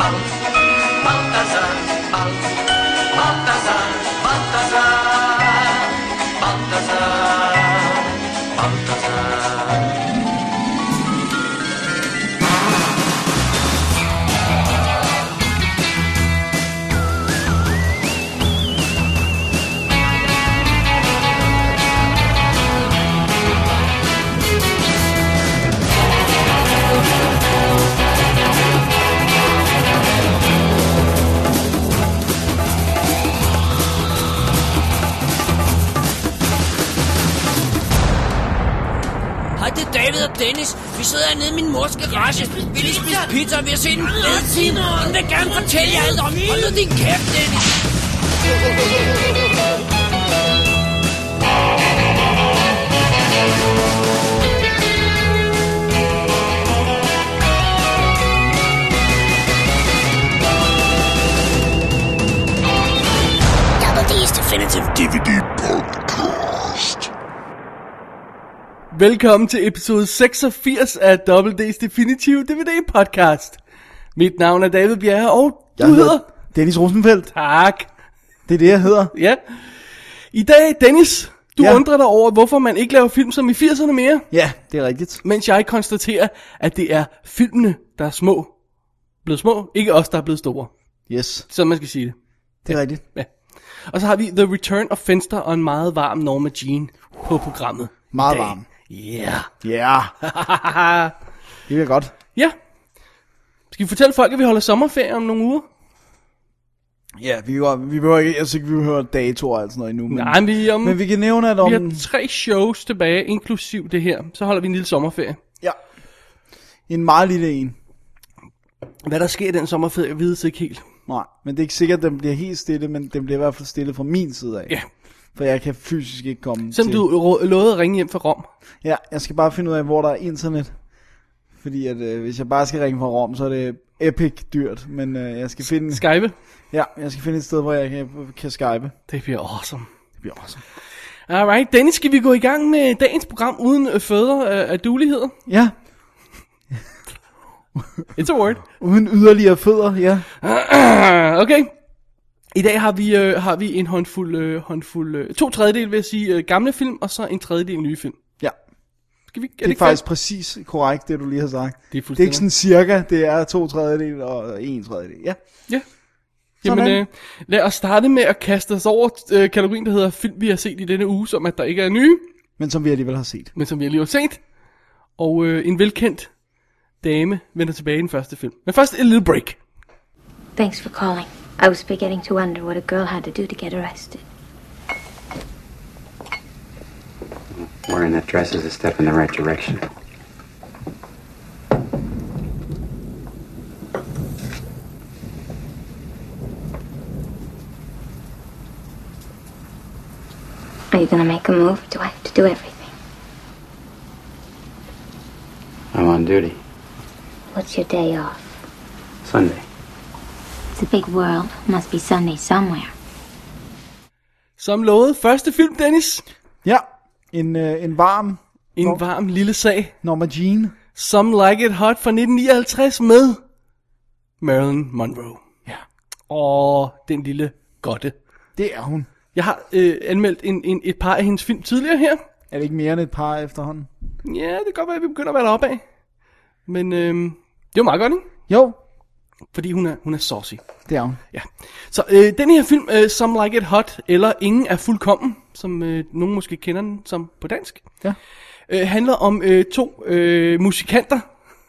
Balthazar, Balthazar, Balthazar, Balthazar, Balthazar. Hej, det er David og Dennis. Vi sidder hernede i min mors garage. Vi vil spise pizza, og vi har set en fed film. Hun vil gerne fortælle jer alt om. Hold nu din kæft, Dennis. Double D's Definitive DVD Podcast. Velkommen til episode 86 af Double D's Definitive DVD Podcast. Mit navn er David Bjerre, og du hedder Dennis Rosenfeldt. Tak. Det er det, jeg hedder. Ja. I dag, Dennis, du undrer dig over, hvorfor man ikke laver film som i 80'erne mere. Ja, det er rigtigt. Mens jeg konstaterer, at det er filmene, der er små. Blevet små, ikke os, der er blevet store. Yes, Så man skal sige det. det er rigtigt. Ja. Og så har vi The Return of Fenster og en meget varm Norma Jean på programmet. Meget varm. Yeah. Ja, det er godt. Ja. Skal vi fortælle folk, at vi holder sommerferie om nogle uger? Ja, vi behøver ikke, altså vi behøver datoer og alt sådan noget endnu. Nej, Men vi kan nævne, at om... vi har 3 shows tilbage, inklusiv det her. Så holder vi en lille sommerferie. Ja, en meget lille en. Hvad der sker i den sommerferie, vides ikke helt. Nej, men det er ikke sikkert, at den bliver helt stille, men den bliver i hvert fald stille fra min side af. Ja. For jeg kan fysisk ikke komme Som til... du lovede at ringe hjem fra Rom. Ja, jeg skal bare finde ud af, hvor der er internet. Fordi at hvis jeg bare skal ringe fra Rom, så er det epic dyrt. Men jeg skal finde... Skype. Ja, jeg skal finde et sted, hvor jeg kan skype. Det bliver awesome. Det bliver awesome. Alright, Dennis, skal vi gå i gang med dagens program uden fødder af dueligheder? Ja, It's a word. uden yderligere fødder, ja. Okay. I dag har vi en håndfuld 2/3 vil jeg sige, gamle film, og så en tredjedel nye film. Ja, Skal vi, det er faktisk præcis korrekt, det du lige har sagt. Det er Det er ikke sådan cirka, det er 2/3 og 1/3. Ja. Ja. Jamen, lad os starte med at kaste os over kategorien, der hedder film, vi har set i denne uge, som at der ikke er nye, Men som vi alligevel har set. men som vi alligevel har set. Og en velkendt dame vender tilbage i den første film. Men først en lille break. Thanks for calling. I was beginning to wonder what a girl had to do to get arrested. Wearing that dress is a step in the right direction. Are you gonna make a move? Do I have to do everything? I'm on duty. What's your day off? Sunday. It's a big world. Must be Sunday somewhere. Som lovet, første film, Dennis. Ja, en varm En varm lille sag. Norma Jean. Some Like It Hot fra 1959 med Marilyn Monroe. Ja. Og den lille godte. Det er hun. Jeg har anmeldt et par af hendes film tidligere her. Er det ikke mere end et par efterhånden? Ja, det kan godt være, at vi begynder at være deroppe af. Men det var meget godt, ikke? Jo, Fordi hun er saucy. det er hun. Ja. Så den her film, Some Like It Hot, eller Ingen er fuldkommen, som nogen måske kender den som på dansk, Ja. handler om 2 musikanter.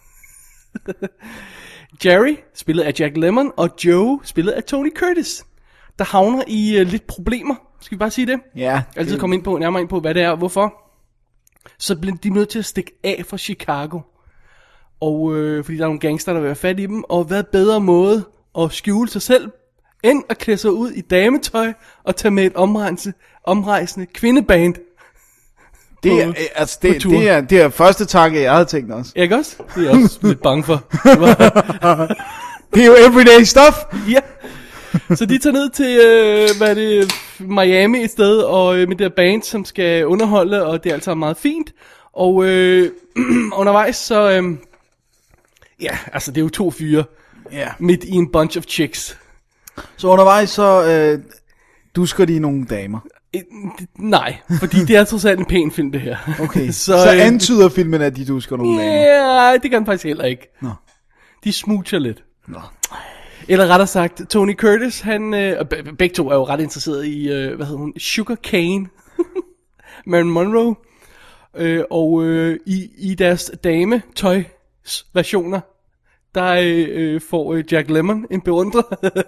Jerry, spillet af Jack Lemmon, og Joe, spillet af Tony Curtis, der havner i lidt problemer. Skal vi bare sige det? Ja. Altid komme nærmere ind på, hvad det er og hvorfor. Så bliver de nødt til at stikke af fra Chicago. Og fordi der er nogle gangster, der vil være fat i dem. Og hvad bedre måde at skjule sig selv, end at klæde sig ud i dametøj og tage med et omrejsende kvindeband. Det er, altså, det er første tanke, jeg havde tænkt også. Ikke også? Det er jeg også lidt bange for. Det er jo everyday stuff. Ja. Så de tager ned til, Miami et sted, og med det der band, som skal underholde, og det er altså meget fint. Og undervejs, så, ja, altså det er jo 2 fyre. Ja. Midt i en bunch of chicks. Så undervejs så dusker de nogle damer. Nej, fordi det er trods alt en pæn film, det her. Okay, så antyder filmen, at de dusker nogle damer. Ja, det kan den faktisk heller ikke. Nå. De smoocher lidt. Nå. Eller rettere sagt, Tony Curtis, han, begge to er jo ret interesseret i, hvad hedder hun, Sugar Cane, Marilyn Monroe, og i deres dametøj-versioner, der får Jack Lemmon en beundrer.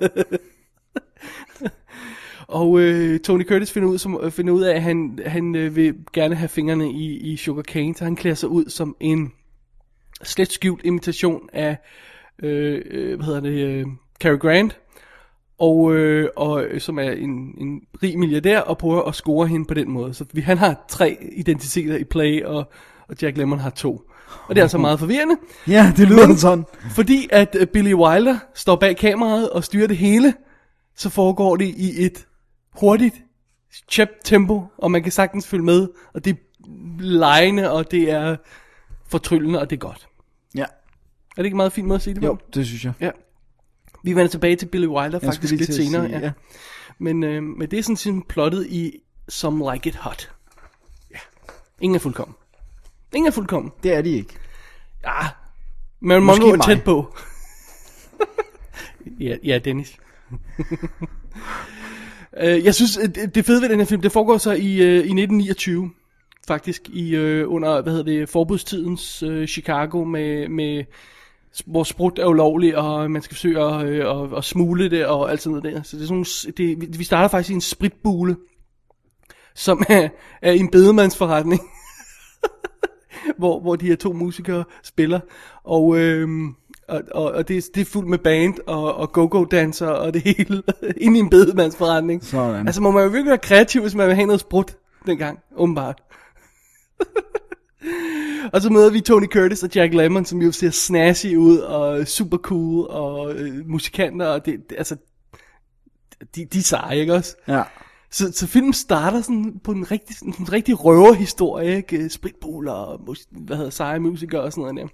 Og Tony Curtis finder ud af, at han vil gerne have fingrene i Sugar Cane, så han klæder sig ud som en slet skjult imitation af, Cary Grant, og som er en rig milliardær, og prøver at score hende på den måde. Så han har 3 identiteter i play, og Jack Lemmon har 2. Og det er altså meget forvirrende. Ja, det lyder sådan. Fordi at Billy Wilder står bag kameraet og styrer det hele, så foregår det i et hurtigt tempo, og man kan sagtens følge med, og det er legende, og det er fortryllende, og det er godt. Ja. Er det ikke en meget fin måde at sige det på? Jo, det synes jeg. Ja. Vi vender tilbage til Billy Wilder faktisk lidt senere. Sige, ja. Men det er sådan plottet i Some Like It Hot. Ja. Ingen er fuldkommen. Det er de ikke. Ja. Men man er tæt på. ja, Dennis. Jeg synes, det fede ved den her film, det foregår så i 1929. Faktisk under, forbudstidens Chicago med hvor sprut er ulovlig, og man skal forsøge at smule det, og alt sådan noget der. Så det er sådan, vi starter faktisk i en spritbule, som er en bedemandsforretning, hvor de her 2 musikere spiller, og det er fuldt med band og go-go-danser og det hele, inde i en bedemandsforretning. Sådan. Altså må man jo virkelig være kreativ, hvis man vil have noget sprut dengang, åbenbart. Og så møder vi Tony Curtis og Jack Lemmon, som jo ser snazzy ud og super cool og musikanter, og de er seje, ikke også? Ja. Så filmen starter sådan på en rigtig røverhistorie, ikke? Spritbuler og seje musikere og sådan noget der.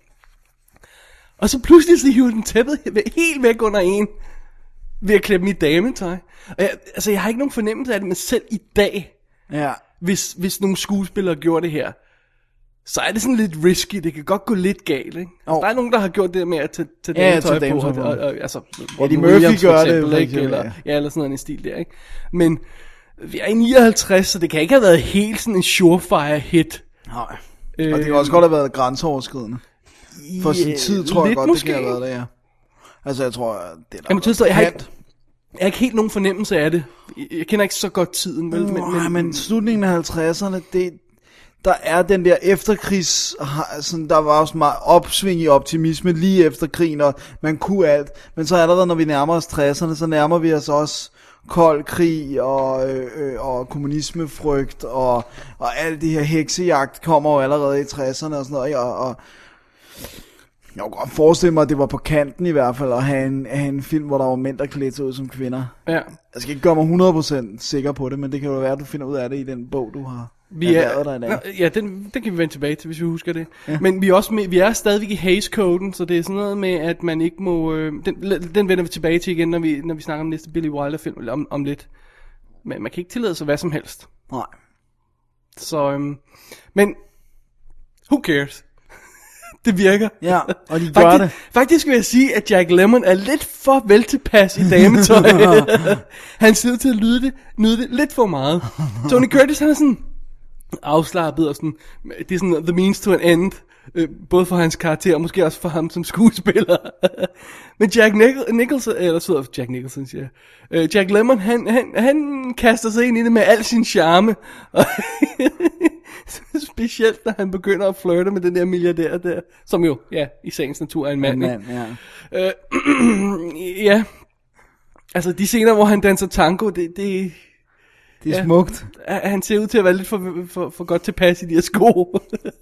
Og så pludselig så hiver den tæppet helt væk under en ved at klæde dem i dametøj. Og jeg har ikke nogen fornemmelse af det, men selv i dag, Ja. hvis nogle skuespillere gjorde det her, så er det sådan lidt risky. Det kan godt gå lidt galt, ikke? Altså, der er nogen, der har gjort det med at tage dametøj på. Og altså, Eddie Murphy gør det, eller sådan noget en stil der, ikke? Men vi er i 59, så det kan ikke have været helt sådan en surefire hit. Nej. Og det kan også godt have været grænseoverskridende. For sin tid tror jeg godt, måske. Det kan have været det, ja. Altså, jeg tror, det er der. Jeg har ikke helt nogen fornemmelse af det. Jeg kender ikke så godt tiden, vel? Men slutningen af 50'erne, der er den der efterkrigs, sådan, der var også meget opsving i optimisme lige efter krigen, og man kunne alt. Men så allerede, når vi nærmer os 60'erne, så nærmer vi os også kold krig og kommunismefrygt, og alt det her heksejagt kommer jo allerede i 60'erne og sådan noget, og jeg kunne godt forestille mig, at det var på kanten i hvert fald, at have en film, hvor der var mænd, der klædte sig ud som kvinder. Ja. Jeg skal ikke gøre mig 100% sikker på det, men det kan jo være, at du finder ud af det i den bog, du har erhvervet dig i dag. Ja, den kan vi vende tilbage til, hvis vi husker det. Ja. Men vi er stadigvæk i Hays-koden, så det er sådan noget med, at man ikke må... Den vender vi tilbage til igen, når vi snakker om næste Billy Wilder-film, eller om lidt. Men man kan ikke tillade sig hvad som helst. Nej. Så, men... Who cares? Det virker. Ja, og de gør det. Faktisk vil jeg sige, at Jack Lemmon er lidt for vel tilpas i dametøj. Han ser ud til at nyde det lidt for meget. Tony Curtis, han er sådan afslappet og sådan, det er sådan the means to an end, både for hans karakter og måske også for ham som skuespiller. Men Jack Lemmon, han kaster sig ind i det med al sin charme. Specielt når han begynder at flirte med den der milliardær der, som jo, ja, i sagens natur er en mand. Ja. Ja. Altså de scener, hvor han danser tango, det er smukt. Han ser ud til at være lidt for godt tilpas i de her sko.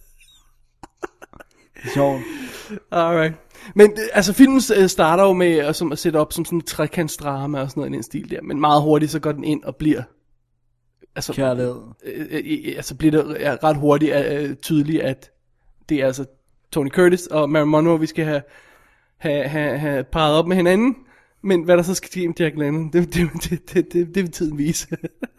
Sjovt. Alright. Men altså filmen starter jo med at sætte op som sådan en trekantsdrama og sådan noget i den stil der, men meget hurtigt så går den ind og bliver altså kærlighed. Altså bliver det ret hurtigt tydeligt, at det er altså Tony Curtis og Marilyn Monroe, vi skal have have parret op med hinanden. Men hvad der så skal ske med Jack Lemmon, det vil tiden vise.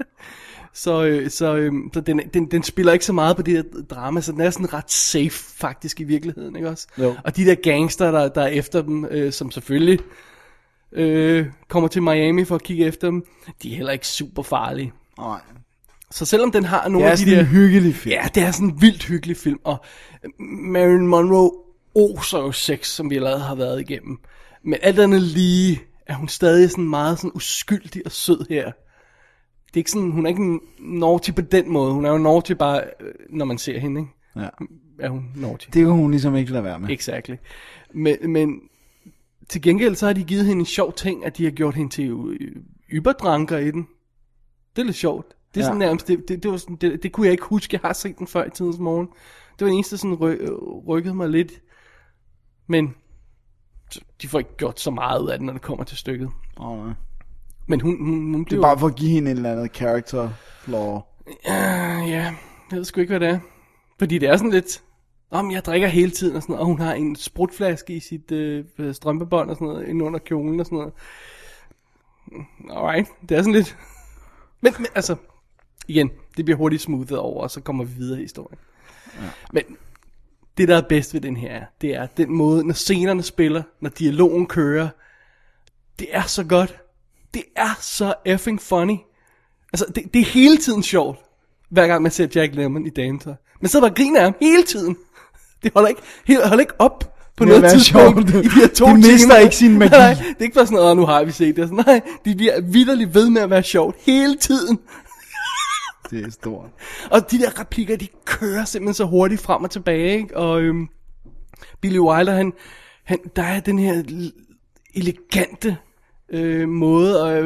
Så den spiller ikke så meget på det her drama, så den er sådan ret safe faktisk i virkeligheden, ikke også? Jo. Og de der gangster, der er efter dem, som selvfølgelig kommer til Miami for at kigge efter dem, de er heller ikke super farlige. Nej. Så selvom den har nogle af de der... Det er sådan en hyggelig film. Ja, det er sådan en vildt hyggelig film, og Marilyn Monroe oser jo sex, som vi allerede har været igennem. Men alt andet lige er hun stadig sådan meget sådan uskyldig og sød her. Det er ikke sådan, hun er ikke naughty på den måde. Hun er jo naughty bare, når man ser hende, ikke? Ja. Er hun naughty. Det kan hun ligesom ikke lade være med. Exactly. Men til gengæld så har de givet hende en sjov ting, at de har gjort hende til yberdranker i den. Det er lidt sjovt. Det er sådan nærmest, det var sådan, det kunne jeg ikke huske, jeg har set den før i tidens morgen. Det var den eneste, der sådan rykkede mig lidt. Men de får ikke gjort så meget ud af den, når det kommer til stykket. Nej. Men hun Det er bare for at give hende en eller anden character flaw. Ja, jeg ved sgu ikke, hvad det er. Fordi det er sådan lidt... jeg drikker hele tiden og sådan noget, og hun har en sprutflaske i sit strømpebånd og sådan noget, inde under kjolen og sådan noget. Alright, det er sådan lidt... Men altså, igen, det bliver hurtigt smoothet over, og så kommer vi videre i historien. Ja. Men det, der er bedst ved den her, det er den måde, når scenerne spiller, når dialogen kører, det er så godt. Det er så effing funny. Altså, det er hele tiden sjovt, hver gang man ser Jack Lemmon i dametøj. Men så bare griner af ham hele tiden. Det holder ikke op på noget tidspunkt i de her 2 timer. Det mister ikke sin magi. Nej, det er ikke bare sådan, nu har vi set det. Altså, nej, de bliver vitterligt ved med at være sjovt hele tiden. Det er stort. Og de der replikker, de kører simpelthen så hurtigt frem og tilbage, ikke? Og Billy Wilder, han der er den her elegante måde, og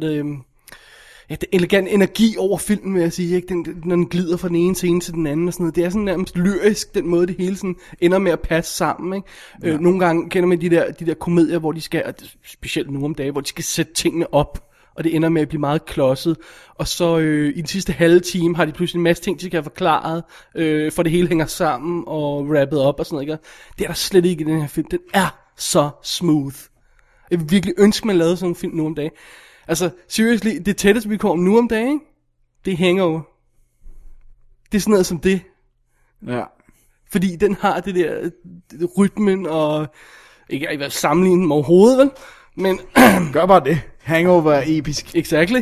elegant energi over filmen, vil jeg sige, ikke? Når den glider fra den ene scene til den anden og sådan noget. Det er sådan nærmest lyrisk, den måde det hele sådan ender med at passe sammen, ikke? Ja. Nogle gange kender man de der komedier, hvor de skal, specielt nu om dagen, hvor de skal sætte tingene op, og det ender med at blive meget klodset. Og så i den sidste halve time har de pludselig en masse ting, de skal have forklaret, for det hele hænger sammen og wrappet op og sådan noget, ikke? Det er der slet ikke i den her film. Den er så smooth. Jeg vil virkelig ønske, man lavede sådan en film nu om dagen. Altså, seriously, det tætteste vi kommer nu om dagen, det er Hangover. Det er sådan noget som det. Ja. Fordi den har det der rytmen, og ikke jeg vil sammenligne dem overhovedet, vel? Men gør bare det. Hangover er episk. Exactly.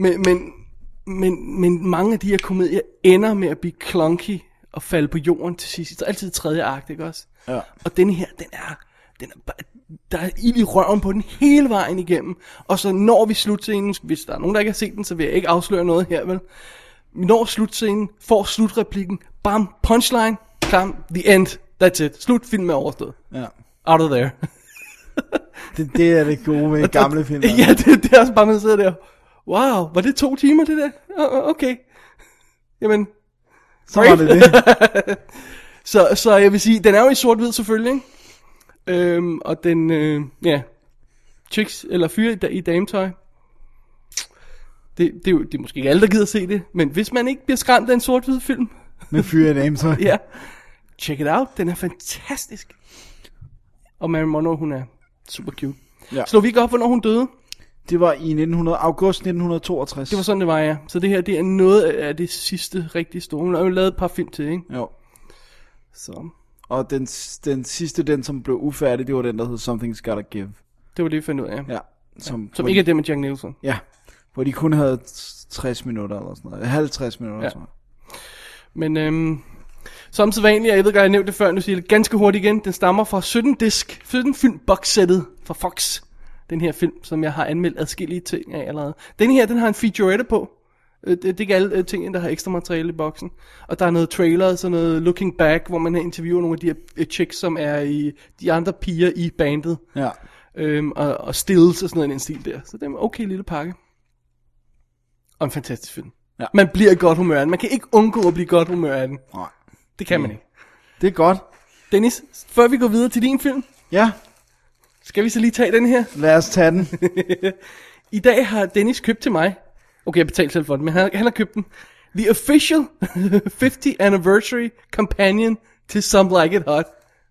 Men mange af de her komedier ender med at blive clunky og falde på jorden til sidst. Så altid tredje akt, ikke også? Ja. Og den her, den er der er ild i røven på den hele vejen igennem. Og så når vi slutscenen, hvis der er nogen, der ikke har set den, så vil jeg ikke afsløre noget her, vel? Vi når slutscenen, får slutreplikken, bam, punchline, klam, the end, that's it. Slut, film er overstået. Ja. Out of there. det er det gode ved gamle film. Ja, det er også bare, man sidder der. Wow, var det 2 timer, det der? Okay. Jamen, så var det det. Så jeg vil sige, den er jo i sort-hvid selvfølgelig, ikke? Og den, chicks eller fyre i dametøj. Det er måske ikke alle, der gider se det, men hvis man ikke bliver skræmt af en sort-hvid film med fyre i dametøj, ja, check it out, den er fantastisk. Og Marilyn Monroe, hun er super cute. Ja. Slå vi ikke op, hvornår hun døde? Det var i august 1962. Det var sådan, det var, ja. Så det her, det er noget af det sidste rigtig store. Hun har jo lavet et par film til, ikke? Jo. Så. Og den sidste, den som blev ufærdig, det var den, der hed Something's Gotta Give. Det var det, vi fandt ud af. Ja. Som ikke er det med Jack Nicholson. Ja. Hvor de kun havde 60 minutter eller sådan noget. 50 minutter eller sådan noget. Men som så vanligt, jeg ved godt, jeg nævnte det før, nu siger jeg det ganske hurtigt igen. Den stammer fra 17 film boxsættet fra Fox. Den her film, som jeg har anmeldt adskillige ting af allerede. Den her, den har en featurette på. Det er ikke alle tingene, der har ekstra materiale i boksen. Og der er noget trailer, sådan noget looking back, hvor man har interviewet nogle af de her chicks, som er i de andre piger i bandet. Ja. Og stills og sådan noget i den stil der. Så det er en okay lille pakke. Og en fantastisk film. Ja. Man bliver i godt humør af den. Man kan ikke undgå at blive i godt humør af den. Nej. Det kan man ikke. Det er godt. Dennis, før vi går videre til din film. Ja. Skal vi så lige tage den her? Lad os tage den. I dag har Dennis købt til mig. Okay, jeg betalte selv for den, men han har købt den. The official 50th anniversary companion to Some Like It Hot.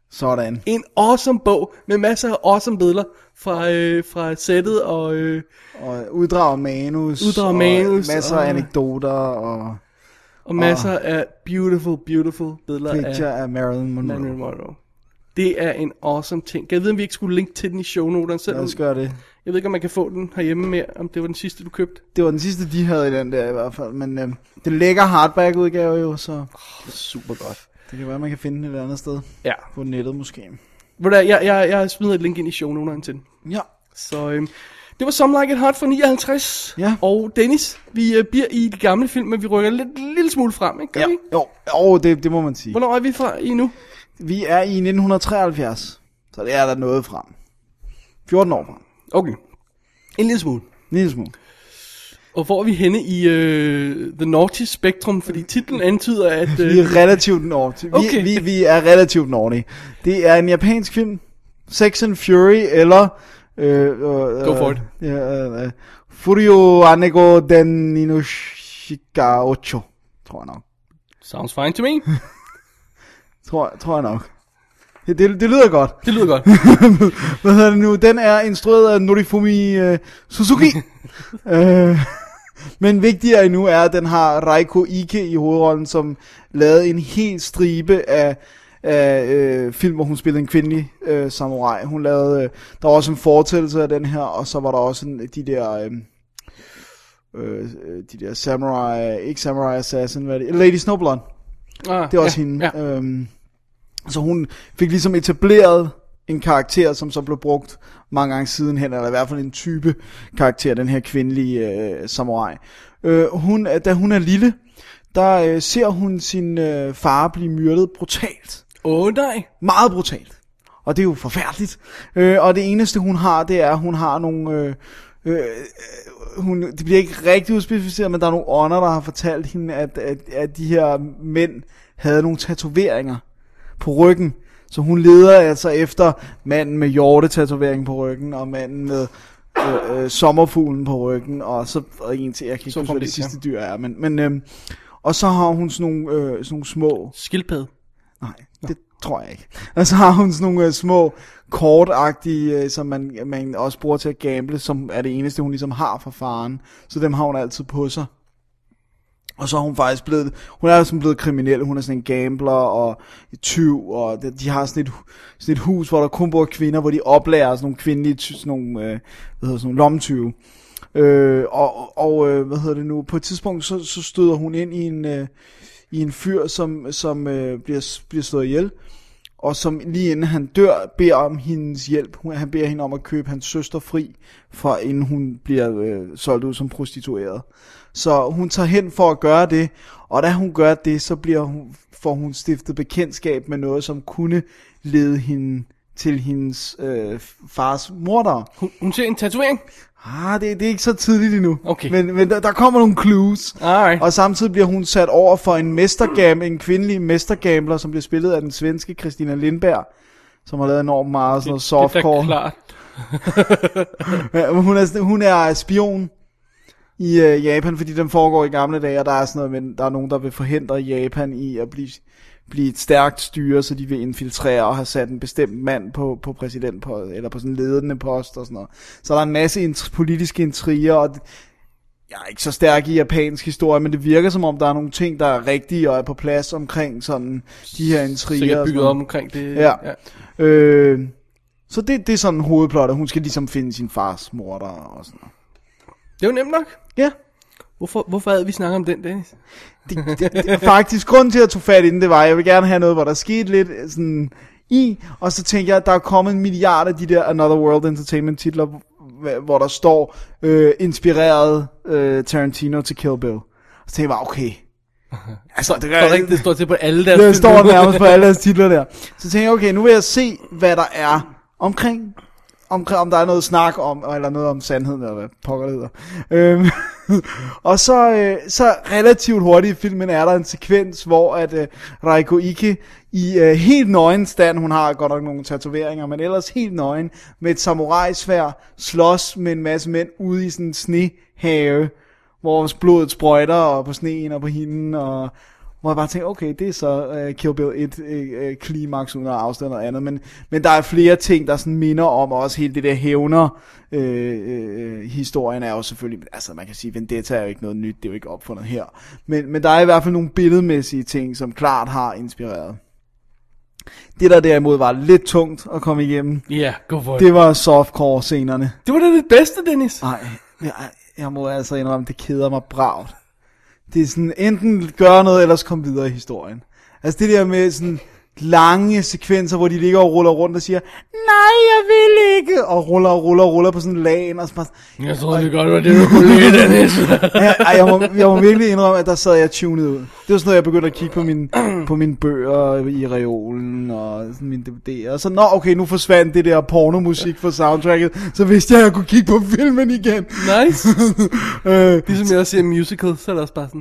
Sådan. En awesome bog med masser af awesome billeder fra sættet og Og uddrag manus. Uddrag og manus, masser af anekdoter og masser af beautiful billeder picture af af Marilyn Monroe. Marilyn Monroe. Det er en awesome ting. Kan jeg vide, om vi ikke skulle linke til den i shownoterne selv? Lad os gøre det. Jeg ved ikke, om man kan få den herhjemme mere, om det var den sidste, du købte. Det var den sidste, de havde i den der i hvert fald. Men det lækker hardback-udgave jo, så Super godt. det kan være, man kan finde den et andet sted. Ja. På nettet måske. Jeg smider et link ind i shownoterne til den. Ja. Så det var Some Like It Hot fra 59. Ja. Og Dennis, vi bliver i de gamle film, men vi rykker lille smule frem, ikke? Gør vi? Jo, det må man sige. Hvornår er vi fra i nu? Vi er i 1973, så det er der noget frem. 14 år frem. Okay. En lille smule. En lille smule. Og hvor er vi henne i The Naughty Spectrum? Fordi titlen antyder, at... Vi er relativt naughty. Okay. Vi er relativt naughty. Det er en japansk film. Sex and Fury, eller... Go for it. Furio Anego den Inoshika Ocho, tror jeg nok. Sounds fine to me. Tror jeg nok. Det lyder godt. Det lyder godt. Hvad hedder det nu? Den er instrueret af Norifumi Suzuki. Men vigtigere endnu er, at den har Reiko Ike i hovedrollen, som lavede en hel stribe af film, hvor hun spillede en kvindelig samurai. Hun lavede, der var også en fortællelse af den her, og så var der også de der samurai, ikke samurai assassin, hvad er det? Lady Snowblonde. Det er også hende. Ja. Så hun fik ligesom etableret en karakter, som så blev brugt mange gange sidenhen, eller i hvert fald en type karakter, den her kvindelige samurai. Da hun er lille, der ser hun sin far blive myrdet brutalt. Nej. Meget brutalt. Og det er jo forfærdeligt. Og det eneste hun har, det er, at hun har nogle... det bliver ikke rigtig udspecificeret, men der er nogle ånder, der har fortalt hende, at de her mænd havde nogle tatoveringer på ryggen. Så hun leder altså efter manden med hjortetatovering på ryggen, og manden med sommerfuglen på ryggen, og en til, jeg kan ikke huske, hvad det sidste dyr er, men og så har hun sådan nogle små... Skildpadde? Nej, det tror jeg ikke. Og så har hun sådan nogle små kortagtige, som man også bruger til at gamble, som er det eneste, hun ligesom har fra faren. Så dem har hun altid på sig. Og så er hun faktisk blevet kriminel. Hun er sådan en gambler og tyv, og de har sådan et hus, hvor der kun bor kvinder, hvor de oplærer sådan nogle kvindelige, sådan nogle lommetyve. Hvad hedder det nu? På et tidspunkt så støder hun ind i en fyr, som bliver slået ihjel, og som lige inden han dør, beder om hendes hjælp. Han beder hende om at købe hans søster fri, for inden hun bliver solgt ud som prostitueret. Så hun tager hen for at gøre det, og da hun gør det, så får hun stiftet bekendtskab med noget, som kunne lede hende til hendes fars mordere. Hun ser en tatovering? Det er ikke så tidligt endnu. Okay. Men der kommer nogle clues. Alright. Og samtidig bliver hun sat over for en kvindelig mestergambler, som bliver spillet af den svenske Christina Lindberg, som har lavet enormt meget sådan noget softcore. Det er klart. Hun er spion i Japan, fordi den foregår i gamle dage, og der er sådan noget, men der er nogen, der vil forhindre Japan i at blive et stærkt styre, så de vil infiltrere og have sat en bestemt mand på præsidentpost, eller på sådan en ledende post og sådan noget. Så der er en masse politiske intriger, og jeg er ikke så stærk i japansk historie, men det virker som om, der er nogle ting, der er rigtige og er på plads omkring sådan de her intriger. Sikkert bygget om omkring det. Ja. Så det er sådan hovedplottet. Hun skal ligesom finde sin fars morder og sådan noget. Det er jo nemt nok. Ja. Hvorfor havde vi snakket om den, Dennis? Det faktisk grunden til at tage fat i den, det var, jeg vil gerne have noget, hvor der skete lidt sådan i, og så tænker jeg, at der er kommet en milliard af de der Another World Entertainment titler, hvor der står inspireret Tarantino til Kill Bill. Så tænker jeg bare, okay. Altså, det står til på alle deres titler. Det står nærmest på alle deres titler der. Så tænker jeg, okay, nu vil jeg se, hvad der er omkring om der er noget snak om, eller noget om sandheden, eller hvad pokker det hedder. Og så relativt hurtigt i filmen er der en sekvens, hvor at Reiko Ike i helt nøgen stand, hun har godt nok nogle tatoveringer, men ellers helt nøgen, med et samurajsværd, slås med en masse mænd ude i sådan en snehave, hvor blodet sprøjter og på sneen og på hende, og hvor jeg bare tænkte, okay, det er så Kill Bill 1 klimaks uden at afsløre noget andet, men der er flere ting, der sådan minder om, og også hele det der hævner historien er jo selvfølgelig, altså man kan sige, Vendetta er jo ikke noget nyt, det er jo ikke opfundet her, men der er i hvert fald nogle billedmæssige ting, som klart har inspireret. Det der derimod var lidt tungt at komme igennem, go for it. det var softcore-scenerne. Det var da det bedste, Dennis. Nej, jeg må altså indrømme, det keder mig bravt. Det er sådan, enten gøre noget, ellers komme videre i historien. Altså det der med sådan lange sekvenser, hvor de ligger og ruller rundt og siger, nej, jeg vil ikke, og ruller på sådan en lagen, og så bare, jeg tror det godt var det, du kunne lide, Dennis. jeg må virkelig indrømme, at der sad jeg tunet ud. Det var sådan noget, jeg begyndte at kigge på mine bøger i reolen, og sådan mine DVD'er, og så, okay, nu forsvandt det der pornomusik fra soundtracket, så vidste jeg, at jeg kunne kigge på filmen igen. Nice. Ligesom jeg også ser musical, så er der også bare sådan,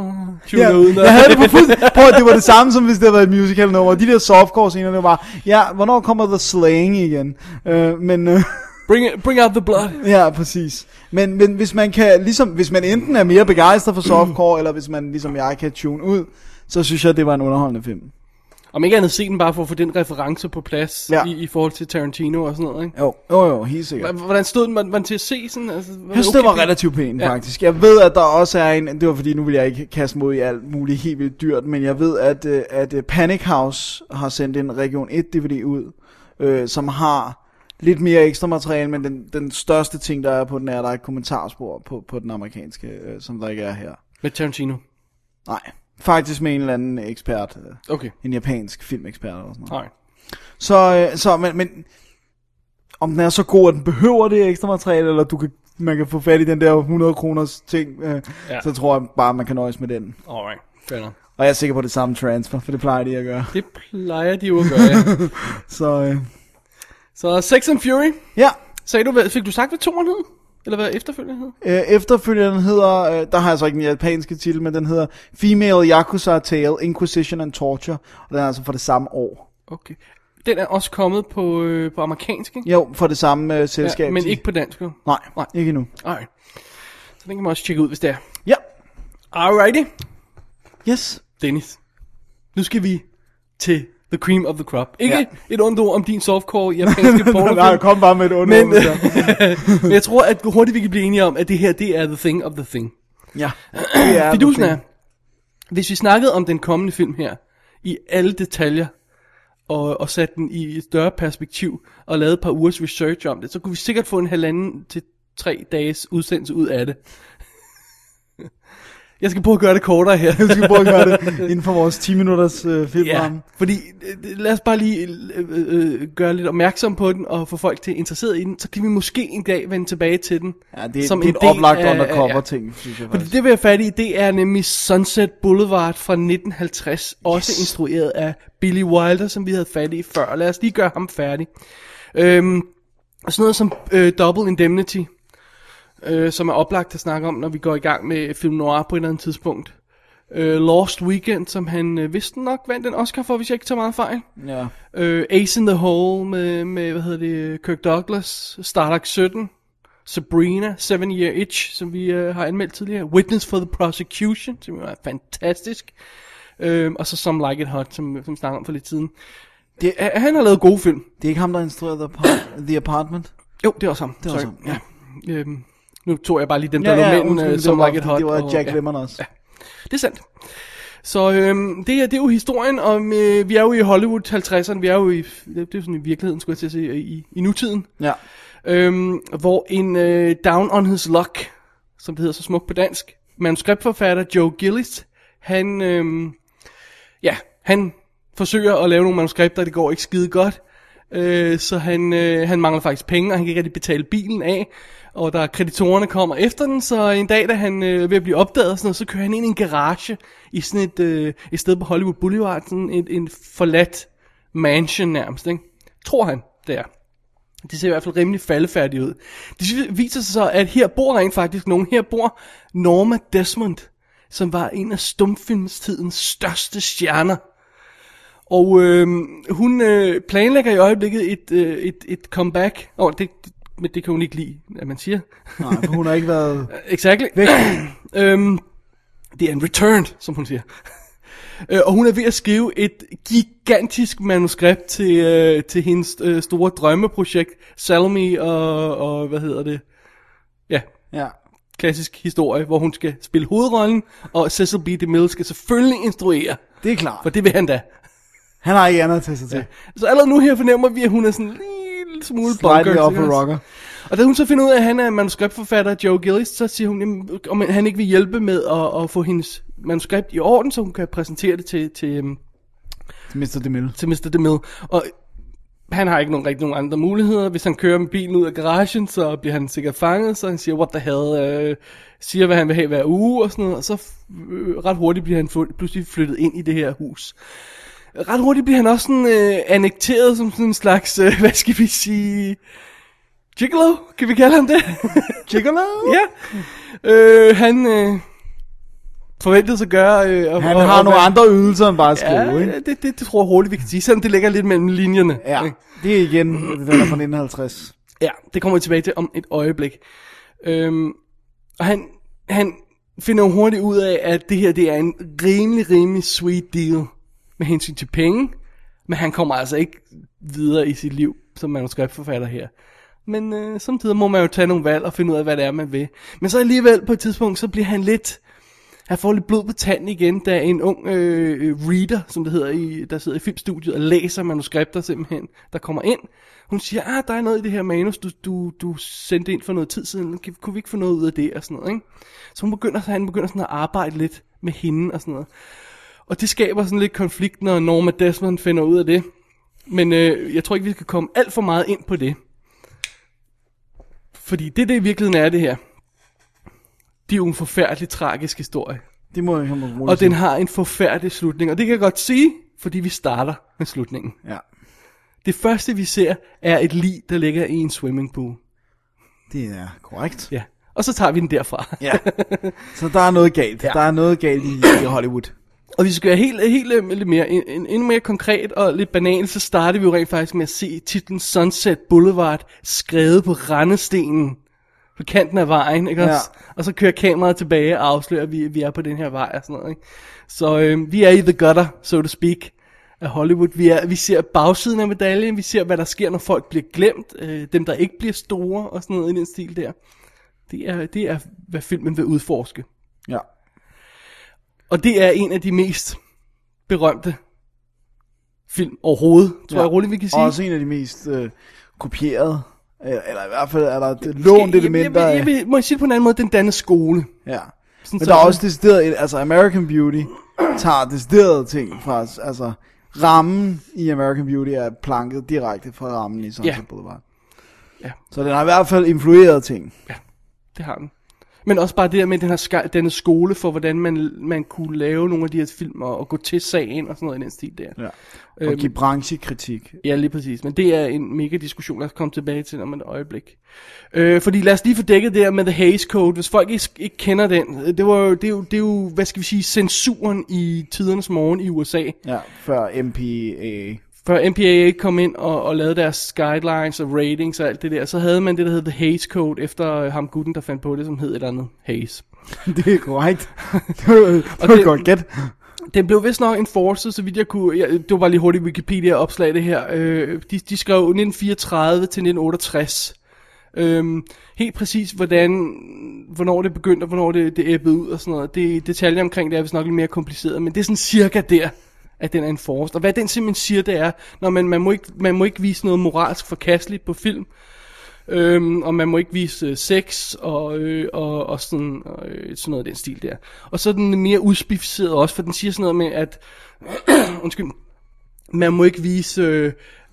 jeg havde det på fuldt. Det var det samme, som hvis det havde været et musical nummer. De der softcore scener, det var, hvornår kommer The Slaying igen? Bring out the blood. Ja, præcis. Men hvis man kan, ligesom, hvis man enten er mere begejstret for softcore, eller hvis man, ligesom jeg, kan tune ud, så synes jeg, det var en underholdende film. Om ikke andet se den bare for at få den reference på plads i forhold til Tarantino og sådan noget, ikke? Jo, helt sikkert. Hvordan stod den? Var den til at se sådan? Altså, jeg synes, det var relativt pænt, faktisk. Jeg ved, at der også er en, det var fordi, nu vil jeg ikke kaste mod i alt muligt helt vildt dyrt, men jeg ved, at Panic House har sendt en Region 1 DVD ud, som har lidt mere ekstra materiale, men den største ting, der er på den, er, der er et kommentarspor på den amerikanske, som der ikke er her. Med Tarantino? Nej. Faktisk med en eller anden ekspert. Okay. En japansk filmekspert eller sådan noget. Okay. Men om den er så god, at den behøver det ekstra materiale, eller man kan få fat i den der 100 kroners ting, så tror jeg bare, man kan nøjes med den. Alright, fair enough. Og jeg er sikker på det samme transfer, for det plejer de at gøre. Det plejer de jo at gøre, ja. Så Sex and Fury? Ja. Fik du sagt, hvad toeren hed? Eller hvad efterfølgende hed? Efterfølgende hedder, der har jeg så ikke den japanske titel, men den hedder Female Yakuza Tale, Inquisition and Torture, og den er altså for det samme år. Okay. Den er også kommet på amerikansk, ikke? Jo, for det samme selskab. Ja, men ikke på dansk, jo? Nej, ikke endnu. Alright. Så den kan man også tjekke ud, hvis det er. Ja. Alrighty. Yes. Dennis. Nu skal vi til the cream of the crop. Ikke et ondt ord om din softcore japanske pornofilm. Nej, kom bare med et ondt ord. Men jeg tror, at hurtigt vi kan blive enige om, at det her, det er the thing of the thing. Ja. Fidusen er, hvis vi snakkede om den kommende film her, i alle detaljer, og satte den i et større perspektiv, og lavede et par ugers research om det, så kunne vi sikkert få en 1,5 til 3 dages udsendelse ud af det. Jeg skal prøve at gøre det kortere her. Jeg skal prøve at gøre det inden for vores 10 minutters filmramme. Ja, fordi lad os bare lige gøre lidt opmærksom på den, og få folk til interesseret i den, så kan vi måske en dag vende tilbage til den. Ja, det er et oplagt undercover ting, synes jeg faktisk. Fordi det vil jeg fat i, det er nemlig Sunset Boulevard fra 1950, også instrueret af Billy Wilder, som vi havde fat i før. Lad os lige gøre ham færdig. Sådan noget som Double Indemnity, som er oplagt at snakke om, når vi går i gang med film noir på et eller andet tidspunkt. Lost Weekend, som han vist nok vandt en Oscar for, hvis jeg ikke tager meget fejl. Ja. Ace in the Hole med Kirk Douglas. Starlux 17. Sabrina, 7 Year Itch, som vi har anmeldt tidligere. Witness for the Prosecution, som er fantastisk. Og så Some Like It Hot, som vi snakker om for lidt siden. Han har lavet gode film. Det er ikke ham, der instruerede The Apartment? Jo, det er også ham. Det er også ham, ja. Nu tog jeg bare lige dem, der lå mellem Some Like It Hot. Det var Jack Lemmon også. Ja, det er sandt. Så det er jo historien om, vi er jo i Hollywood 50'erne, vi er jo det er sådan i virkeligheden, skulle jeg til at sige, i nutiden. Ja. Hvor en down on his luck, som det hedder så smukt på dansk, manuskriptforfatter Joe Gillis, han forsøger at lave nogle manuskripter, det går ikke skide godt. Så han mangler faktisk penge, og han kan ikke rigtig betale bilen af. Og der kreditorerne kommer efter den, så en dag, da han ved at blive opdaget og sådan noget, så kører han ind i en garage i sådan et sted på Hollywood Boulevard, sådan en forladt mansion nærmest, ikke? Tror han, det er. Det ser i hvert fald rimelig faldefærdigt ud. Det viser sig så, at her bor rent faktisk nogen. Her bor Norma Desmond, som var en af stumfilmstidens største stjerner. Og hun planlægger i øjeblikket et comeback. Men det kan hun ikke lide, at man siger. Nej, for hun har ikke været exactly. væk. Det er en return, som hun siger. Og hun er ved at skrive et gigantisk manuskript til hendes store drømmeprojekt, Salome og hvad hedder det? Ja, klassisk historie, hvor hun skal spille hovedrollen, og Cecil B. DeMille skal selvfølgelig instruere. Det er klart. For det vil han da. Han har ikke andet at tage sig til. Ja. Så allerede nu her fornemmer vi, at hun er sådan en lille smule Slightly off a rocker. Og da hun så finder ud af, at han er manuskriptforfatter, Joe Gillis, så siger hun, jamen, om han ikke vil hjælpe med at få hendes manuskript i orden, så hun kan præsentere det til Mr. DeMille. Til Mr. DeMille. Og han har ikke nogen andre muligheder. Hvis han kører med bilen ud af garagen, så bliver han sikkert fanget, så han siger, what the hell, siger, hvad han vil have hver uge, og sådan noget. Og så ret hurtigt bliver han pludselig flyttet ind i det her hus. Ret hurtigt bliver han også sådan annekteret som sådan en slags, hvad skal vi sige, gigolo, kan vi kalde ham det? Gigolo? Ja. Han forventede sig at gøre... han har nogle andre ydelser end bare at skrive, ikke? Det tror jeg hurtigt, vi kan sige. Selvom det ligger lidt mellem linjerne. Ja, ikke? det er igen, det der fra 1950. Ja, det kommer vi tilbage til om et øjeblik. Og han finder jo hurtigt ud af, at det her det er en rimelig sweet deal med hensyn til penge, men han kommer altså ikke videre i sit liv som manuskriptforfatter her. Men samtidig må man jo tage nogle valg og finde ud af, hvad det er, man vil. Men så alligevel på et tidspunkt, så bliver han lidt... Han får lidt blod på tanden igen, da en ung reader, som det hedder, der sidder i filmstudiet og læser manuskripter simpelthen, der kommer ind. Hun siger, der er noget i det her manus, du sendte ind for noget tid siden, kunne vi ikke få noget ud af det og sådan noget, ikke? Så han begynder sådan at arbejde lidt med hende og sådan noget. Og det skaber sådan lidt konflikt, når Norma Desmond finder ud af det. Men jeg tror ikke, vi skal komme alt for meget ind på det. Fordi det i virkeligheden er det her. Det er jo en forfærdelig tragisk historie. Det må jeg roligt. Og den har en forfærdelig slutning. Og det kan jeg godt sige, fordi vi starter med slutningen. Ja. Det første vi ser er et lig, der ligger i en swimmingpool. Det er korrekt. Ja. Og så tager vi den derfra. Ja. Så der er noget galt. Ja. Der er noget galt i Hollywood. Og hvis vi skal være helt lidt mere, endnu mere konkret og lidt banal, så starter vi jo rent faktisk med at se titlen Sunset Boulevard skrevet på rendestenen på kanten af vejen, ikke også? Ja. Og så kører kameraet tilbage og afslører, at vi er på den her vej og sådan noget, ikke? Så vi er i the gutter, so to speak, af Hollywood. Vi ser bagsiden af medaljen, vi ser, hvad der sker, når folk bliver glemt, dem der ikke bliver store og sådan noget i den stil der. Det er hvad filmen vil udforske. Ja. Og det er en af de mest berømte film overhovedet, tror jeg roligt vi kan sige. Og også en af de mest kopierede. Eller i hvert fald er der et lånt element der. Jeg må sige det på en anden måde, den danne skole. Ja. Men der er også decideret, altså American Beauty tager deciderede ting fra, altså rammen i American Beauty er planket direkte fra rammen i Sunset Boulevard. Ja. Så den har i hvert fald influeret ting. Ja, det har den. Men også bare det der med, denne skole for, hvordan man kunne lave nogle af de her film og gå til sagen og sådan noget i den stil der. Ja. Og give branchekritik. Ja, lige præcis. Men det er en mega diskussion, der skal komme tilbage til om et øjeblik. Fordi lad os lige få dækket det der med The Hays Code. Hvis folk ikke kender den, det er jo, hvad skal vi sige, censuren i tidernes morgen i USA. Ja, før MPAA. Før MPAA kom ind og lavede deres guidelines og ratings og alt det der, så havde man det, der hed The Hays Code, efter ham gutten, der fandt på det, som hed et eller andet Hays. Det er korrekt. Det var godt gæt. Den blev vist nok enforced, så vidt jeg kunne. Det var bare lige hurtigt Wikipedia-opslag det her. De skrev 1934 til 1968. Helt præcis, hvornår det begyndte, og hvornår det æbbede ud og sådan noget. Detaljer omkring det er vist nok lidt mere kompliceret, men det er sådan cirka der, at den er enforced. Og hvad den simpelthen siger, det er, når man må ikke vise noget moralsk forkasteligt på film, og man må ikke vise sex og sådan noget af den stil der. Og så er den mere udspecificeret også, for den siger sådan noget med, at man må ikke vise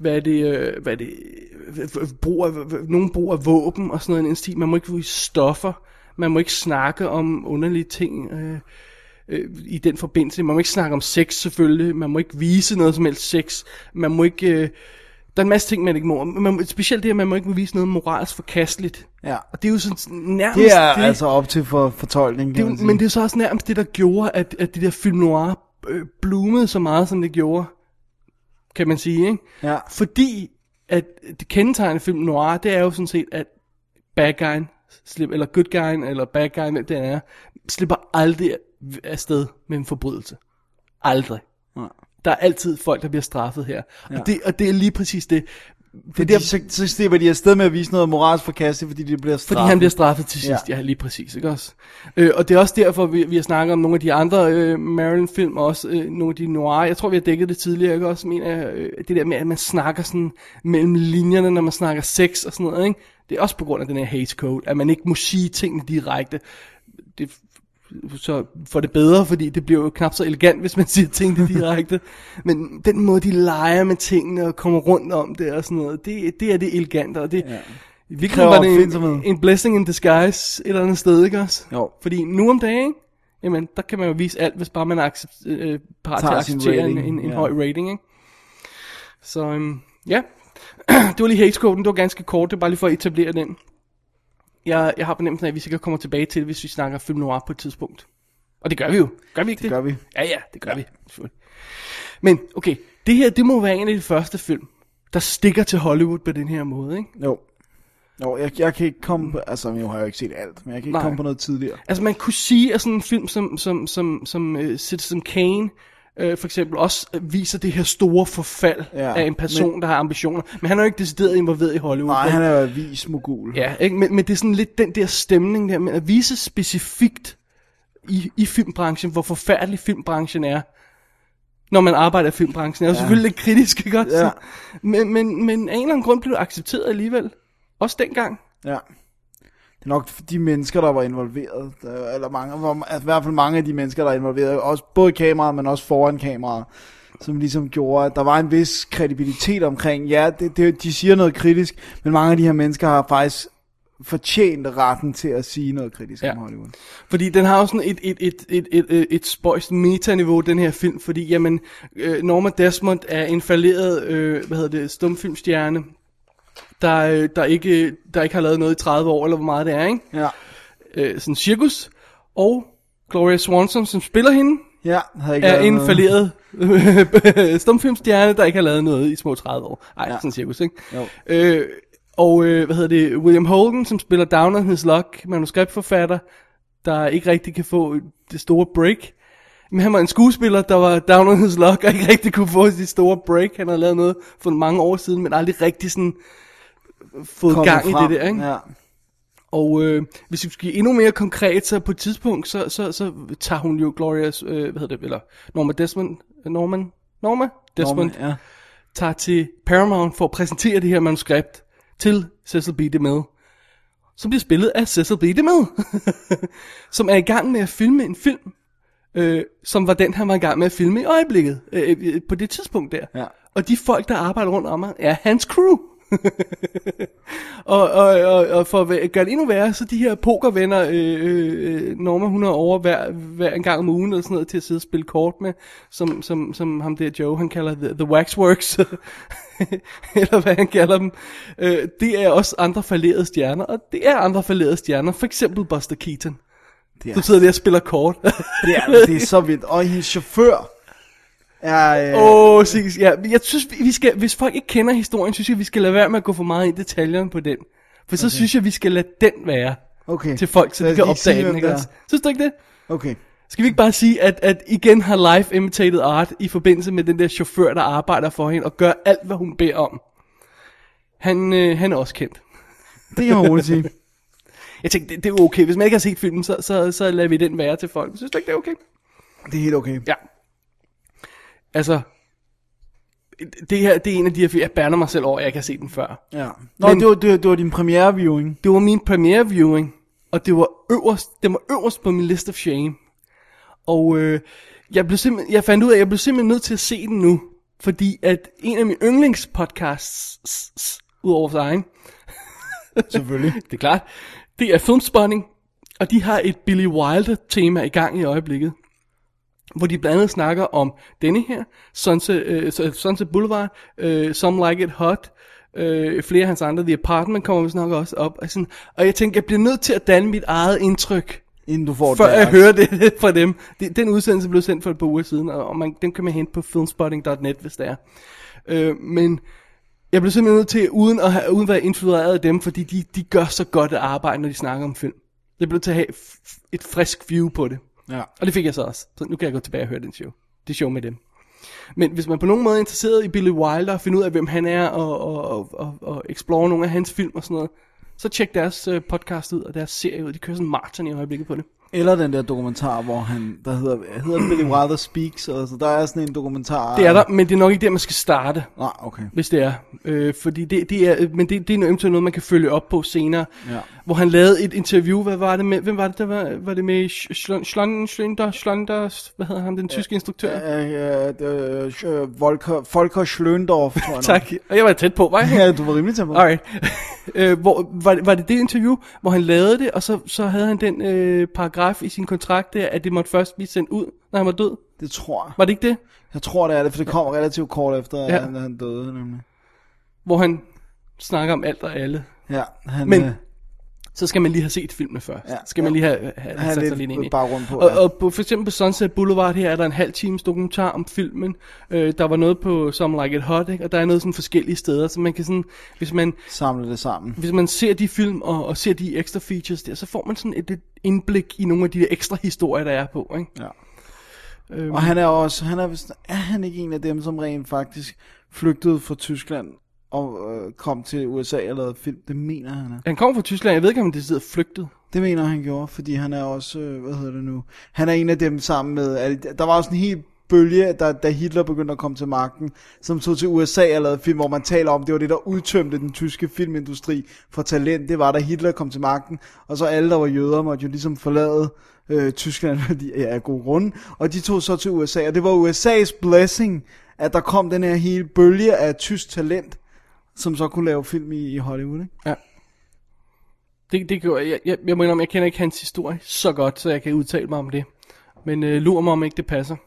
brug af våben og sådan noget i den stil. Man må ikke vise stoffer. Man må ikke snakke om underlige ting i den forbindelse. Man må ikke snakke om sex selvfølgelig. Man må ikke vise noget som helst sex. Man må ikke der er en masse ting, man ikke må. Specielt det, at man må ikke vise noget moralsk forkasteligt. Ja. Og det er jo sådan nærmest det er altså op til fortolkning, kan man sige. Men det er så også nærmest det, der gjorde, at det der film noir blumede så meget, som det gjorde, kan man sige, ikke? Ja. Fordi, at det kendetegnende film noir, det er jo sådan set, at bad guyen, eller good guyen, eller bad guyen, hvem den er, slipper aldrig afsted med en forbrydelse. Aldrig. Nej. Der er altid folk, der bliver straffet her. Ja. Og det er lige præcis det. Så slipper de afsted med at vise noget moralsk forkasteligt, fordi de bliver straffet. Fordi han bliver straffet til sidst, ja lige præcis, ikke også? Og det er også derfor, vi har snakket om nogle af de andre Marilyn-film, og også nogle af de noir. Jeg tror, vi har dækket det tidligere, ikke også? Det der med, at man snakker sådan mellem linjerne, når man snakker sex og sådan noget, ikke? Det er også på grund af den her Hays Code, at man ikke må sige tingene direkte. Så får det bedre, fordi det bliver jo knap så elegant, hvis man siger tingene direkte. Men den måde, de leger med tingene og kommer rundt om det og sådan noget, det er det elegante, og det virkelig var det en blessing in disguise et eller andet sted, ikke også? Jo. Fordi nu om dagen, jamen, der kan man jo vise alt, hvis bare man er parat til at acceptere en høj rating, ikke? Så ja, det var lige Hays-koden, det var ganske kort, det var bare lige for at etablere den. Jeg har fornemmelsen af, at vi sikkert kommer tilbage til det, hvis vi snakker film noir på et tidspunkt. Og det gør vi jo. Gør vi ikke det? Det gør vi. Ja, det gør vi. Men okay, det her, det må være en af de første film, der stikker til Hollywood på den her måde, ikke? Jo, jeg kan ikke komme på, altså jeg har jo ikke set alt, men jeg kan ikke komme på noget tidligere. Altså man kunne sige, at sådan en film som Citizen Kane, for eksempel også viser det her store forfald af en person, der har ambitioner. Men han er jo ikke decideret involveret i Hollywood. Nej, han er jo avismogul. Ja, ikke? Men det er sådan lidt den der stemning der med at vise specifikt i filmbranchen, hvor forfærdelig filmbranchen er, når man arbejder i filmbranchen. Det er jo selvfølgelig lidt kritisk, ikke også? Ja. Men af en eller anden grund blev det accepteret alligevel. Også dengang. Ja. Det er nok de mennesker, der var involveret, eller mange, i hvert fald mange af de mennesker, der er involveret, også både i kameraet, men også foran kameraet, som ligesom gjorde, at der var en vis kredibilitet omkring, de siger noget kritisk, men mange af de her mennesker har faktisk fortjent retten til at sige noget kritisk om Hollywood. Fordi den har jo sådan et spøjst metaniveau, den her film, fordi jamen, Norma Desmond er en falderet, stumfilmstjerne, der ikke har lavet noget i 30 år, eller hvor meget det er, ikke? Ja. Sådan cirkus. Og Gloria Swanson, som spiller hende, er en falderet stumfilmstjerne, der ikke har lavet noget i små 30 år. Ej, sådan cirkus, ikke? Og William Holden, som spiller Down on His Luck, manuskriptforfatter, der ikke rigtig kan få det store break. Men han var en skuespiller, der var Down on His Luck, og ikke rigtig kunne få det store break. Han havde lavet noget for mange år siden, men aldrig rigtig sådan fået gang i det der, ikke? Ja. Og hvis vi skal endnu mere konkret, så på et tidspunkt, så tager hun jo Glorias, Norma Desmond, tager til Paramount for at præsentere det her manuskript til Cecil B. DeMille, som bliver spillet af Cecil B. DeMille, som er i gang med at filme en film, som var den, han var i gang med at filme i øjeblikket, på det tidspunkt der. Ja. Og de folk, der arbejder rundt om ham, er hans crew. og for at gøre det endnu værre, så de her pokervenner, Norma, hun er over hver en gang om ugen eller sådan noget, til at sidde og spille kort med, som ham der Joe, han kalder The Waxworks, eller hvad han kalder dem. Det er også andre fallerede stjerner, og det er andre fallerede stjerner, for eksempel Buster Keaton. Du sidder der og spiller kort. det er så vildt. Og hendes chauffør jeg synes vi skal, hvis folk ikke kender historien, synes jeg vi skal lade være med at gå for meget i detaljerne på den. For så synes jeg vi skal lade den være til folk, så de kan opdage den, ikke også? Synes du ikke det? Okay. Skal vi ikke bare sige, at igen har Life imitated art i forbindelse med den der chauffør, der arbejder for hende og gør alt, hvad hun beder om. Han er også kendt. Det kan man roligt sige. Jeg tænkte, det er okay. Hvis man ikke har set filmen, så lader vi den være til folk. Synes du ikke, det er okay? Det er helt okay. Ja. Altså, det her, det er en af de her film, jeg bærner mig selv over, jeg ikke har set den før. Ja. Nå, men, det var din premiere viewing. Det var min premiere viewing, og det var øverst på min list of shame. Og jeg fandt ud af, at jeg blev simpelthen nødt til at se den nu, fordi at en af mine yndlingspodcasts, udover sig egen, selvfølgelig, det er klart, det er Filmspotting, og de har et Billy Wilder tema i gang i øjeblikket, hvor de blandt andet snakker om denne her, Sunset Boulevard, Some Like It Hot, flere af hans andre, The Apartment kommer vi snakke også op, og jeg tænkte, jeg bliver nødt til at danne mit eget indtryk, inden du får før jeg hører det fra dem. Den udsendelse blev sendt for et par uger siden, og den kan man hente på filmspotting.net, hvis det er. Men jeg blev simpelthen nødt til, uden at være influeret af dem, fordi de gør så godt at arbejde, når de snakker om film. Jeg blev til at have et frisk view på det. Ja. Og det fik jeg så også. Så nu kan jeg gå tilbage og høre den show. det show med dem. Men hvis man på nogen måde er interesseret i Billy Wilder og finde ud af, hvem han er, og explore nogle af hans film og sådan noget, så tjek deres podcast ud, og deres serie ud. De kører sådan en maraton i øjeblikket på det. Eller den der dokumentar, hvor han, der hedder Billy Wilder Speaks, altså der er sådan en dokumentar. Det er der, men det er nok ikke der, man skal starte. Nej, okay. Hvis det er. Fordi det er noget, man kan følge op på senere. Ja. Hvor han lavede et interview, hvad var det med, hvem var det, der var det med Schlönder, hvad hedder han, den tyske instruktør? Volker Schlöndorff, tror jeg. Tak, og jeg var tæt på, var jeg? Ja, du var rimelig tæt på. Alright. Var det interview, hvor han lavede det, og så havde han den paragraf i sin kontrakt der, at det måtte først blive sendt ud, når han var død? Det tror jeg. Var det ikke det? Jeg tror, det er det, for det kom relativt kort efter, at han døde, nemlig. Hvor han snakker om alt og alle. Ja, Men så skal man lige have set filmene først. Ja, skal man lige have sat sig lidt ind i. På, og for eksempel på Sunset Boulevard her er der en halv times dokumentar om filmen. Der var noget på Some Like It Hot, ikke? Og der er noget sådan forskellige steder, så man kan sådan, hvis man samle det sammen. Hvis man ser de film og ser de ekstra features der, så får man sådan et indblik i nogle af de der ekstra historier, der er på, ikke? Ja. Og han er han ikke en af dem, som rent faktisk flygtede fra Tyskland og kom til USA og lavede film? Det mener han er. Han kom fra Tyskland, jeg ved ikke om det sidder flygtet. Det mener han gjorde, fordi han er også, han er en af dem sammen med, der var også en helt bølge, da Hitler begyndte at komme til magten, som tog til USA og lavede film, hvor man taler om, det var det, der udtømte den tyske filmindustri for talent. Det var, da Hitler kom til magten, og så alle, der var jøder, måtte jo ligesom forlade Tyskland, fordi af gode grunde, og de tog så til USA, og det var USA's blessing, at der kom den her hele bølge af tysk talent, som så kunne lave film i Hollywood, ikke? Ja. Det gjorde jeg må indrømme, jeg kender ikke hans historie så godt, så jeg kan udtale mig om det. Men lurer mig om ikke det passer.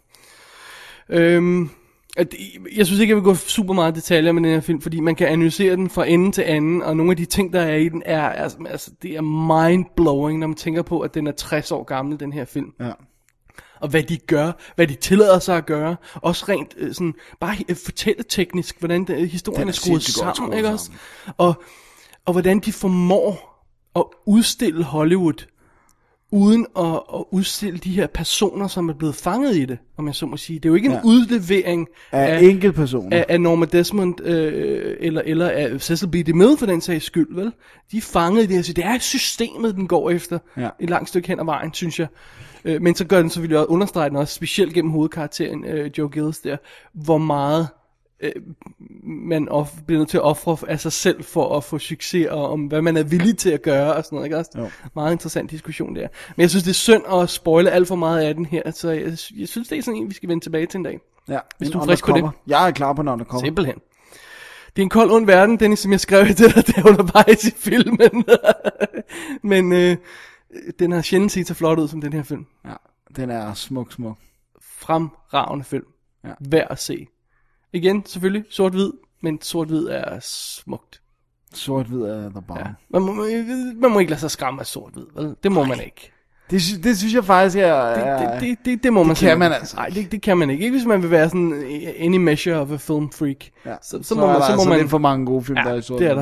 Jeg synes ikke, jeg vil gå super meget detaljer med den her film, fordi man kan analysere den fra ende til anden, og nogle af de ting, der er i den, er altså det er mind-blowing, når man tænker på, at den er 60 år gammel, den her film. Ja. Og hvad de gør, hvad de tillader sig at gøre, også rent sådan, bare fortælleteknisk, hvordan historien er skruet sammen, ikke også? Og hvordan de formår at udstille Hollywood, uden at udstille de her personer, som er blevet fanget i det, om jeg så må sige. Det er jo ikke en udlevering af enkeltpersoner. Af Norma Desmond eller af Cecil B. DeMille for den sags skyld, vel? De er fanget i det her. Så det er systemet, den går efter et langt stykke hen ad vejen, synes jeg. Men så gør den så, vil jeg understrege den også, specielt gennem hovedkarakteren Joe Gillis der, hvor meget man bliver nødt til at ofre af sig selv for at få succes, og om hvad man er villig til at gøre og sådan noget, ikke også? Jo. Meget interessant diskussion der. Men jeg synes, det er synd at spoile alt for meget af den her, så jeg synes, det er sådan en, vi skal vende tilbage til en dag. Ja, hvis du er frisk på det. Jeg er klar på en undercover. Simpelthen. Det er en kold, ond verden, Dennis, som jeg skrev til dig, der undervejs i filmen. Men den har sjældent set så flot ud som den her film. Ja, den er smuk. Fremragende film. Ja. Værd at se. Igen, selvfølgelig, sort-hvid, men sort-hvid er smukt. Sort-hvid er the bomb. Ja. Man må ikke lade sig skræmme af sort-hvid, vel? Det må man ikke. Det synes jeg faktisk er... Det må man sige. Det kan man altså. Nej, det kan man ikke. Ikke hvis man vil være sådan any measure of a film freak. Ja. Så må man lidt for mange gode film, der er i sort-hvid. Det er der.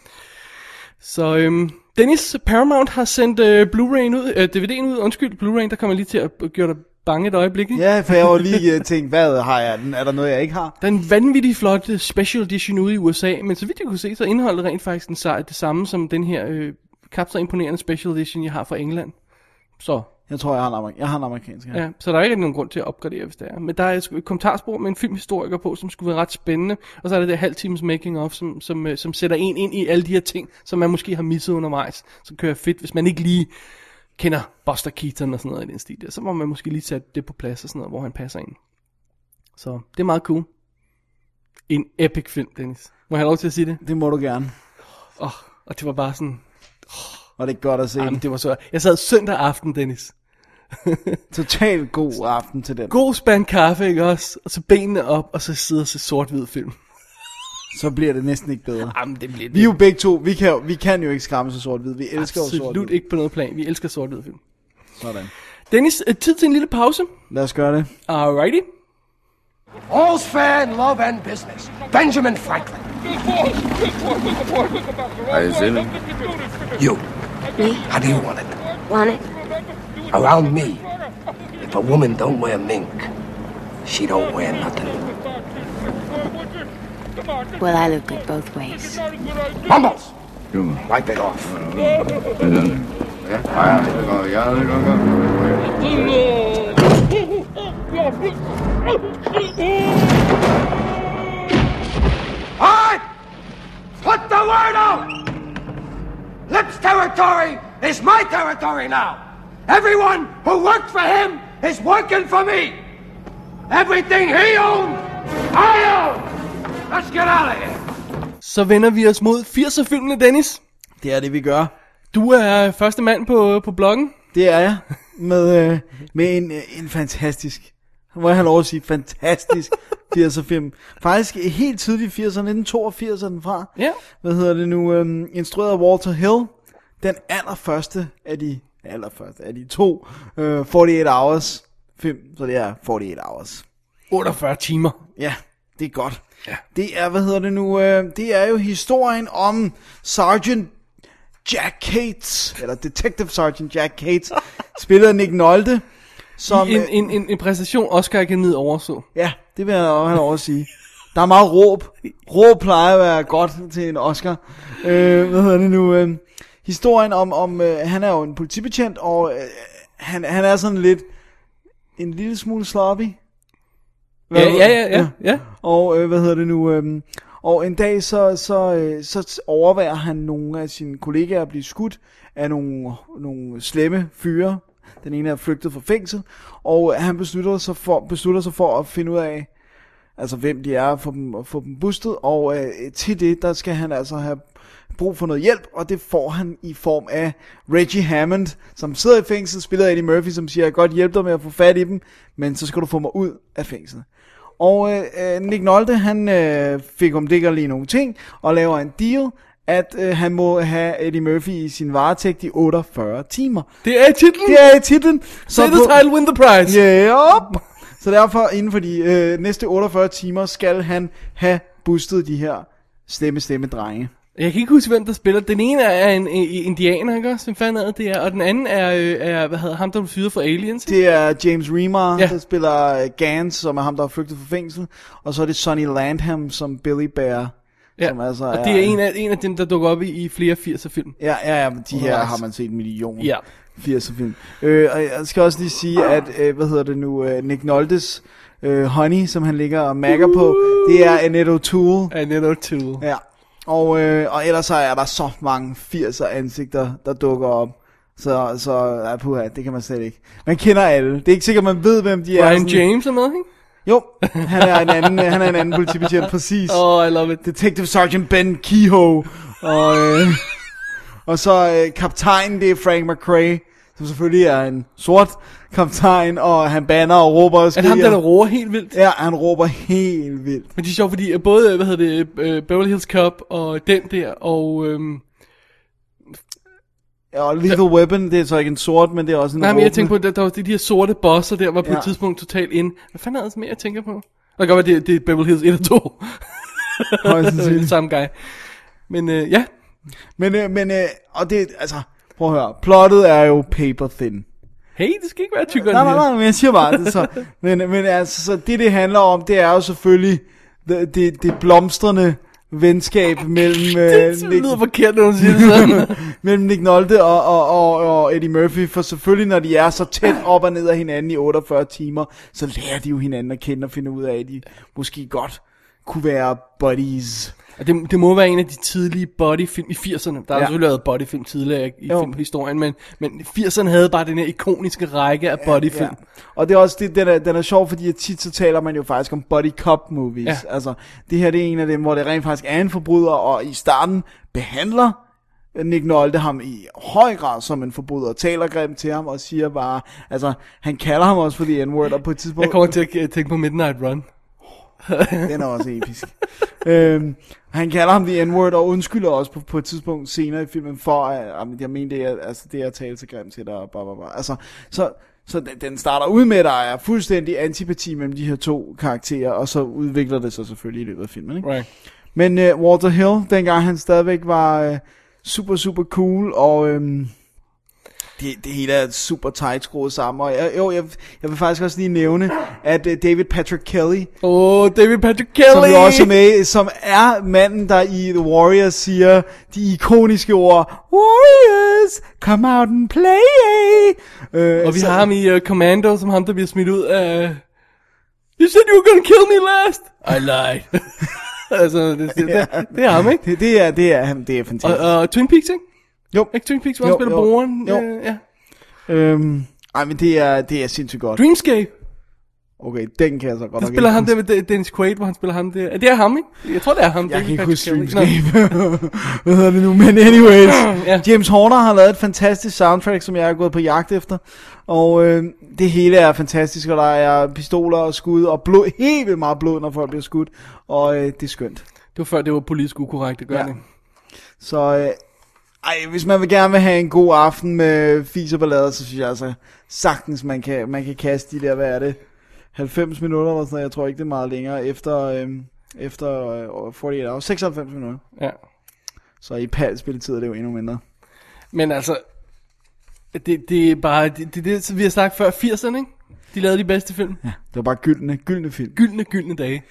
Så Dennis, Paramount har sendt Blu-ray'en ud, DVD'en ud, Blu-ray'en, der kommer lige til at gøre dig bange et øjeblik, ikke? Ja, for jeg var lige tænkt, hvad har jeg den? Er der noget, jeg ikke har? Der er en vanvittig flot special edition ude i USA, men så vidt jeg kunne se, så indeholder rent faktisk det samme som den her knap så imponerende special edition, jeg har fra England. Så jeg tror, jeg har en amerikansk her. Ja, så der er ikke nogen grund til at opgradere, hvis det er. Men der er et kommentarspor med en filmhistoriker på, som skulle være ret spændende. Og så er der halv times making of, som sætter en ind i alle de her ting, som man måske har misset undervejs. Som kører fedt, hvis man ikke lige kender Buster Keaton og sådan noget i den stil der. Så må man måske lige sætte det på plads og sådan noget, hvor han passer ind. Så det er meget cool. En epic film, Dennis. Må jeg have lov til at sige det? Det må du gerne. Og det var bare sådan... Og det er godt at se. Jamen, det var så... Jeg sad søndag aften, Dennis. Totalt god aften til den. God spand kaffe, ikke også? Og så benene op, og så sidder og se sort-hvid film. Så bliver det næsten ikke bedre. Jamen, det bliver det. Vi er jo begge to, vi kan jo ikke skræmme sig sort-hvid. Vi elsker jo sort-hvid. Absolut ikke på noget plan. Vi elsker sort-hvid film. Sådan. Dennis, tid til en lille pause. Lad os gøre det. Alrighty. All's fair in love and business. Benjamin Franklin. Are you feeling? You. Me? How do you want it? Want it? Around me, if a woman don't wear mink, she don't wear nothing. Well, I look good both ways. Mumbles! Wipe it off. All right! Put the word out! Lip's territory is my territory now. Everyone who worked for him is working for me. Everything he owned, I own. Let's get out of here. Så vender vi os mod 80'er-filmene, Dennis. Det er det, vi gør. Du er første mand på bloggen. Det er jeg. Med en fantastisk, må jeg have lov at sige, fantastisk 80'er film. Faktisk helt tidligt 80'erne, 1982 er den fra. Ja. Hvad hedder det nu? Instrueret af Walter Hill. Den allerførste af de to 48 Hours film. Så det er 48 Hours. 48 timer. Ja, det er godt. Ja. Det er, det er jo historien om Sergeant Jack Cates, eller Detective Sergeant Jack Cates, spillet af Nick Nolte, som... En præstation Oscar Akademiet overså. Ja, det vil jeg have lov at sige. Der er meget råb. Råb plejer at være godt til en Oscar. Historien om han er jo en politibetjent, og han er sådan lidt en lille smule sloppy. Ja. Og og en dag så overværer han nogle af sine kollegaer at blive skudt af nogle slemme fyre. Den ene er flygtet fra fængsel, og han beslutter sig for at finde ud af, altså hvem de er, og få dem bustet, og til det, der skal han altså have brug for noget hjælp, og det får han i form af Reggie Hammond, som sidder i fængsel, spiller Eddie Murphy, som siger, jeg kan godt hjælpe dig med at få fat i dem, men så skal du få mig ud af fængslet. Og Nick Nolte, han fik om det lige nogle ting, og laver en deal, at han må have Eddie Murphy i sin varetægt i 48 timer. Det er i titlen. Det er i titlen. Say the title, win the prize. Yep. Så derfor, inden for de næste 48 timer, skal han have boostet de her stemme drenge. Jeg kan ikke huske, hvem der spiller. Den ene er en indianer, ikke også? Hvem fanden er det er? Og den anden er hvad hedder ham, der blev fyret for Aliens? Det er James Remar, der spiller Gans, som er ham, der er flygtet fra fængsel. Og så er det Sonny Landham, som Billy Bear. Ja, som altså og det er en af dem, der dukker op i flere 80'er film. Ja, de her har man set en million 80'er film. Og jeg skal også lige sige, at, Nick Noltes Honey, som han ligger og magger på, det er Annette O'Toole. Ja. Og ellers så er der så mange 80'er ansigter, der dukker op. Så puha, det kan man slet ikke. Man kender alle. Det er ikke sikkert, man ved, hvem de er. Ryan James er med, ikke? Jo, han er en anden politibetjent, præcis. Oh, I love it. Detective Sergeant Ben Kehoe. Og så kaptajnen, det er Frank McRae, som selvfølgelig er en sort kaptajn, og han banner og råber og skriger. Er det ham, der råber helt vildt? Ja, han råber helt vildt. Men det er sjovt, fordi både, Beverly Hills Cop og den der, og... og Lethal Weapon, det er så ikke en sort, men det er også en nej, men jeg tænker på, der var de her sorte bosser der, var på et tidspunkt totalt ind. Hvad fanden er det mere, jeg tænker på? Det kan godt være, det er Beverly Hills 1 og 2. Det er samme guy. Men ja. Men og det, altså, prøv at høre, plottet er jo paper thin. Hey, det skal ikke være tykkere. Nej, men jeg siger bare det så. Men altså, så det handler om, det er jo selvfølgelig det blomstrende venskab mellem det lyder forkert, når du siger det sådan. mellem Nick Nolte og Eddie Murphy, for selvfølgelig når de er så tæt op og ned af hinanden i 48 timer, så lærer de jo hinanden at kende og finde ud af, at de måske godt kunne være buddies. Det må være en af de tidlige bodyfilm i 80'erne. Der er selvfølgelig lavet bodyfilm tidligere i filmhistorien, men 80'erne havde bare den her ikoniske række af bodyfilm. Ja. Og det er også det, den er sjov, fordi tit så taler man jo faktisk om body cop movies. Ja. Altså, det her det er en af dem, hvor det rent faktisk er en forbryder, og i starten behandler Nick Nolte ham i høj grad som en forbryder, og taler grimt til ham og siger bare, altså, han kalder ham også for the N-word, og på et tidspunkt... Jeg kommer til at tænke på Midnight Run. Den er også episk. Han kalder ham the N-word og undskylder også på et tidspunkt senere i filmen for at jeg mener det er altså det at tale så grimt til dig og bla bla bla. Altså så den starter ud med at der er fuldstændig antipati mellem de her to karakterer, og så udvikler det sig selvfølgelig i løbet af filmen, ikke? Right. Men Walter Hill, dengang han stadigvæk var super super cool, og det hele er super tight skruet sammen. Og jeg vil faktisk også lige nævne, at David Patrick Kelly, David Patrick Kelly, som jo også er med, som er manden, der i The Warriors siger de ikoniske ord, Warriors, come out and play. Og vi har ham i Commando, som ham, der bliver smidt ud af... You said you were gonna kill me last. I lied. Altså, det er ham, ikke? Det er fantastisk. Og Twin Peaks, ikke? Jo. Ikke Twin Peaks, hvor han spiller broren? Jo. Ja. Ej, men det er sindssygt godt. Dreamscape. Okay, den kan jeg så godt Han spiller ham der med Dennis Quaid, hvor han spiller ham der. Det er ham, ikke? Jeg tror, det er ham. Jeg kan ikke huske Kelly. Dreamscape. Hvad hedder det nu? Men anyways. Ja. James Horner har lavet et fantastisk soundtrack, som jeg er gået på jagt efter. Og det hele er fantastisk, og der er pistoler og skud og blod, helt vildt meget blod, når folk bliver skudt. Og det er skønt. Det var før, det var politisk ukorrekt at gøre det. Så hvis man vil gerne vil have en god aften med fis og ballader, så synes jeg altså sagtens, man kan kaste de der, hvad er det, 90 minutter eller sådan noget. Jeg tror ikke, det er meget længere efter 48 hours. 96 minutter. Ja. Så i PAL-spilletid er det jo endnu mindre. Men altså, det er bare, det som vi har sagt før, 80'erne, ikke? De lavede de bedste film. Ja, det var bare gyldne film. Gyldne dage.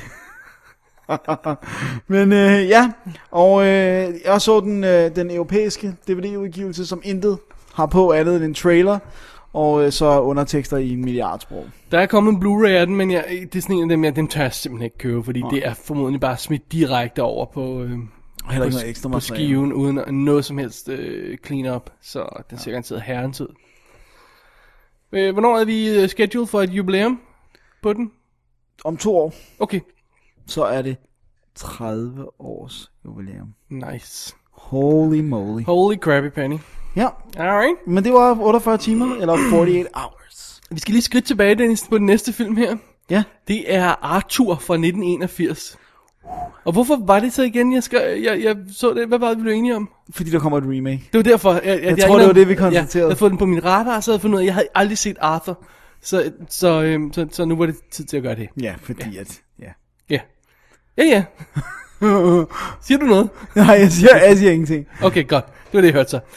Men ja, og jeg så den europæiske DVD-udgivelse, som intet har på andet end en trailer, og så undertekster i en milliardsprog. Der er kommet en Blu-ray af den, men det er sådan en af dem, den tør jeg simpelthen ikke købe, fordi det er formodentlig bare smidt direkte over på skiven, uden noget som helst clean up, så den ser garanteret herrens ud. Hvornår er vi scheduled for et jubilæum på den? Om 2 år. Okay. Så er det 30 års jubilæum. Nice. Holy moly. Holy crappy penny. Ja. Alright. Men det var 48 timer, eller 48 hours. Vi skal lige skridt tilbage, Dennis, på den næste film her. Ja. Det er Arthur fra 1981. Og hvorfor var det så igen, jeg så det? Hvad var det, vi blev enige om? Fordi der kommer et remake. Det var derfor. Jeg tror, det var det, vi konstaterede. Jeg havde fået den på min radar, så havde jeg fundet ud af, at jeg havde aldrig set Arthur. Så nu var det tid til at gøre det. Ja, fordi at... Ja. Siger du noget? Nej, jeg siger ingenting. Okay, godt. Det var det, jeg hørte så.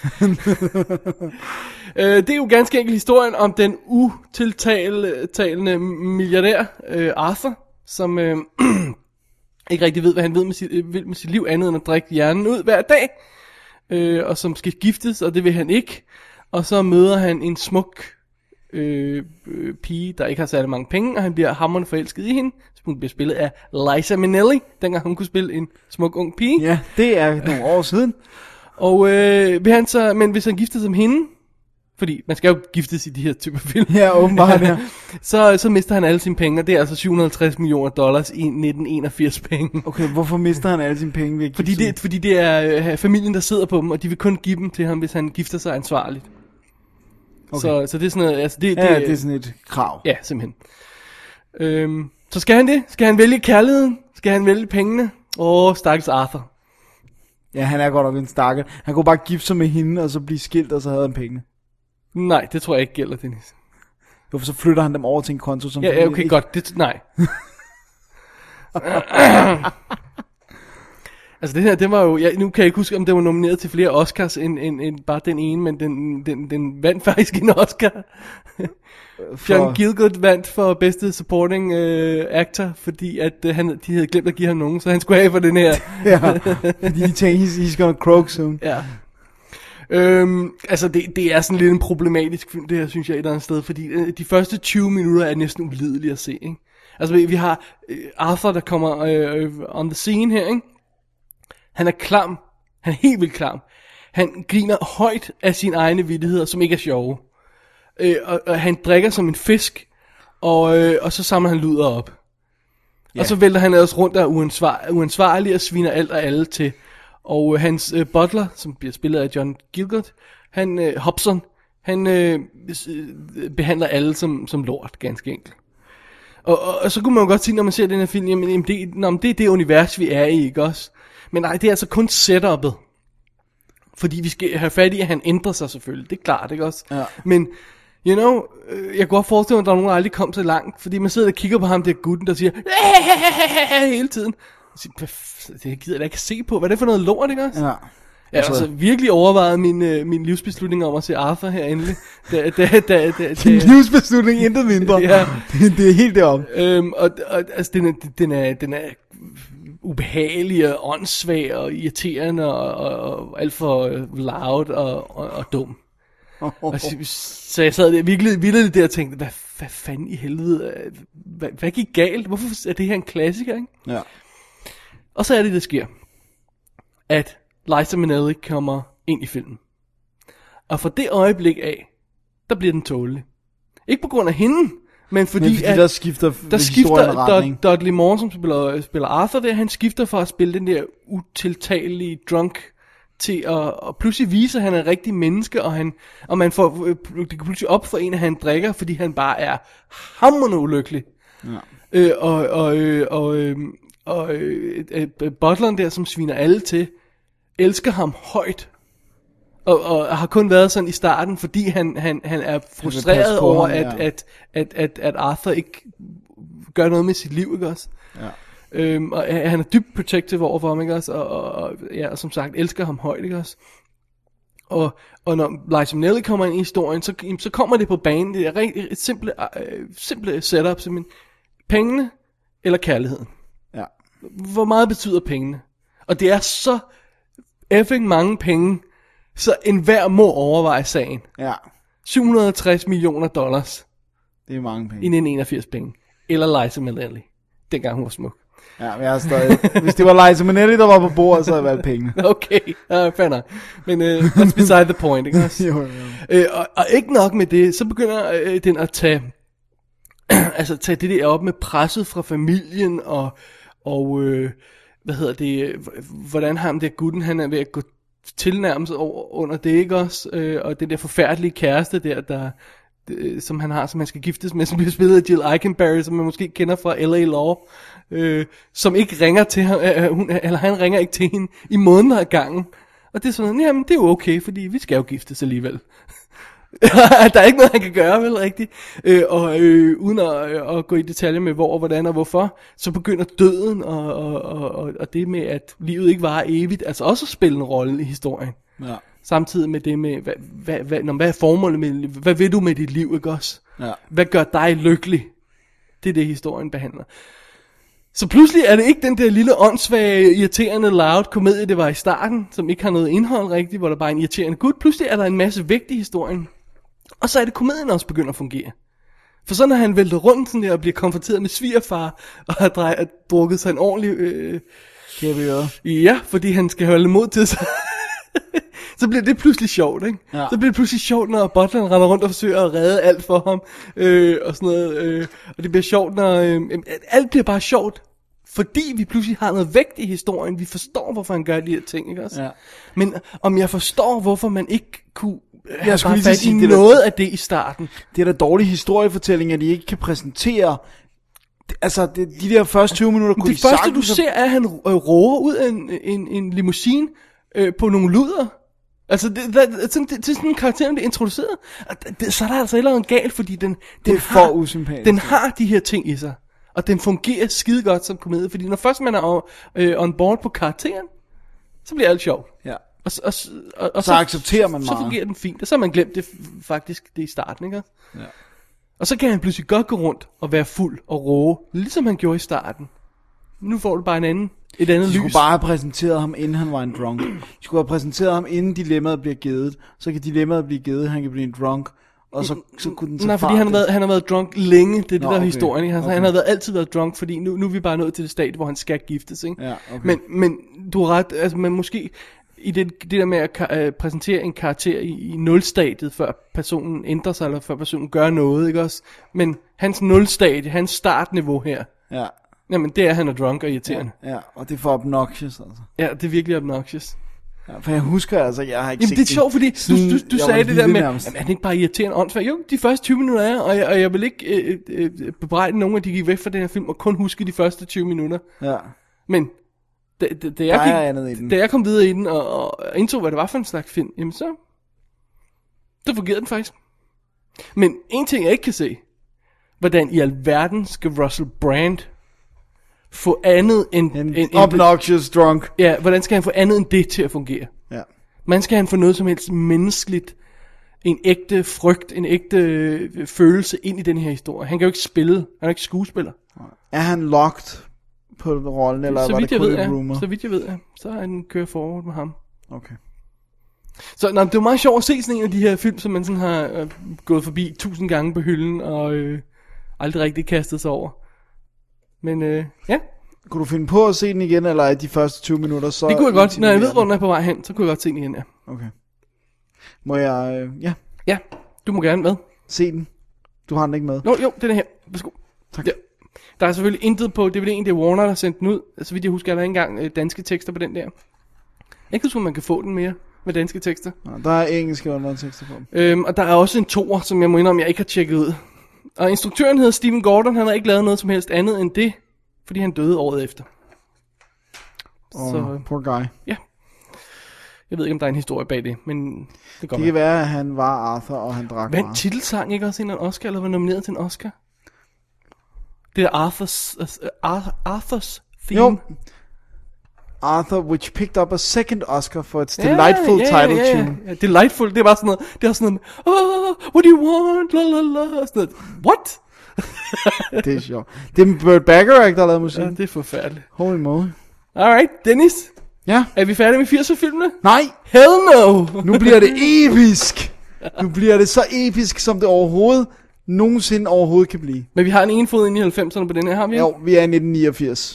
Det er jo ganske enkelt historien om den utiltalende milliardær Arthur, som ikke rigtig ved, hvad han vil med sit liv, andet end at drikke hjernen ud hver dag, og som skal giftes, og det vil han ikke. Og så møder han en smuk pige, der ikke har særlig mange penge, og han bliver hamrende forelsket i hende. Hun bliver spillet af Liza Minnelli, dengang hun kunne spille en smuk ung pige. Ja, det er nogle år siden. Og men hvis han gifter sig med hende, fordi man skal jo giftes i de her typer film. Ja, åbenbart, ja. så mister han alle sine penge, og det er altså $750 million i 1981 penge. Okay, hvorfor mister han alle sine penge? Fordi det er familien, der sidder på dem, og de vil kun give dem til ham, hvis han gifter sig ansvarligt. Okay. Så det er sådan noget, altså det er sådan et krav. Ja, simpelthen. Så skal han det? Skal han vælge kærligheden? Skal han vælge pengene? Stakkels Arthur. Ja, han er godt nok en stakkel. Han kunne bare gifte sig med hende, og så blive skilt, og så havde han pengene. Nej, det tror jeg ikke gælder, Dennis. Hvorfor så flytter han dem over til en konto som... Ja, okay, godt. Nej. Altså det her, det var jo... nu kan jeg ikke huske, om det var nomineret til flere Oscars end bare den ene, men den vandt faktisk en Oscar. John Gielgud vandt for bedste supporting actor, fordi at de havde glemt at give ham nogen, så han skulle have for den her. Ja, fordi de tænkte, he's gonna croak soon. Ja. Altså det er sådan lidt en problematisk film, det her, synes jeg, et eller andet sted, fordi de første 20 minutter er næsten ulidelige at se, ikke? Altså vi har Arthur, der kommer on the scene her, ikke? Han er klam. Han er helt vildt klam. Han griner højt af sine egne vittigheder, som ikke er sjove. Og han drikker som en fisk, og så samler han luder op. Yeah. Og så vælter han ellers rundt og uansvarlig og sviner alt og alle til. Og hans butler, som bliver spillet af John Gielgud, Hobson, han behandler alle som lort, ganske enkelt. Og så kunne man jo godt sige, når man ser den her film, jamen det er det univers, vi er i, ikke også? Men nej, det er altså kun setup'et. Fordi vi skal have fat i, at han ændrer sig selvfølgelig. Det er klart, ikke også? Ja. Men, you know, jeg kan godt forestille mig, at der er nogen, der aldrig kom så langt. Fordi man sidder og kigger på ham, der gutten, der siger hele tiden. Det gider jeg da ikke se på. Hvad er det for noget lort, ikke også? Ja. Jeg har altså virkelig overvejet min livsbeslutning om at se Arthur her endelig. Din livsbeslutning, intet mindre. Ja. Det er helt deroppe. Og altså, den er ubehagelig og åndssvag og irriterende og alt for loud og dum. Så jeg sad der virkelig der og tænkte, hvad fanden i helvede, hvad gik galt? Hvorfor er det her en klassiker, ikke? Ja. Og så er det sker, at Liza Minnelli kommer ind i filmen. Og fra det øjeblik af, der bliver den tålelig. Ikke på grund af hende, men fordi der skifter Dudley Moore, som spiller Arthur der, han skifter fra at spille den der utiltalelige drunk til at pludselig vise, at han er en rigtig menneske, og man får det kan pludselig op for en, at han drikker, fordi han bare er hamrende ulykkelig. Ja. Butleren der, som sviner alle til, elsker ham højt. Og har kun været sådan i starten, fordi han er frustreret over, at Arthur ikke gør noget med sit liv, ikke også? Ja. Og han er dybt protective overfor ham, ikke også? Og som sagt, elsker ham højt, ikke også? Og når Liza Minnelli kommer ind i historien, så kommer det på banen. Det er et simple setup, simpelthen. Pengene eller kærligheden. Ja. Hvor meget betyder pengene? Og det er så effing mange penge, så enhver må overveje sagen. Ja. $760 million. Det er mange penge. I 1981 penge. Eller Liza Minnelli. Dengang hun var smuk. Ja, men jeg er stadig... Hvis det var Liza Minnelli, der var på bordet, så havde jeg valgt pengene. Okay, fair nok. Men that's beside the point, ikke også? Jo. Og ikke nok med det, så begynder den at tage det der op med presset fra familien, og hvordan ham der gutten, han er ved at gå tilnærmelse under det, ikke også? Og den der forfærdelige kæreste der som han har, som han skal giftes med, som bliver spillet af Jill Eikenberry, som man måske kender fra L.A. Law, som ikke ringer til ham, eller han ringer ikke til hende i måneder af gangen. Og det er sådan, jamen det er jo okay, fordi vi skal jo giftes alligevel. Der er ikke noget, han kan gøre, vel rigtigt. Uden at gå i detaljer med hvor og hvordan og hvorfor, så begynder døden og det med, at livet ikke varer evigt, altså også at spille en rolle i historien. Ja. Samtidig med det med, hvad er formålet med dit liv? Hvad vil du med dit liv, ikke også? Ja. Hvad gør dig lykkelig? Det er det, historien behandler. Så pludselig er det ikke den der lille åndssvage, irriterende, loud komedie, det var i starten, som ikke har noget indhold rigtigt, hvor der bare er en irriterende gut. Pludselig er der en masse vægt i historien. Og så er det, komedien også begynder at fungere. For så når han vælter rundt sådan der og bliver konfronteret med svigerfar, og har drukket sig en ordentlig... Ja, fordi han skal holde mod til sig. Så bliver det pludselig sjovt, ikke? Ja. Så bliver det pludselig sjovt, når butleren render rundt og forsøger at redde alt for ham, og sådan noget. Og det bliver sjovt, når... alt bliver bare sjovt, fordi vi pludselig har noget vægt i historien. Vi forstår, hvorfor han gør de her ting, ikke også? Ja. Men om jeg forstår, hvorfor man ikke kunne... Jeg skulle lige sige noget af det i starten. Det er da dårlig historiefortælling, at de ikke kan præsentere... Altså, de der første 20 minutter kunne de sagtens... Det første, du ser, er, at han roer ud af en limousine på nogle luder. Altså, det er sådan en karakter, der bliver introduceret. Så er der altså allerede galt, fordi den for usympatisk. Den har de her ting i sig. Og den fungerer skide godt som komedie. Fordi når først man er on board på karakteren, så bliver alt sjovt. Ja. Og så accepterer man meget. Så fungerer den fint. Og så har man glemt det faktisk det i starten, ikke? Ja. Og så kan han pludselig godt gå rundt og være fuld og roe, ligesom han gjorde i starten. Nu får du bare et andet lys. De skulle bare have præsenteret ham, inden han var en drunk. De skulle have præsenteret ham, inden dilemmaet bliver givet. Så kan dilemmaet blive givet, han kan blive en drunk. Og så kunne den tage nej, fordi han har været drunk længe. Det er okay. Historien. Han har altid været drunk, fordi nu er vi bare nået til det stadie, hvor han skal giftes, ikke? Ja, okay. Men du har ret, altså man måske... I det der med at præsentere en karakter i nulstadiet, før personen ændrer sig, eller før personen gør noget, ikke også? Men hans nulstadie, hans startniveau her, ja. Jamen det er, han er drunk og irriterende. Ja, og det er for obnoxious, altså. Ja, det er virkelig obnoxious. Ja, for jeg husker altså, jeg har ikke set det. Det er sjovt, fordi du sagde det der med, jamen, er det ikke bare irriterende åndsvagt? Jo, de første 20 minutter er, og jeg vil ikke bebrejde nogen, at de gik væk fra den her film, og kun huske de første 20 minutter. Ja. Men... Da jeg kom videre i den og indså, hvad det var for en slags film, jamen så fungerede den faktisk. Men en ting, jeg ikke kan se, hvordan i alverden skal Russell Brand få andet end obnoxious drunk. Ja, hvordan skal han få andet end det til at fungere? Ja. Man skal han få noget som helst menneskeligt, en ægte frygt, en ægte følelse ind i den her historie. Han kan jo ikke spille, han er ikke skuespiller. Er han locked på rollen, eller var det kun et rumor? Så vidt jeg ved, så er han kører forward med ham. Okay. Så det er jo meget sjovt at se sådan en af de her film, som man sådan har gået forbi 1000 gange på hylden, og aldrig rigtig kastet sig over. Men ja. Kunne du finde på at se den igen, eller er de første 20 minutter så... Det kunne jeg godt, når jeg ved, hvor den er på vej hen, så kunne jeg godt se den igen, ja. Okay. Må jeg... ja. Ja, du må gerne, hvad? Se den. Du har den ikke med. Jo, den er her. Værsgo. Tak. Ja. Der er selvfølgelig intet på DVD'en, det er Warner, der har sendt den ud. Så vidt jeg husker, er der ikke engang danske tekster på den der. Jeg kan huske, om man kan få den mere med danske tekster. Nå, der er engelske undertekster på den. Og der er også en toer, som jeg må indrømme, jeg ikke har tjekket ud. Og instruktøren hedder Steven Gordon, han har ikke lavet noget som helst andet end det, fordi han døde året efter. Så poor guy. Ja. Jeg ved ikke, om der er en historie bag det, men det går. Det kan være, at han var Arthur, og han drak meget. Vandt titelsang ikke også en Oscar, eller var nomineret til en Oscar? Det er Arthurs theme. Jo. Arthur, which picked up a second Oscar for its delightful title tune. Ja, delightful, det er bare sådan noget, det er sådan noget, what do you want, la la la, sådan noget, what? Det er sjovt. Det er Burt Bacharach, der har lavet musik. Ja, det er forfærdeligt. Holy moly. Alright, Dennis. Ja? Er vi færdige med 80'er-filmene? Nej. Hell no. Nu bliver det episk. Nu bliver det så episk, som det overhovedet nogensinde overhovedet kan blive. Men vi har en ene fod ind i 90'erne på den her, har vi? Jo, vi er i 1989.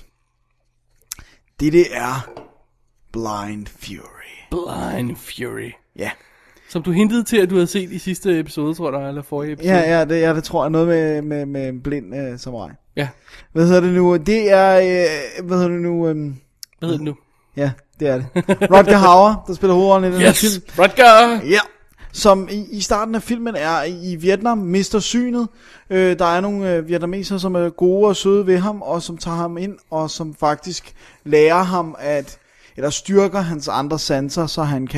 Det er Blind Fury. Blind Fury. Ja. Som du hintede til, at du havde set i sidste episode, tror jeg, eller forrige episode. Ja, det tror jeg noget med blind samurai. Ja. Hvad hedder det nu? Det er, hvad hedder det nu? Hvad hedder det nu? Ja, det er det. Rutger Hauer, der spiller hovedrollen i den her film. Rutger! Ja, som i starten af filmen er i Vietnam, mister synet. Der er nogle vietnamesere, som er gode og søde ved ham, og som tager ham ind, og som faktisk lærer ham eller styrker hans andre sanser, så han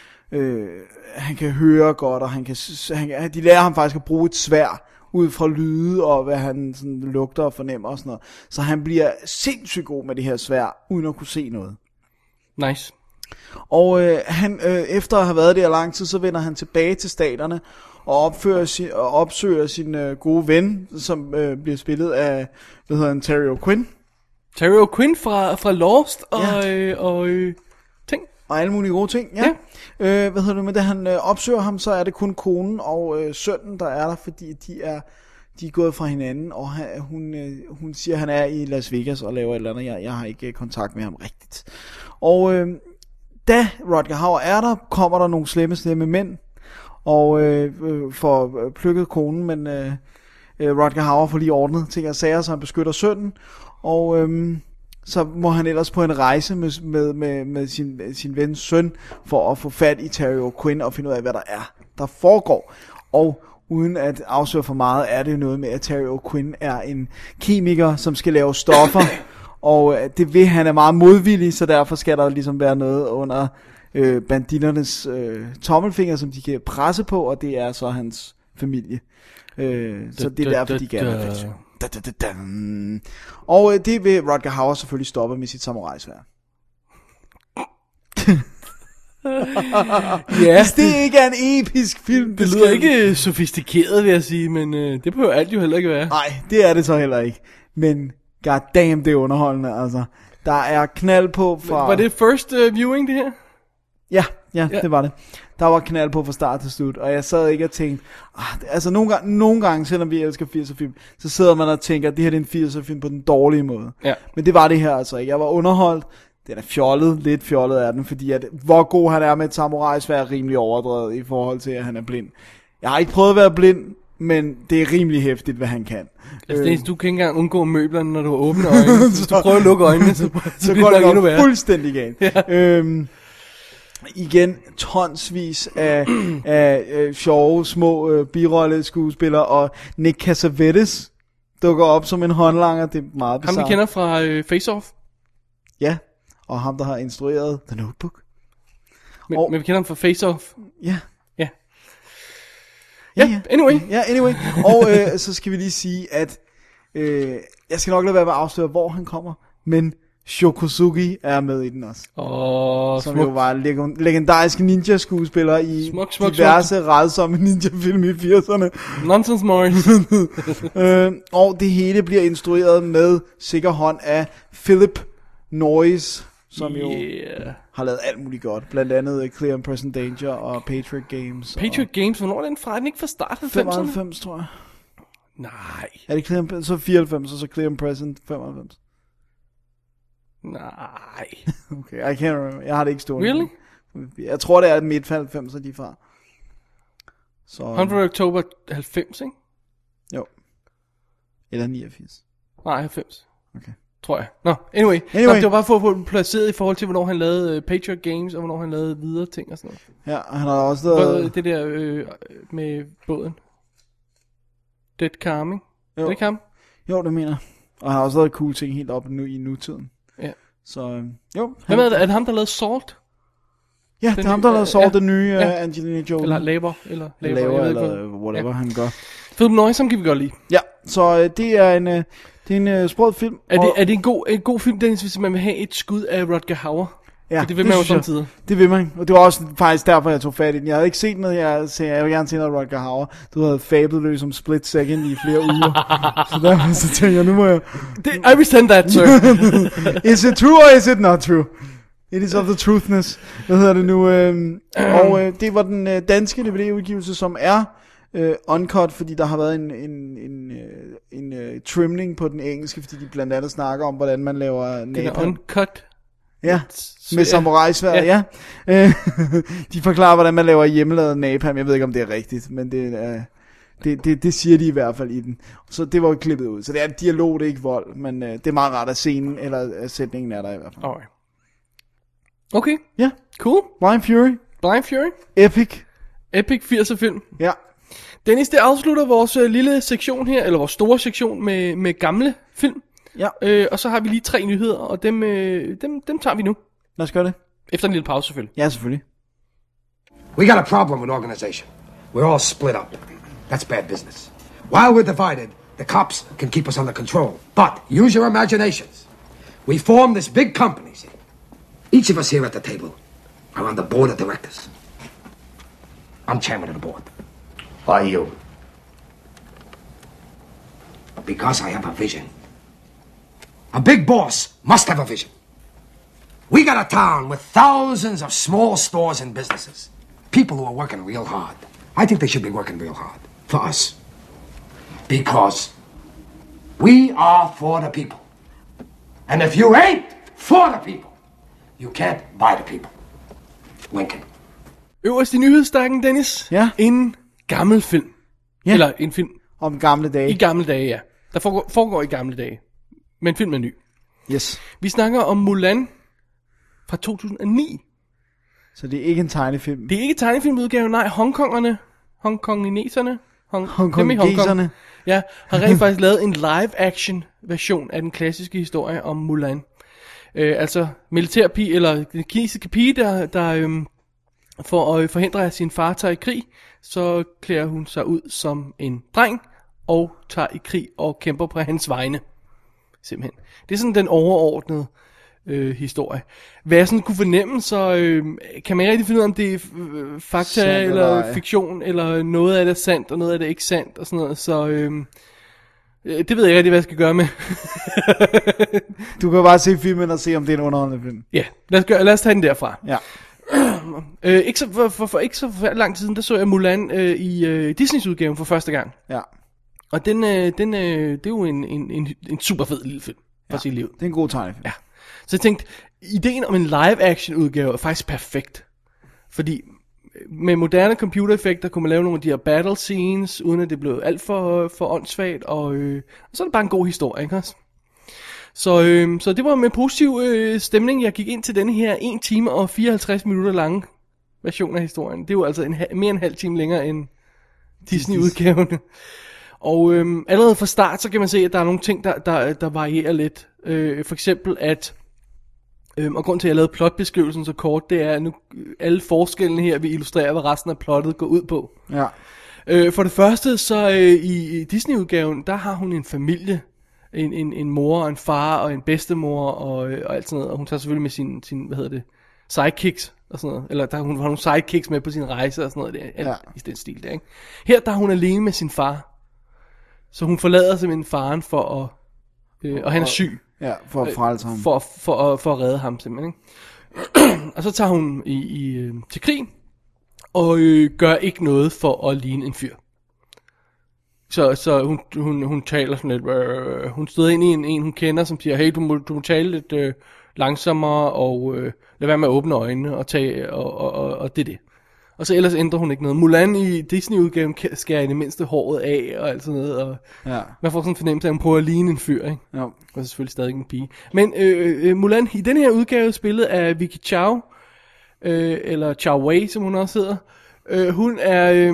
kan høre godt, og de lærer ham faktisk at bruge et sværd ud fra lyde, og hvad han sådan lugter og fornemmer og sådan noget. Så han bliver sindssygt god med det her sværd, uden at kunne se noget. Nice. Og han efter at have været der lang tid, så vender han tilbage til staterne og opsøger sin gode ven, som bliver spillet af, hvad hedder han, Terry O'Quinn. Terry O'Quinn fra Lost og ting. Og alle mulige gode ting, ja. Hvad hedder det, men da han opsøger ham, så er det kun konen og sønnen, der er der, fordi de er gået fra hinanden, og hun siger, at han er i Las Vegas og laver et eller andet. Jeg har ikke kontakt med ham rigtigt. Og da Rutger Hauer er der, kommer der nogle slemme mænd, og får plukket konen, men Rutger Hauer får lige ordnet ting og sager, så han beskytter sønnen, og så må han ellers på en rejse med sin vens søn, for at få fat i Terry O'Quinn og finde ud af, hvad der foregår. Og uden at afsløre for meget, er det jo noget med, at Terry O'Quinn er en kemiker, som skal lave stoffer, og han er meget modvillig, så derfor skal der ligesom være noget under banditternes tommelfinger, som de kan presse på, og det er så hans familie. Så det er derfor, de gerne vil fat. Og det vil Rutger Hauer selvfølgelig stoppe med sit samurajsværd. Ja. Hvis det ikke er en episk film, det lyder ikke sofistikeret, vil jeg sige, men det behøver alt jo heller ikke være. Nej, det er det så heller ikke. Men goddamn, det er underholdende, altså. Der er knald på fra... Var det first viewing, det her? Ja, det var det. Der var knald på fra start til slut, og jeg sad ikke og tænkte, altså nogle gange, selvom vi elsker 80'er film, så sidder man og tænker, at det her er en 80'er film på den dårlige måde. Ja. Men det var det her altså ikke. Jeg var underholdt. Den er fjollet, lidt fjollet er den, fordi at hvor god han er med et samurajsværd er rimelig overdrevet i forhold til, at han er blind. Jeg har ikke prøvet at være blind, men det er rimelig hæftigt, hvad han kan. Altså, du kan ikke engang undgå møblerne, når du åbner øjnene. Hvis du prøver at lukke øjnene, så bliver det endnu værre. Fuldstændig galt. Ja. Igen, tonsvis af sjove, små birolle-skuespillere, og Nick Cassavetes dukker op som en håndlanger. Det er meget bizarre. Ham vi kender fra Face Off. Ja, og ham der har instrueret The Notebook. Men vi kender ham fra Face Off. Ja. Ja, anyway. Og så skal vi lige sige, at jeg skal nok lade være med at afsløre, hvor han kommer, men Shokosugi er med i den også. Som jo var legendarisk ninja-skuespiller i diverse rædsomme ninja-film i 80'erne. Nonsense Morris. Og det hele bliver instrueret med sikker hånd af Philip Noyce, som jo har lavet alt muligt godt. Blandt andet Clear and Present Danger og Patriot Games. Patriot Games, hvornår er den fra? Er den ikke fra start af 95, tror jeg. Nej. Er det Clear and, så 94, og så Clear and Present 95? Nej. Okay, I can't remember. Jeg har det ikke stående. Really? Jeg tror, det er midt 90'er, de er fra. Så, 100 oktober 90, ikke? Jo. Eller 89. Nej, 90. Okay. Tror jeg. Nå, anyway. Nå, det var bare for at få placeret i forhold til, hvornår han lavede Patriot Games, og hvornår han lavede videre ting og sådan noget. Ja, og han har også lavet... Det der med båden. Dead Calming. Jo. Er det ham? Jo, det mener. Og han har også lavet cool ting helt op nu i nutiden. Ja. Så, jo. Hvem er det? Er det ham, der lavede Salt? Ja, det er ham, der lavede Salt, den nye Angelina Jolie. Eller Labor, eller whatever han gør. Philip Noyce, som kan vi godt lide. Ja, så det er en sprød film. Er det en god film, Dennis, hvis man vil have et skud af Rutger Hauer? Ja, det vil man jo samtidig. Det vil man, og det var også faktisk derfor, jeg tog fat i den. Jeg havde ikke set noget, jeg vil gerne se noget Rutger Hauer. Du havde fablet som split second i flere uger. Så derfor så tænkte jeg, nu må jeg... I resent that, sir. Is it true or is it not true? It is of the truthness. Hvad hedder det nu? Og det var den danske DVD-udgivelse, som er uncut, fordi der har været en trimning på den engelske, fordi de blandt andet snakker om, hvordan man laver napalm. Uncut? Ja, med samurai-sværd, ja. De forklarer, hvordan man laver hjemmelavet napalm. Jeg ved ikke, om det er rigtigt, men det siger de i hvert fald i den. Så det var jo klippet ud. Så det er dialog, det er ikke vold, men det er meget rart, at scenen, eller sætningen er der i hvert fald. Okay. Ja. Cool. Blind Fury. Epic 80'er film. Ja. Dennis, det afslutter vores lille sektion her, eller vores store sektion med gamle film. Ja. Og så har vi lige 3 nyheder, og dem tager vi nu. Lad os gøre det. Efter en lille pause selvfølgelig. Ja, selvfølgelig. We got a problem with organization. We're all split up. That's bad business. While we're divided, the cops can keep us under control. But use your imaginations. We form this big company, see? Each of us here at the table are on the board of directors. I'm chairman of the board. Why you? Because I have a vision. A big boss must have a vision. We got a town with thousands of small stores and businesses. People who are working real hard. I think they should be working real hard. For us. Because we are for the people. And if you ain't for the people, you can't buy the people. Lincoln. Øverst i nyhedsstakken, Dennis. Ja. En gammel film. Ja. Eller en film. Om gamle dage. I gamle dage, ja. Der foregår i gamle dage. Men filmen er ny. Yes. Vi snakker om Mulan fra 2009. Så det er ikke en tegnefilm. Det er ikke tegnefilmudgave, nej. Hongkongineserne. Hongkongeserne. Ja, har rent faktisk lavet en live-action version af den klassiske historie om Mulan. Altså militærpige, eller den kinesiske pige, der for at forhindre, at sin far tager i krig, så klæder hun sig ud som en dreng, og tager i krig og kæmper på hans vegne. Simpelthen. Det er sådan den overordnede historie. Hvad jeg sådan kunne fornemme, så kan man ikke rigtig finde ud af, om det er fakta sandt eller fiktion, eller noget af det er sandt, og noget af det er ikke sandt, og sådan noget. Så det ved jeg ikke rigtig, hvad jeg skal gøre med. Du kan bare se filmen og se, om det er en underholdende film. Ja, lad os tage den derfra. Ja. Ikke så ikke så lang tid siden, der så jeg Mulan i Disneys udgaven for første gang. Ja. Og det er jo en super fed lille film for sit liv. Det er en god tegnefilm. Ja. Så jeg tænkte, ideen om en live-action udgave er faktisk perfekt. Fordi med moderne computereffekter kunne man lave nogle af de her battle scenes, uden at det blev alt for åndssvagt, og så er det bare en god historie, ikke også? Så det var med positiv stemning, jeg gik ind til denne her 1 time og 54 minutter lange version af historien. Det er jo altså mere end en halv time længere end Disney-udgaven. Og allerede fra start, så kan man se, at der er nogle ting, der varierer lidt. For eksempel at, og grund til, at jeg lavede plotbeskrivelsen så kort, det er, at nu alle forskellene her vil illustrere, hvad resten af plottet går ud på. Ja. For det første, så i Disney-udgaven, der har hun en familie. en mor og en far og en bedstemor og alt sådan noget. Og hun tager selvfølgelig med sin hvad hedder det, sidekicks og sådan noget. Eller hun har nogle sidekicks med på sin rejse og sådan noget. I den stil der, ikke? Her der er hun alene med sin far. Så hun forlader simpelthen faren for at... og han er syg. Ja, for at frelse ham. For at redde ham simpelthen, ikke? Og så tager hun til krig, og gør ikke noget for at ligne en fyr. Så hun taler sådan lidt, hun støder ind i en hun kender, som siger, hey, du må tale lidt langsommere, og lad være med at åbne øjnene, og tage, og det er det. Og så ellers ændrer hun ikke noget. Mulan i Disney-udgaven skærer i det mindste håret af, og alt sådan noget, og man får sådan en fornemmelse af, at hun prøver at ligne en fyr, ikke? Ja. Og så selvfølgelig stadig en pige. Men Mulan i den her udgave spillet af Vicky Chao, eller Chao Wei, som hun også hedder. Hun er...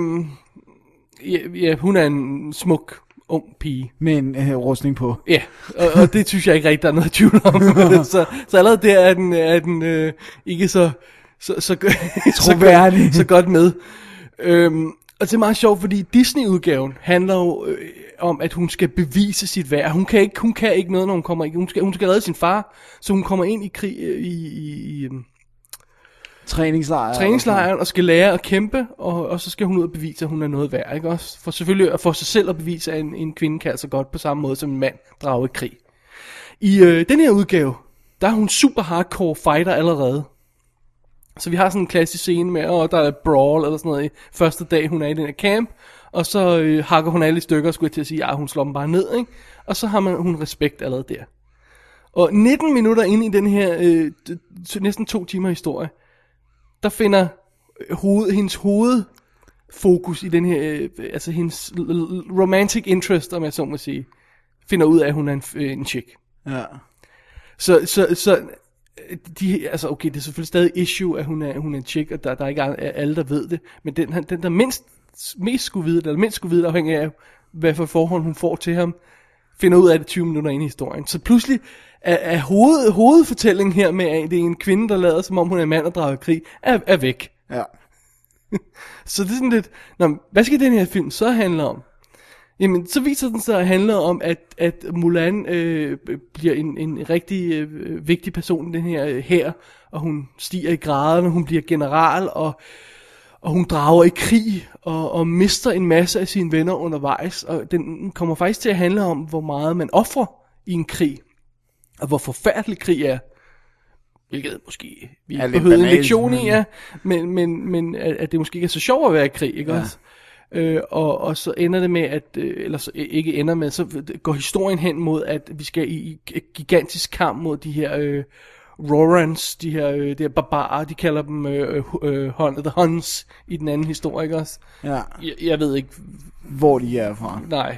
hun er en smuk, ung pige. Med en rustning på. Ja, og det synes jeg ikke rigtig, der er noget tvivl om. så allerede der er den ikke så troværdig. så godt med. Og det er meget sjovt, fordi Disney-udgaven handler jo om, at hun skal bevise sit værd. Hun kan ikke noget, når hun kommer ind. Hun skal redde sin far, så hun kommer ind i krig i træningslejren og skal lære at kæmpe, og så skal hun ud og bevise, at hun er noget værd, ikke også? For selvfølgelig at få sig selv at bevise, at en kvinde kan så godt på samme måde, som en mand drager i krig. I den her udgave, der er hun super hardcore fighter allerede. Så vi har sådan en klassisk scene med, der er brawl eller sådan noget i første dag, hun er i den her camp, og så hakker hun alle i stykker, skulle jeg til at sige, hun slår dem bare ned, ikke? Og så har hun respekt allerede der. Og 19 minutter inde i den her næsten 2 timer historie, der finder hendes hovedfokus i den her, altså hendes romantic interest, om jeg så må sige, finder ud af, at hun er en chick. Ja. Så altså okay, det er selvfølgelig stadig issue, at hun er en chick, og der er ikke alle, der ved det, men den der mest skulle vide det, eller mindst skulle vide det, afhængig af, hvad for forhold hun får til ham, finder ud af det 20 minutter inde i historien. Så pludselig er hovedfortællingen her med, at det er en kvinde, der lader, som om hun er en mand og drager krig, er væk. Ja. Så det er sådan lidt, hvad skal den her film så handle om? Jamen, så viser den sig at handle om, at Mulan bliver en rigtig vigtig person i den her, og hun stiger i graderne, hun bliver general, og hun drager i krig, og mister en masse af sine venner undervejs, og den kommer faktisk til at handle om, hvor meget man offrer i en krig, og hvor forfærdelig krig er. Hvilket måske vi behøver en lektion i, ja, men at det måske ikke er så sjovt at være i krig, ikke også? Og så ender det med, at eller så ikke ender med, så går historien hen mod, at vi skal i gigantisk kamp mod de her Rorans, de her barbarer, de kalder dem The Huns i den anden historie, ikke også? Ja. Jeg ved ikke, hvor de er fra. Nej.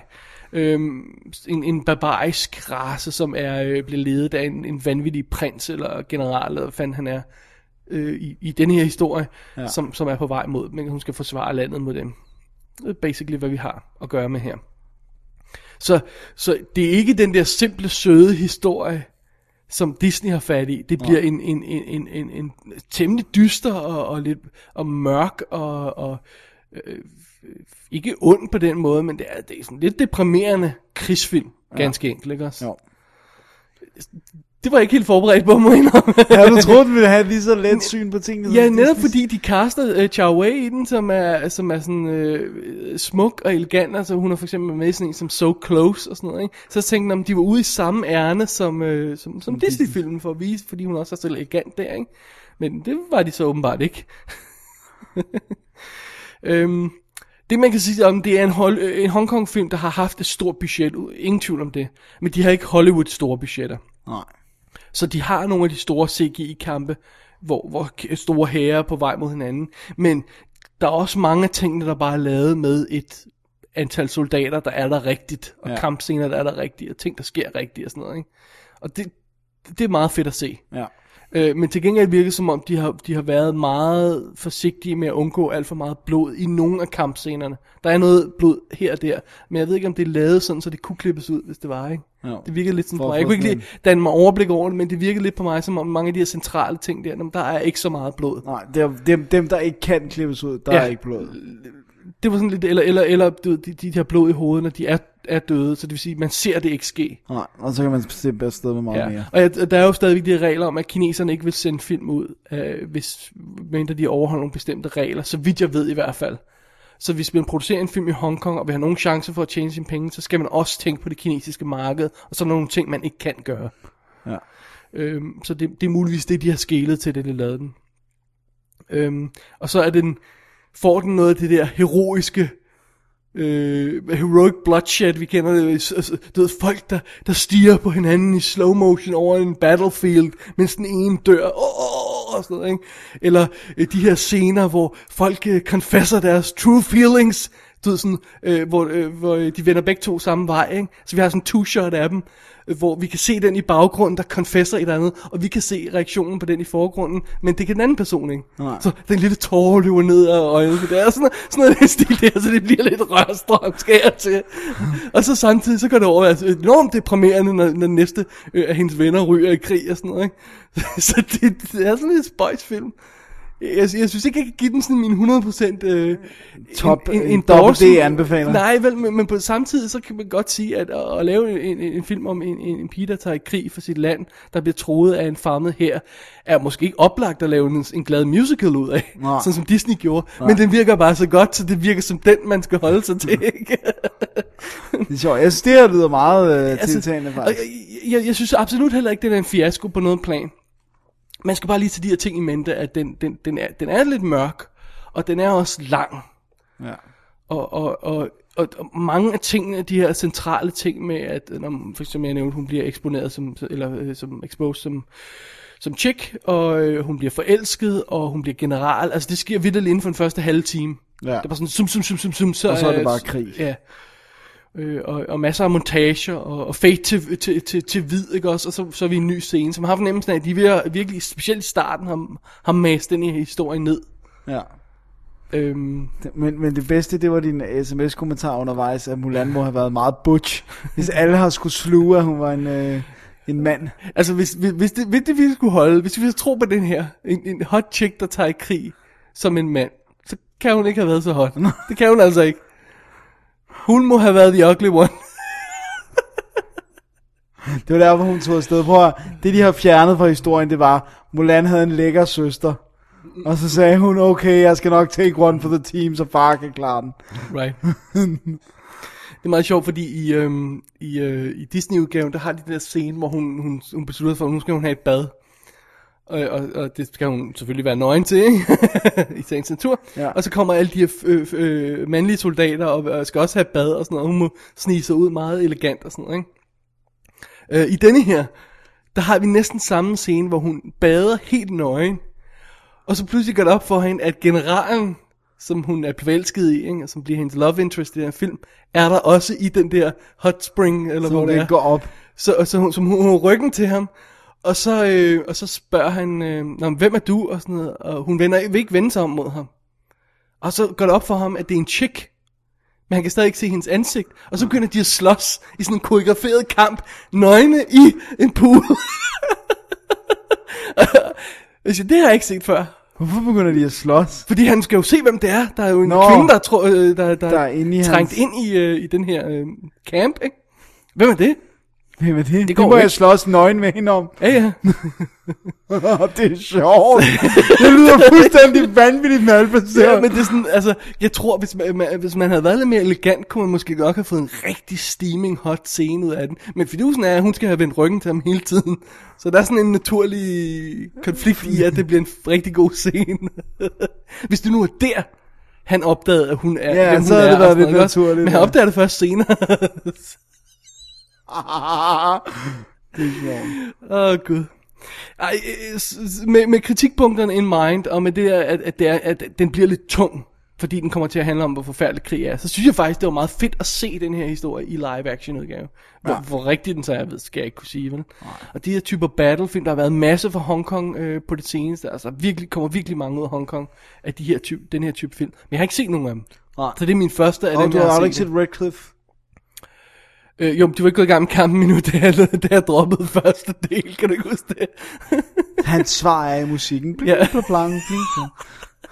En barbarisk race, som bliver ledet af en vanvittig prins eller general, eller hvad fanden han er, i den her historie, som er på vej mod, men hun skal forsvare landet mod dem. Det er basically, hvad vi har at gøre med her. Så det er ikke den der simple, søde historie, som Disney har fat i. Det bliver en temmelig dyster og lidt og mørk og ikke ond på den måde, men det er sådan lidt deprimerende krigsfilm, ganske enkelt, ikke også? Jo. Det var jeg ikke helt forberedt på, må jeg indrømme. Ja, du troede, vi ville have lige så let syn på tingene. Ja, netop fordi de kaster Chao Wei i den, som er sådan smuk og elegant. Altså hun er for eksempel med i sådan en som So Close og sådan noget, ikke? Så tænkte jeg, om de var ude i samme ærne som Disney-filmen for at vise, fordi hun også er så elegant der, ikke? Men det var de så åbenbart ikke. Det man kan sige om, det er en Hong Kong film, der har haft et stort budget, ingen tvivl om det. Men de har ikke Hollywood store budgetter. Nej. Så de har nogle af de store CGI-kampe, hvor store hære på vej mod hinanden. Men der er også mange af tingene, der bare er lavet med et antal soldater, der er der rigtigt. Og kampscener, der er der rigtigt. Og ting, der sker rigtigt og sådan noget, ikke? Og det er meget fedt at se. Ja. Men til gengæld virker det som om, de har været meget forsigtige med at undgå alt for meget blod i nogle af kampscenerne. Der er noget blod her og der, men jeg ved ikke, om det er lavet sådan, så det kunne klippes ud, hvis det var, ikke? Ja. Det virker lidt sådan på mig. Jeg kunne ikke lige danne mig overblik over det, men det virker lidt på mig, som om mange af de her centrale ting der er ikke så meget blod. Nej, dem der ikke kan klippes ud, der er ikke blod. Det var sådan lidt, eller du ved, de her blod i hovedet, når de er døde, så det vil sige, man ser det ikke ske. Nej, og så kan man se afsted med meget mere. Og der er jo stadigvæk de regler om, at kineserne ikke vil sende film ud, mindre de overholder nogle bestemte regler, så vidt jeg ved i hvert fald. Så hvis man producerer en film i Hongkong, og vil have nogen chance for at tjene sine penge, så skal man også tænke på det kinesiske marked, og så er der nogle ting, man ikke kan gøre. Ja. Så det er muligvis det, de har skelet til, det de lavede den. Og så får den noget af det der heroiske, heroic bloodshed, vi kender det, du ved, folk der stiger på hinanden i slow motion over en battlefield, mens den ene dør, og sådan noget, ikke? Eller de her scener, hvor folk confesser deres true feelings, du ved, sådan, hvor de vender begge to samme vej, ikke? Så vi har sådan en two-shot af dem, hvor vi kan se den i baggrunden, der confesser et eller andet, og vi kan se reaktionen på den i forgrunden, men det kan den anden person ikke. Nej. Så den lille tårer løber ned af øjnene, det er sådan noget stil der, så det bliver lidt rørstrøm, skal jeg til. Og så samtidig, så går det over, altså enormt deprimerende, når næste af hendes venner ryger i krig og sådan noget, ikke? Så det er sådan en spøjsfilm. Jeg synes ikke, jeg kan give den sådan min 100% top endorsement. Anbefaler. Nej, vel, men på samtidig så kan man godt sige, at lave en film om en pige, der tager i krig for sit land, der bliver troet af en fremmed her, er måske ikke oplagt at lave en glad musical ud af, sådan som Disney gjorde. Nej. Men den virker bare så godt, så det virker som den, man skal holde sig til, ikke? Det er sjovt. Jeg synes, det her lyder meget tiltalende, faktisk. Jeg synes absolut heller ikke, det er en fiasko på noget plan. Man skal bare lige tage de her ting i mente, at den er lidt mørk, og den er også lang. Ja. Og mange af tingene, de her centrale ting med, at når for eksempel jeg nævnte, hun bliver eksponeret som exposed som chick, og hun bliver forelsket, og hun bliver general. Altså det sker vitterligt inden for den første halve time. Ja. Det er bare sådan sum, så og så er det bare krig. Ja. Og masser af montager og fade til hvid, ikke også? Og så er vi i en ny scene, som har fornemmelsen af, at de virkelig, specielt i starten, har mast den her historie ned. Ja. Men det bedste, det var din sms-kommentar undervejs, at Mulan må have været meget butch, hvis alle har skulle sluge, at hun var en mand. Altså hvis det vi skulle holde, hvis vi tro på den her, en hot chick, der tager i krig som en mand, så kan hun ikke have været så hot. Det kan hun altså ikke. Hun må have været the ugly one. Det var der, hvor hun tog afsted på. Det de har fjernet fra historien, det var, Mulan havde en lækker søster. Og så sagde hun, okay, jeg skal nok take one for the team, så far kan klare den. Right. Det er meget sjovt, fordi i Disney-udgaven, der har de den der scene, hvor hun beslutter for, at nu skal hun have et bad. Og det skal hun selvfølgelig være nøgen til, ikke? I sagens natur. Ja. Og så kommer alle de her mandlige soldater og skal også have bad og sådan noget. Hun må snige sig ud meget elegant og sådan noget, ikke? I denne her, der har vi næsten samme scene, hvor hun bader helt nøgen. Og så pludselig går det op for hende, at generalen, som hun er forelsket i, ikke? Og som bliver hendes love interest i den film, er der også i den der hot spring, eller hvor det er. Går op. Så hun har ryggen til ham. Og så spørger han, hvem er du? Og sådan noget, og hun vil ikke vende sig om mod ham. Og så går det op for ham, at det er en chick. Men han kan stadig ikke se hendes ansigt. Og så begynder de at slås i sådan en koreograferet kamp, nøgne i en pool. Det har jeg ikke set før. Hvorfor begynder de at slås? Fordi han skal jo se, hvem det er. Der er jo en kvinde, der er trængt ind i den her camp, ikke? Hvem er det? Hvem er det? Det må jeg slås nøgen med hende om. Ja. Det er sjovt. Det lyder fuldstændig vanvittigt malplaceret. Ja, men det er sådan, altså, jeg tror, hvis man havde været lidt mere elegant, kunne man måske godt have fået en rigtig steaming hot scene ud af den. Men fidusen er, at hun skal have vendt ryggen til ham hele tiden. Så der er sådan en naturlig konflikt i, at det bliver en rigtig god scene. Hvis det nu er der, han opdagede, at hun er... Ja, hun så havde det været lidt naturligt. Men han opdager det først senere. Det er sjovt. Gud. Ej, med kritikpunkterne in mind, og med det, at den bliver lidt tung, fordi den kommer til at handle om, hvor forfærdelig krig er, så synes jeg faktisk, det var meget fedt at se den her historie i live-action udgave. Hvor rigtig den så er, skal jeg ikke kunne sige, vel? Nej. Og de her typer battlefilm, der har været en masse fra Hongkong på det seneste, altså kommer virkelig mange ud af Hongkong af den her type film. Men jeg har ikke set nogen af dem. Nej. Så det er min første af dem, jeg har set. Og du har ikke set Redcliffe? Jo, de var ikke gået i gang med kampen endnu, da jeg droppede første del, kan du ikke huske det? Hans svar er i musikken.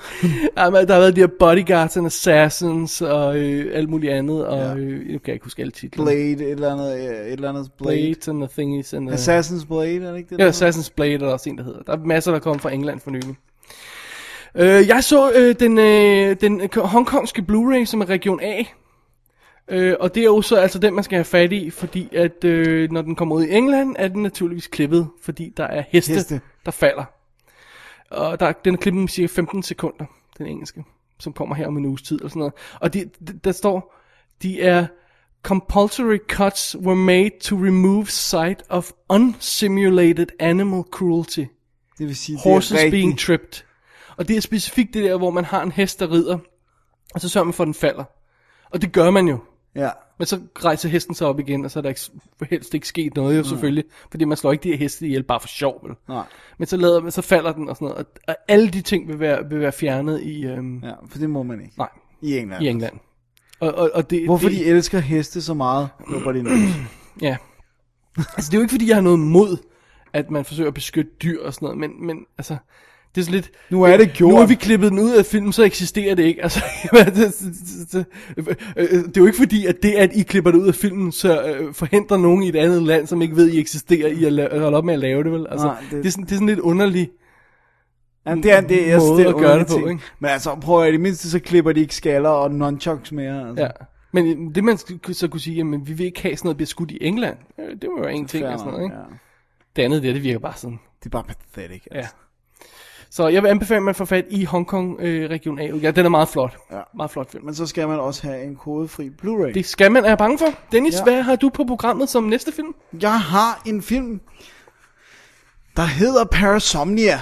Ja, men der har været de her bodyguards and assassins og alt muligt andet, og nu kan jeg ikke huske alle titler. Blade, et eller andet Blade. Blade and the thingies. And Assassin's Blade, er det ikke det? Ja, Assassin's Blade er der også en, der hedder. Der er masser, der kommer fra England for nylig. Jeg så den hongkongske Blu-ray, som er region A. Og det er jo så altså den, man skal have fat i, fordi at når den kommer ud i England, er den naturligvis klippet, fordi der er heste. Der falder. Og den er klippet med cirka 15 sekunder, den engelske, som kommer her om en uges tid eller sådan noget. Og der står, de er compulsory cuts were made to remove sight of unsimulated animal cruelty. Det vil sige, Horses being tripped. Og det er specifikt det der, hvor man har en hest, der rider, og så sørger man for, at den falder. Og det gør man jo. Ja. Men så rejser hesten sig op igen, og så er der helst ikke sket noget jo selvfølgelig. Fordi man slår ikke de her heste ihjel bare for sjov, vel? Nej. Men så falder den og sådan noget. Og alle de ting vil være fjernet i... Ja, for det må man ikke. Nej. I England. I England. Og det, hvorfor de elsker heste så meget? Ja. Altså det er jo ikke fordi jeg har noget mod, at man forsøger at beskytte dyr og sådan noget. Men altså... Det er så lidt... Nu er det gjort. Nu har vi klippet den ud af filmen, så eksisterer det ikke. Altså, det er jo ikke fordi, at det, at I klipper det ud af filmen, så forhindrer nogen i et andet land, som ikke ved, I eksisterer, i at holde op med at lave det, vel? Altså, nej, det er sådan lidt underligt. Ja, det er måde at gøre det på, ikke? Men altså, prøv at i det mindste, så klipper de ikke skaller og nunchucks mere. Altså. Ja. Men det man så kunne sige, jamen vi vil ikke have sådan noget, bliver skudt i England. Det var jo en ting og sådan noget, ikke? Ja. Det andet det virker bare sådan. Det er bare pathetic, altså. Ja. Så jeg vil anbefale, at man får fat i Hong Kong region A. Ja, den er meget flot. Ja. Meget flot film. Men så skal man også have en kodefri Blu-ray. Det skal man, er jeg bange for. Dennis, hvad har du på programmet som næste film? Jeg har en film, der hedder Parasomnia.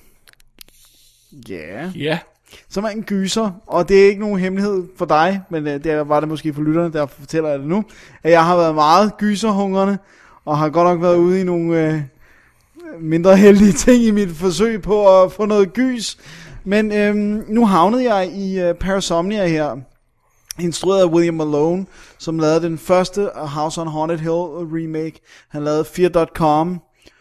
Ja. Som er en gyser, og det er ikke nogen hemmelighed for dig, men det var det måske for lytterne, derfor fortæller jeg det nu, at jeg har været meget gyserhungrende, og har godt nok været ude i nogle mindre heldige ting i mit forsøg på at få noget gys. Men nu havnede jeg i Parasomnia her, instrueret af William Malone, som lavede den første House on Haunted Hill remake. Han lavede Fear.com,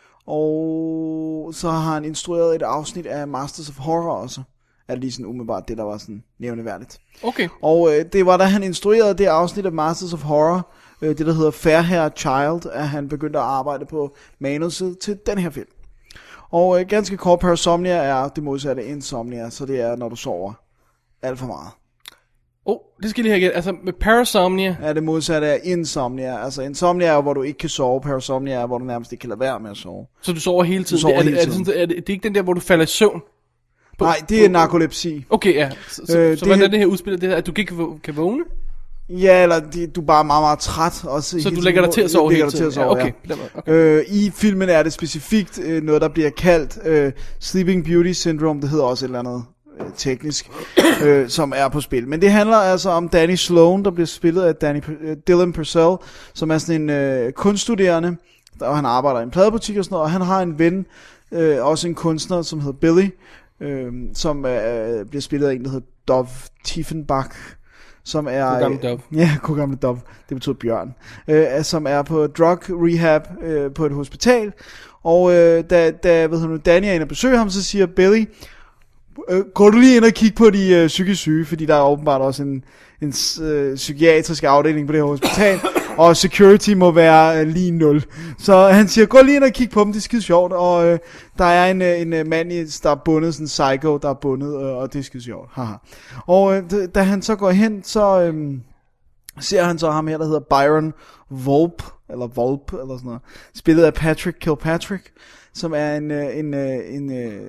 og så har han instrueret et afsnit af Masters of Horror også. Er det lige sådan umiddelbart det, der var sådan nævneværdigt. Okay. Og det var da han instruerede det afsnit af Masters of Horror, det der hedder Fair Hair Child, at han begyndte at arbejde på manuset til den her film. Og ganske kort, Parasomnia er det modsatte Insomnia, så det er, når du sover alt for meget. Det skal lige have igen. Altså med Parasomnia er det modsatte af Insomnia. Altså Insomnia er, hvor du ikke kan sove. Parasomnia er, hvor du nærmest ikke kan lade være med at sove. Så du sover hele tiden? Er det ikke den der, hvor du falder i søvn? Nej, det er narkolepsi. Okay, ja. Så hvordan er det her udspillet? Det her, at du ikke kan vågne? Ja, eller du er bare meget, meget træt. Også så du lægger dig til at sove hele tiden? Ja, okay. I filmen er det specifikt noget, der bliver kaldt Sleeping Beauty Syndrome. Det hedder også et eller andet teknisk, som er på spil. Men det handler altså om Danny Sloan, der bliver spillet af Dylan Purcell, som er sådan en kunststuderende, og han arbejder i en pladebutik og sådan noget, og han har en ven, også en kunstner, som hedder Billy, som bliver spillet af en, der hedder Dov Tiefenbach, som er... God gamle Dov. Ja, god gamle Dov. Det betyder bjørn. Som er på drug rehab på et hospital, og da Danny er inde og besøger ham, så siger Billy, går du lige ind og kigge på de psykisk syge, fordi der er åbenbart også en psykiatrisk afdeling på det her hospital, og security må være lige 0. Så han siger, gå lige ind og kig på dem, det er skide sjovt, og der er en mand, der er bundet, sådan en psycho, der er bundet, og det er skide sjovt. Haha. Og da han så går hen, så ser han så ham her, der hedder Byron Volpe, eller sådan noget, spillet af Patrick Kilpatrick, som er en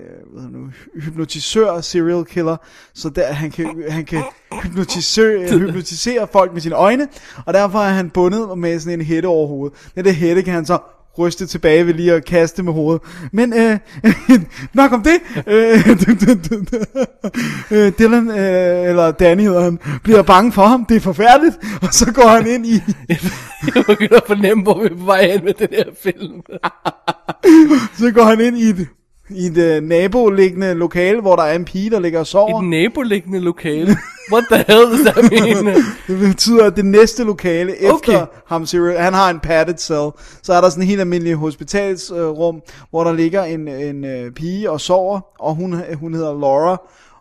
hypnotisør, serial killer, så der han kan hypnotisere folk med sine øjne, og derfor er han bundet med sådan en hætte over hovedet. Den hætte kan han så ryste tilbage ved lige at kaste med hovedet. Men nok om det. Dylan, eller Danny hedder han, bliver bange for ham. Det er forfærdeligt. Og så går han ind i... Jeg begynder at fornemme, hvor vi er på vej hen med den her film. Så går han ind i et naboliggende lokale, hvor der er en pige, der ligger og sover. Et naboliggende lokale? What the hell does that mean? Det betyder, at det næste lokale efter ham, han har en padded cell, så er der sådan en helt almindelig hospitalsrum, hvor der ligger en pige og sover, og hun hedder Laura,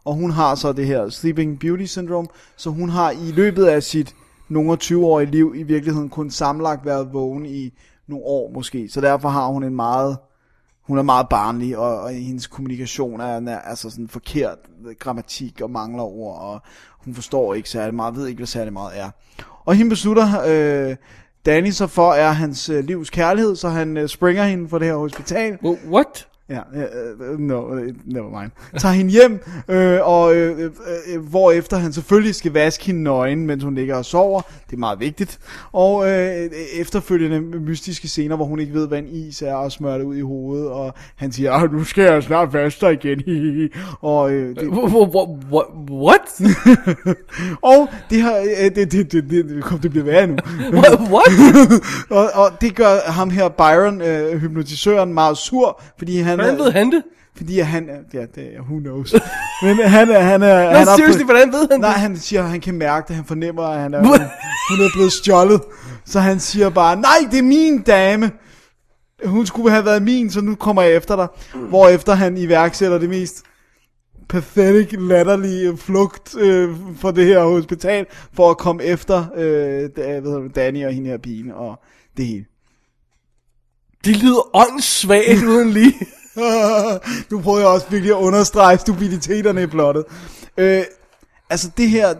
og hun har så det her Sleeping Beauty Syndrome, så hun har i løbet af sit nogle 20-årige liv i virkeligheden kun sammenlagt været vågen i nogle år måske, så derfor har hun hun er meget barnlig, og hendes kommunikation er altså sådan forkert grammatik og mangler ord, og hun forstår ikke særlig meget, ved ikke hvad særlig meget er. Og hende beslutter Danny så for er hans livs kærlighed, så han springer hende fra det her hospital. What? Ja, never mind. Tager hende hjem, hvorefter han selvfølgelig skal vaske hende nøgen, mens hun ligger og sover. Det er meget vigtigt. Og efterfølgende mystiske scener, hvor hun ikke ved, hvad en is er, og smører det ud i hovedet, og han siger, nu skal jeg snart vaske dig igen. Og What? og det har det bliver værre nu. What? og det gør ham her Byron, hypnotisøren, meget sur, fordi han hvordan ved han det? Fordi han who knows. Men han er seriously, hvordan ved han det? Nej, han siger, at han kan mærke det, han fornemmer, at hun er blevet stjålet. Så han siger bare, nej, det er min dame. Hun skulle have været min, så nu kommer jeg efter dig. Hvorefter han iværksætter det mest pathetic, latterlige flugt fra det her hospital, for at komme efter Danny og hende her pigen og det hele. Det lyder åndssvagt uden lige. Nu prøver jeg også virkelig at understrege stupiditeten i plottet. Altså det her,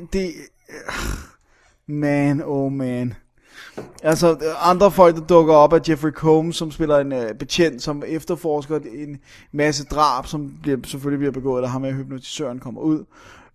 man, oh man. Altså andre folk, der dukker op, er Jeffrey Combs, som spiller en betjent, som efterforsker en masse drab, som selvfølgelig bliver begået, der har med hypnotisøren kommer ud.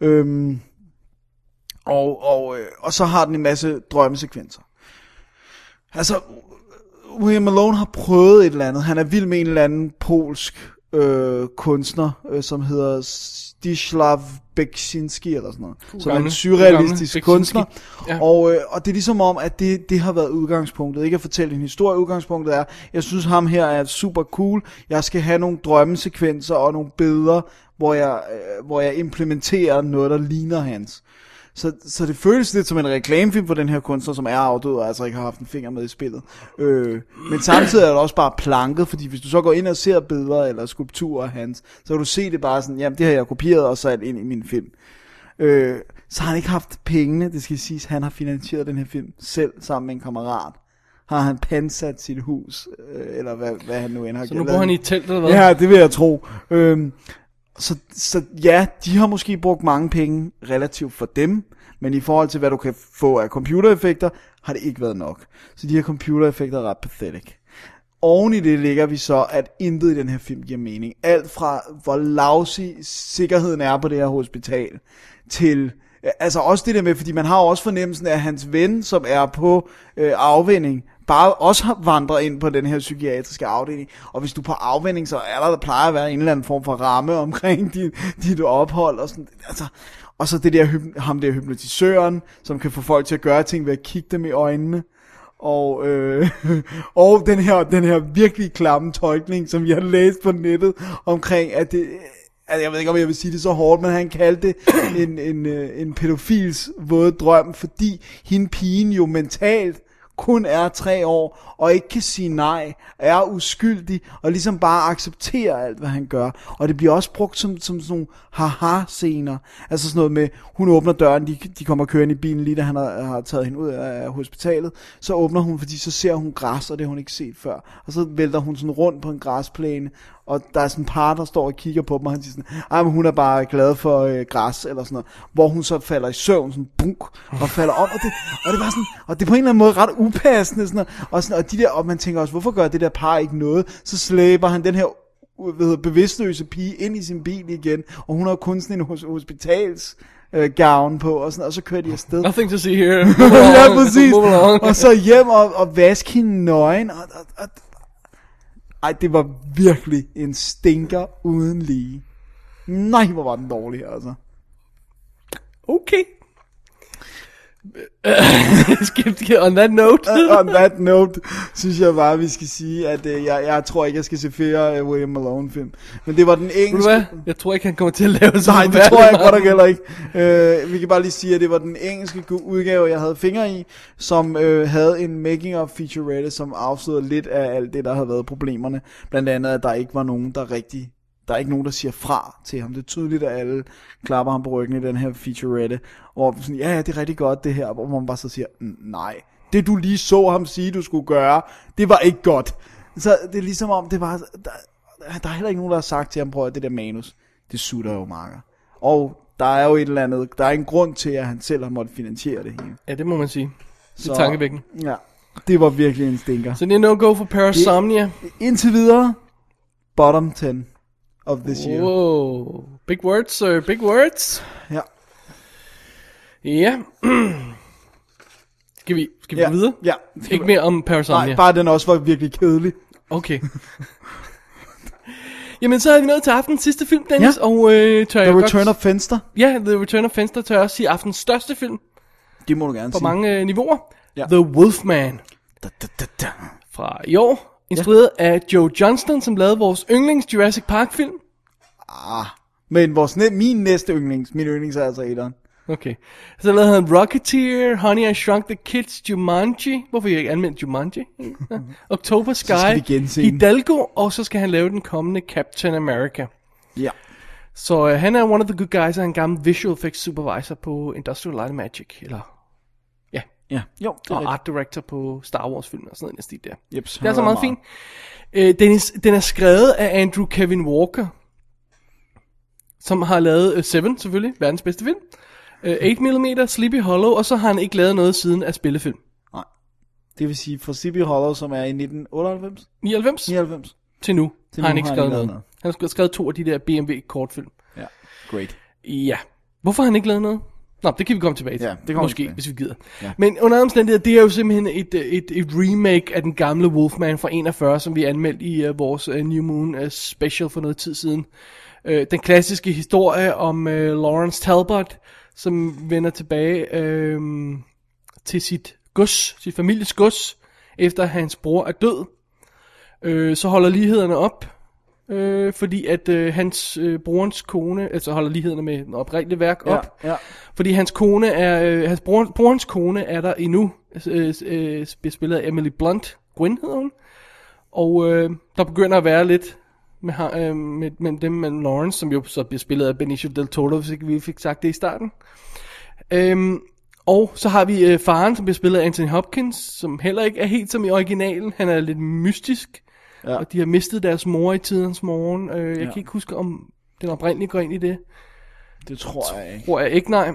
Og så har den en masse drømmesekvenser. Altså William Malone har prøvet et eller andet. Han er vild med en eller anden polsk kunstner, som hedder Zdzisław Beksiński eller sådan noget. Som er en surrealistisk kunstner. Ja. Og det er ligesom om, at det har været udgangspunktet. Ikke at fortælle en historie. Udgangspunktet er, jeg synes ham her er super cool. Jeg skal have nogle drømmesekvenser og nogle billeder, hvor jeg implementerer noget, der ligner hans. Så det føles lidt som en reklamefilm for den her kunstner, som er afdød og altså ikke har haft en finger med i spillet. Men samtidig er det også bare planket, fordi hvis du så går ind og ser billeder eller skulpturer af hans, så kan du se det bare sådan, jamen det har jeg kopieret og sat ind i min film. Så har han ikke haft pengene, det skal siges, han har finansieret den her film selv sammen med en kammerat. Har han pansat sit hus, eller hvad han nu end har gjort. Så nu bor han i et telt eller hvad? Ja, det vil jeg tro. Så ja, de har måske brugt mange penge relativt for dem, men i forhold til hvad du kan få af computereffekter, har det ikke været nok. Så de her computereffekter er ret pathetic. Oven i det ligger vi så, at intet i den her film giver mening. Alt fra hvor lousy sikkerheden er på det her hospital, til altså også det der med, fordi man har også fornemmelsen af, at hans ven, som er på afvinding, bare også vandrer ind på den her psykiatriske afdeling. Og hvis du er på afvinding, så er der plejer at være en eller anden form for ramme omkring dit ophold og sådan. Altså, og så det der ham der hypnotisøren, som kan få folk til at gøre ting ved at kigge dem i øjnene. Og den her virkelig klamme tolkning, som jeg har læst på nettet omkring, at det, altså jeg ved ikke om jeg vil sige det så hårdt, men han kaldte det en pædofils våde drøm, fordi hende pigen jo mentalt kun er 3 år, og ikke kan sige nej, er uskyldig, og ligesom bare accepterer alt, hvad han gør. Og det bliver også brugt som sådan nogle haha-scener. Altså sådan noget med, hun åbner døren, de kommer kørende i bilen, lige da han har taget hende ud af hospitalet. Så åbner hun, fordi så ser hun græs, og det har hun ikke set før. Og så vælter hun sådan rundt på en græsplæne, og der er sådan en par, der står og kigger på dem, og han siger sådan, men hun er bare glad for græs, eller sådan noget. Hvor hun så falder i søvn, sådan bunk, og falder om, og det var sådan, og det er på en eller anden måde ret upassende, sådan noget. Og de der, og man tænker også, hvorfor gør det der par ikke noget? Så slæber han den her bevidstløse pige ind i sin bil igen, og hun har kun sådan en hospitals gown på, og så kører de afsted. Nothing to see here. Ja, præcis. Og så hjem og vaske hende nøgen, ej, det var virkelig en stinker uden lige. Nej, hvor var den dårlig, altså. Okay. On that note, synes jeg bare, vi skal sige, at jeg tror ikke, jeg skal se flere William Malone-film. Men det var den engelske... Jeg tror ikke, han kommer til at lave sådan. Nej, det tror jeg godt nok heller ikke. Vi kan bare lige sige, at det var den engelske udgave, jeg havde fingre i, som havde en making-of featurette, som afslørede lidt af alt det, der havde været problemerne. Blandt andet, at der ikke var nogen, der rigtig der er ikke nogen, der siger fra til ham. Det er tydeligt, at alle klapper ham på ryggen i den her featurette. Og sådan, ja, det er rigtig godt det her. Hvor man bare så siger, nej, det du lige så ham sige, du skulle gøre, det var ikke godt. Så det er ligesom om, det var, der er heller ikke nogen, der har sagt til ham, prøv at det der manus, det sutter jo marker. Og der er jo et eller andet, der er en grund til, at han selv har måttet finansiere det hele. Ja, det må man sige. Det er tankevækkende. Ja, det var virkelig en stinker. Så det er no-go for Parasomnia. Indtil videre, bottom 10 of this year. Wow, big words, sir, big words. Ja. Ja. Skal vi gå videre? Ja. Ikke mere om Parasomnia? Nej, bare den også var virkelig kedelig. Okay. Jamen, så er vi nået til aftens sidste film, Dennis, Ja. og tør jeg The Return of Fenster. Ja, The Return of Fenster tør jeg også sige aftens største film Det må du gerne på sige. mange niveauer. Ja. The Wolfman fra i år, instrueret af Joe Johnston, som lavede vores yndlings Jurassic Park film. Men min næste yndlings, min yndlings er altså etteren. Okay. Så lavede han Rocketeer, Honey, I Shrunk the Kids, Jumanji. Hvorfor har jeg ikke anmeldt Jumanji? Ja. October Sky, skal vi gense den. Hidalgo, og så skal han lave den kommende Captain America. Ja. Så han er one of the good guys, og en gammel visual effects supervisor på Industrial Light and Magic, eller Ja. Jo, det er og rigtigt. art director på Star Wars film og sådan noget stil der. Jeps, Det er så meget fint. Den er skrevet af Andrew Kevin Walker, som har lavet Seven, selvfølgelig, verdens bedste film. 8mm, Sleepy Hollow, og så har han ikke lavet noget siden af spillefilm. Nej. Det vil sige fra Sleepy Hollow, som er i 1998? 99 til nu har han ikke skrevet noget. noget. Han har skrevet 2 af de der BMW kortfilm. Ja, great. Ja. Hvorfor har han ikke lavet noget? Nå, det kan vi komme tilbage til. Ja, det kommer måske, vi tilbage. hvis vi gider. Ja. Men under omstændigheder, det er jo simpelthen et remake af den gamle Wolfman fra 41, som vi anmeldte i vores New Moon special for noget tid siden. Den klassiske historie om Lawrence Talbot, som vender tilbage til sit families gods, efter hans bror er død. Så holder lighederne op, fordi at hans brorens kone, altså holder lighederne med den oprindelige værk op, Ja. fordi hans kone er, hans brorens kone er der endnu, bliver spillet af Emily Blunt, Gwen hedder hun, og der begynder at være lidt med dem med Lawrence, som jo så bliver spillet af Benicio del Toro, hvis ikke vi fik sagt det i starten. Og så har vi faren, som bliver spillet af Anthony Hopkins, som heller ikke er helt som i originalen. Han er lidt mystisk, og de har mistet deres mor i tidens morgen. Jeg kan ikke huske, om den oprindelige går ind i det. Det tror jeg ikke. Tror jeg ikke, nej.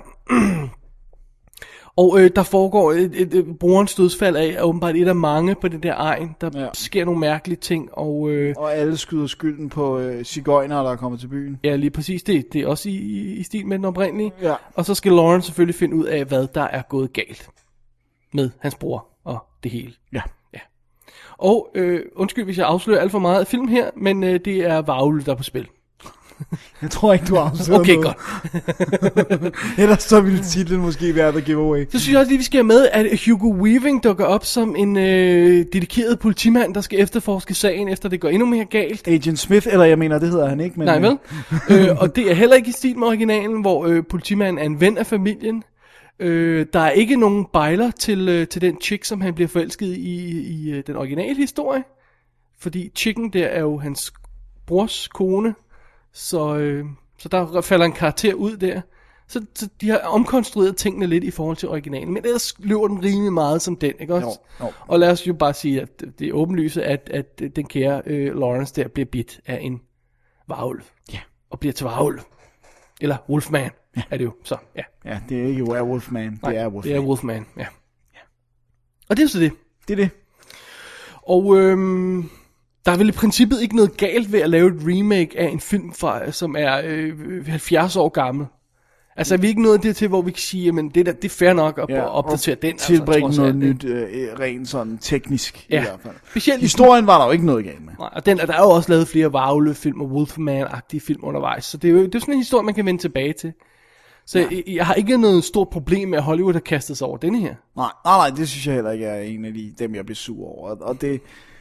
Og der foregår et brorens dødsfald af åbenbart et af mange på den der egen. Der sker nogle mærkelige ting. Og alle skyder skylden på sigøjnere, der er kommet til byen. Ja, lige præcis. Det er også i stil med den oprindelige. Ja. Og så skal Lawrence selvfølgelig finde ud af, hvad der er gået galt med hans bror og det hele. Ja. Og undskyld, hvis jeg afslører alt for meget af film her, men det er varulve, der er på spil. Jeg tror ikke, du har afsløret Okay, noget. godt. Ellers så ville titlen måske være The Giveaway. Så synes jeg også lige, vi skal have med, at Hugo Weaving dukker op som en dedikeret politimand, der skal efterforske sagen, efter det går endnu mere galt. Agent Smith, eller jeg mener, det hedder han ikke. Men, Nej, vel? Og det er heller ikke i stil med originalen, hvor politimanden er en ven af familien. Der er ikke nogen bejler til den chick, som han bliver forelsket i den originale historie. Fordi chicken der er jo hans brors kone. Så der falder en karakter ud der. Så de har omkonstrueret tingene lidt i forhold til originalen. Men ellers løber den rimelig meget som den, ikke også? Jo. Og lad os jo bare sige, at det er åbenlyst, at den kære Lawrence der bliver bidt af en varulv. Ja. Og bliver til varulv. Eller Wolfman, er det jo. Så, ja. Ja, det er ikke Werewolfman. Nej, Det er Wolfman. det er Wolfman, ja. Og det er så det. Det er det. Og der er vel i princippet ikke noget galt ved at lave et remake af en film, som er 70 år gammel. Altså er vi ikke nået dertil, hvor vi kan sige, at det er fair nok at opdatere den. Tilbringe altså, noget nyt, rent sådan teknisk i hvert fald. Specielt Historien var der jo ikke noget galt med. Nej, og der er jo også lavet flere varulve-film og Wolfman-agtige film undervejs. Så det er jo sådan en historie, man kan vende tilbage til. Så jeg har ikke noget stort problem med, at Hollywood har kastet sig over denne her. Nej, det synes jeg heller ikke er en af dem, jeg bliver sur over. Og det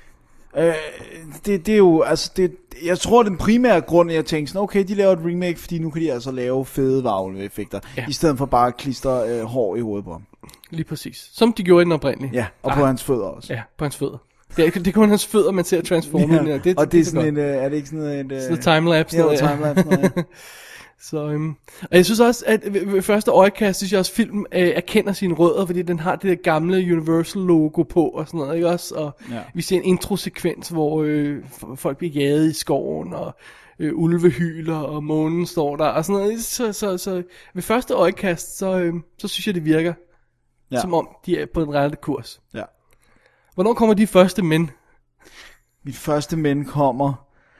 er jo, altså jeg tror den primære grund, jeg tænkte sådan, okay, de laver et remake, fordi nu kan de altså lave fede varulve-effekter, i stedet for bare at klistre hår i hovedet på ham. Lige præcis. Som de gjorde i den oprindelige. Ja, og på hans fødder også. Ja, på hans fødder. Det er kun hans fødder, man ser transforme. Ja. Og det er sådan er det ikke sådan et... Sådan timelapse. Ja, timelapse. Så, og jeg synes også, at ved første øjekast, synes jeg også, at filmen erkender sine rødder, fordi den har det der gamle Universal-logo på og sådan noget, ikke også? Og vi ser en introsekvens, hvor folk bliver jaget i skoven, og ulve hyler, og månen står der, og sådan noget. Så ved første øjekast, så synes jeg, det virker, som om de er på den rette kurs. Ja. Hvornår kommer de første mænd? Mit første mænd kommer...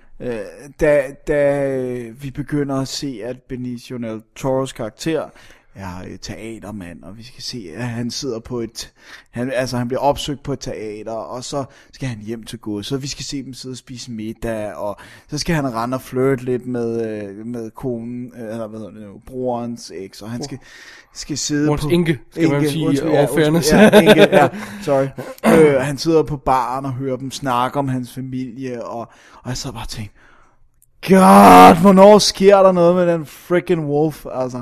Da vi begynder at se, at Benicio del Toros karakter er teatermand, og vi skal se, at han sidder på han bliver opsøgt på et teater, og så skal han hjem til god, så vi skal se dem sidde og spise middag, og så skal han rende og flirte lidt med konen, eller hvad hedder det nu, brorens eks, og han skal sidde Brorens på... Inge, skal man sige, overfærdes. Ja, Inge, ja, sorry. Han sidder på baren og hører dem snakke om hans familie, og jeg så bare tænkte, God, hvornår sker der noget med den freaking wolf, altså...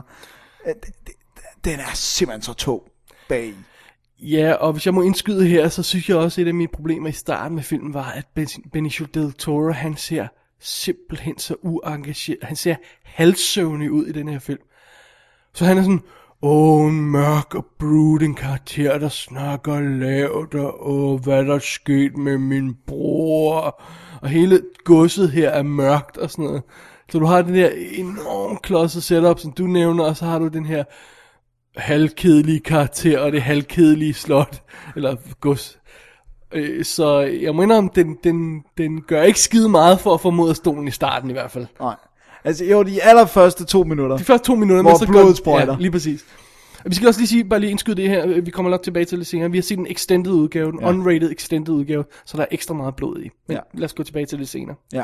Den er simpelthen så tung bag. Ja, og hvis jeg må indskyde her, så synes jeg også, at et af mine problemer i starten med filmen var, at Benicio del Toro, han ser simpelthen så uengageret. Han ser halvsøvnig ud i den her film. Så han er sådan, en mørk og brooding karakter, der snakker lavt, og hvad der er sket med min bror. Og hele godset her er mørkt og sådan noget. Så du har den der enormt klodset setup, som du nævner, og så har du den her halvkedelige karakter, og det halvkedelige slot, eller gods. Så jeg mener, om den gør ikke skide meget for at få moderstolen i starten i hvert fald. Nej. Altså jo, de allerførste 2 minutter. De første 2 minutter, hvor blodet sprøjter. Ja, lige præcis. Vi skal også lige indskyde det her, vi kommer nok tilbage til det senere. Vi har set en extended udgave, en unrated extended udgave, så der er ekstra meget blod i. Men lad os gå tilbage til det senere. Ja.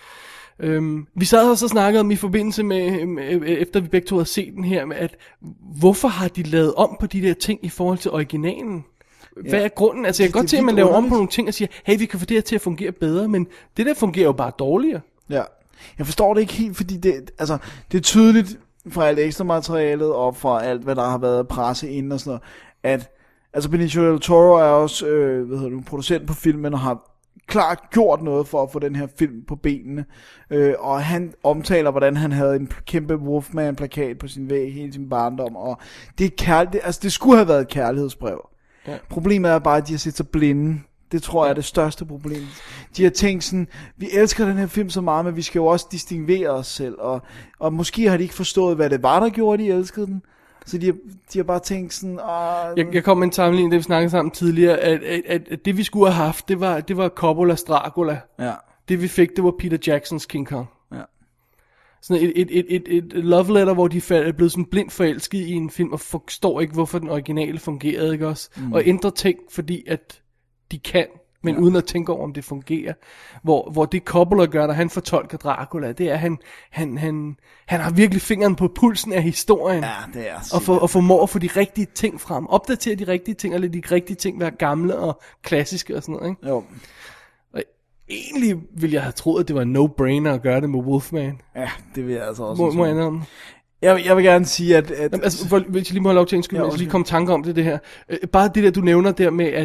Vi sad og så snakkede om i forbindelse med, efter vi begge to havde set den her, med at hvorfor har de lavet om på de der ting i forhold til originalen? Hvad er grunden? Altså jeg kan godt se, at man laver om på nogle ting og siger, hey, vi kan få det her til at fungere bedre, men det der fungerer jo bare dårligere. Ja, jeg forstår det ikke helt, fordi det er tydeligt fra alt ekstra materialet og fra alt, hvad der har været presse inden og sådan noget, at altså Benicio del Toro er også producent på filmen og har klart gjort noget for at få den her film på benene, og han omtaler, hvordan han havde en kæmpe Wolfman-plakat på sin væg hele sin barndom, og det skulle have været et kærlighedsbrev. Ja. Problemet er bare, at de har set sig blinde. Det tror jeg er det største problem. De har tænkt sådan, vi elsker den her film så meget, men vi skal jo også distinguere os selv, og måske har de ikke forstået, hvad det var, der gjorde, de elskede den. Så de har bare tænkt sådan... Jeg kom med en sammenligning, det vi snakkede sammen tidligere, at det vi skulle have haft, det var Coppolas Dracula. Ja. Det vi fik, det var Peter Jacksons King Kong. Ja. Sådan et love letter, hvor de er blevet sådan blindt forelsket i en film, og forstår ikke, hvorfor den originale fungerede, ikke også? Og ændrer ting, fordi at de kan, men uden at tænke over, om det fungerer. Hvor det Coppola gør, når han fortolker Dracula, det er, han har virkelig fingeren på pulsen af historien. Ja, det er og formår at få de rigtige ting frem. Opdatere de rigtige ting, og lade de rigtige ting være gamle og klassiske og sådan noget, ikke? Jo. Og egentlig ville jeg have troet, at det var en no-brainer at gøre det med Wolfman. Ja, det vil jeg altså også. Må jeg indrømme? Jeg vil gerne sige, at... Altså, hvis jeg lige må have lov til at indskyde, hvis lige komme tanker om det her. Bare det der, du nævner der med,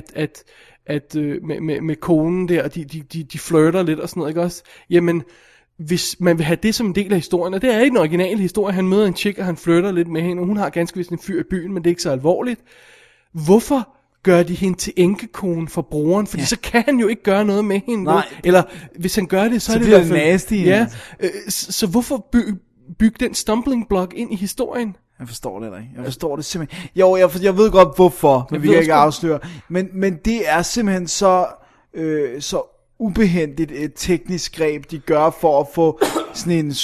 med konen der, og de flirter lidt og sådan noget, ikke også? Jamen, hvis man vil have det som en del af historien, og det er i den originale historie, han møder en chick, og han flirter lidt med hende, og hun har ganske vist en fyr i byen, men det er ikke så alvorligt. Hvorfor gør de hende til enkekone for broren? Fordi så kan han jo ikke gøre noget med hende. Nej. Eller hvis han gør det, så er det i hvert fald... nasty. Ja, så hvorfor bygge den stumbling block ind i historien? Jeg forstår det ikke. Jeg forstår det simpelthen. Jo, jeg ved godt hvorfor, men vi kan ikke afsløre. Men det er simpelthen så ubehendigt et teknisk greb, de gør for at få sådan en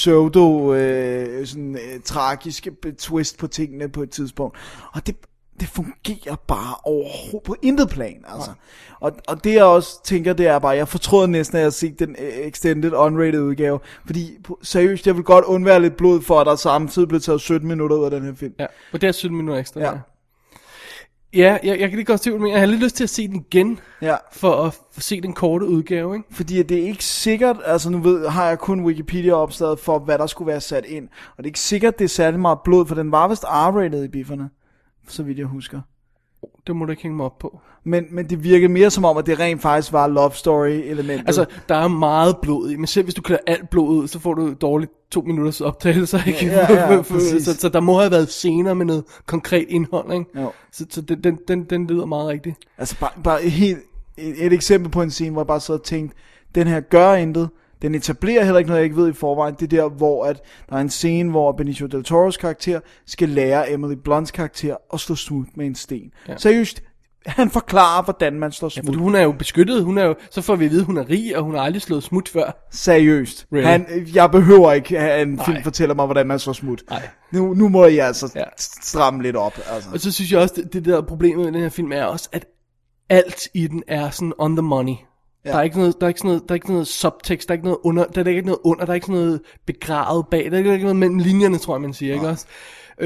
tragisk twist på tingene på et tidspunkt. Og det fungerer bare overhovedet på intet plan, altså. Og det jeg også tænker, det er bare, jeg fortrød næsten, at jeg har set den extended, unrated udgave, fordi seriøst, jeg vil godt undvære lidt blod for, at der samtidig blev taget 17 minutter ud af den her film. Ja, og det er 17 minutter ekstra. Ja, jeg kan ikke godt se, men jeg har lidt lyst til at se den igen, for at se den korte udgave, ikke? Fordi det er ikke sikkert, altså nu har jeg kun Wikipedia opslaget for, hvad der skulle være sat ind, og det er ikke sikkert, det er særlig meget blod, for den var vist R-rated i bifferne. Så vidt jeg husker. Det må du ikke hænge mig op på. Men det virker mere som om, at det rent faktisk var love story-elementet. Altså, der er meget blod i, men selv hvis du klør alt blod ud, så får du dårligt 2 minutters optagelse, ikke? Ja, så der må have været scener med noget konkret indhold, ikke? Jo. Så den lyder meget rigtigt. Altså bare et eksempel på en scene, hvor jeg bare så tænkte, den her gør intet, den etablerer heller ikke noget, jeg ikke ved i forvejen. Det er der, hvor at der er en scene, hvor Benicio del Toros karakter skal lære Emily Blunts karakter at slå smut med en sten. Ja. Seriøst, han forklarer, hvordan man slår smut. Ja, hun er jo beskyttet, så får vi at vide, hun er rig, og hun har aldrig slået smut før. Seriøst. Really? Jeg behøver ikke have en film fortæller mig, hvordan man slår smut. Nu må jeg altså stramme lidt op. Altså. Og så synes jeg også, det der problemet med den her film er også, at alt i den er sådan on the money. Ja. Der er ikke noget subtekst, der er ikke noget under, der er ikke noget under, der er ikke sådan noget begravet bag, der er ikke noget mellem linjerne, tror jeg, man siger, ikke også?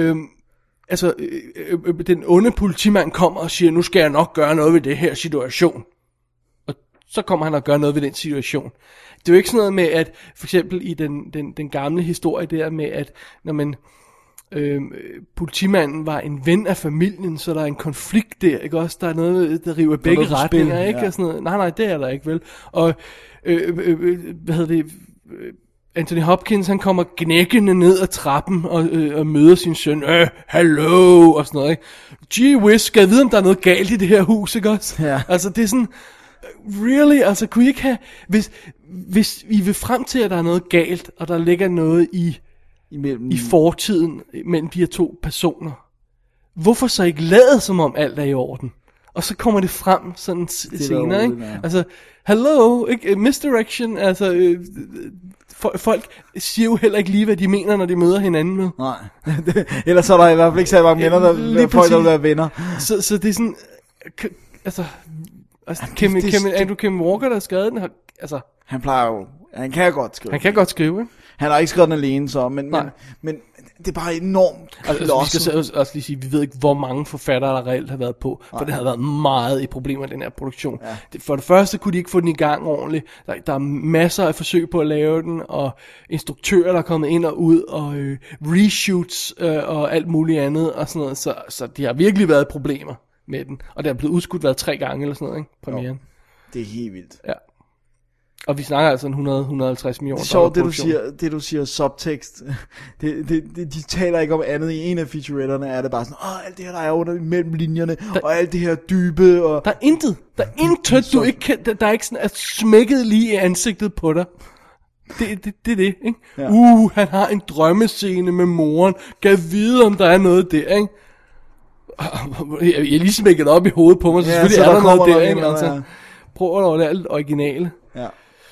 Den onde politimand kommer og siger, nu skal jeg nok gøre noget ved det her situation. Og så kommer han og gør noget ved den situation. Det er jo ikke sådan noget med, at for eksempel i den gamle historie der med, at når man politimanden var en ven af familien, så der er en konflikt der, ikke også? Der er noget, der river begge retninger, ikke? Og sådan noget. Nej, det er der ikke, vel? Og, Anthony Hopkins, han kommer gnækkende ned ad trappen og møder sin søn, hallo, og sådan noget, ikke? Gee whiz, skal jeg vide, om der er noget galt i det her hus, ikke også? Ja. Altså, det er sådan, really, altså, kunne I ikke have, hvis I vil frem til, at der er noget galt, og der ligger noget i fortiden mellem de her to personer, hvorfor så ikke lade som om alt er i orden? Og så kommer det frem sådan senere, ikke? Ja. Altså, hello, ikke? Misdirection, altså, folk siger jo heller ikke lige, hvad de mener, når de møder hinanden med. Nej, ellers er der i hvert fald ikke så mange venner, der folk, der vil være venner. Så det er sådan, altså Kevin Walker, der har skrevet den, altså... Han plejer jo, han kan godt skrive. Han kan godt skrive, ikke? Han har ikke skrevet den alene, så, men det er bare enormt klodset. Altså, vi skal også lige sige, vi ved ikke, hvor mange forfattere, der reelt har været på, for det har været meget i problemer i den her produktion. Ja. For det første kunne de ikke få den i gang ordentligt. Der er masser af forsøg på at lave den, og instruktører, der er kommet ind og ud, og reshoots og alt muligt andet, og sådan noget. Så de har virkelig været problemer med den. Og det er blevet udskudt 3 gange eller sådan noget, ikke? Premieren. Jo. Det er helt vildt. Ja. Og vi snakker altså en 100-150 millioner. Sjovt, det du siger subtekst. De taler ikke om andet. I en af featuretterne er det bare sådan, alt det her, der er under mellem linjerne, og alt det her dybe. Og... Der er intet, du ikke kan, der er ikke sådan, at smækket lige i ansigtet på dig. Det er det, ikke? Ja. Han har en drømmescene med moren. Kan vide, om der er noget der, ikke? Jeg lige smækket op i hovedet på mig, så selvfølgelig så er der noget der, ikke? Altså, prøv at lave det alt originale. Ja.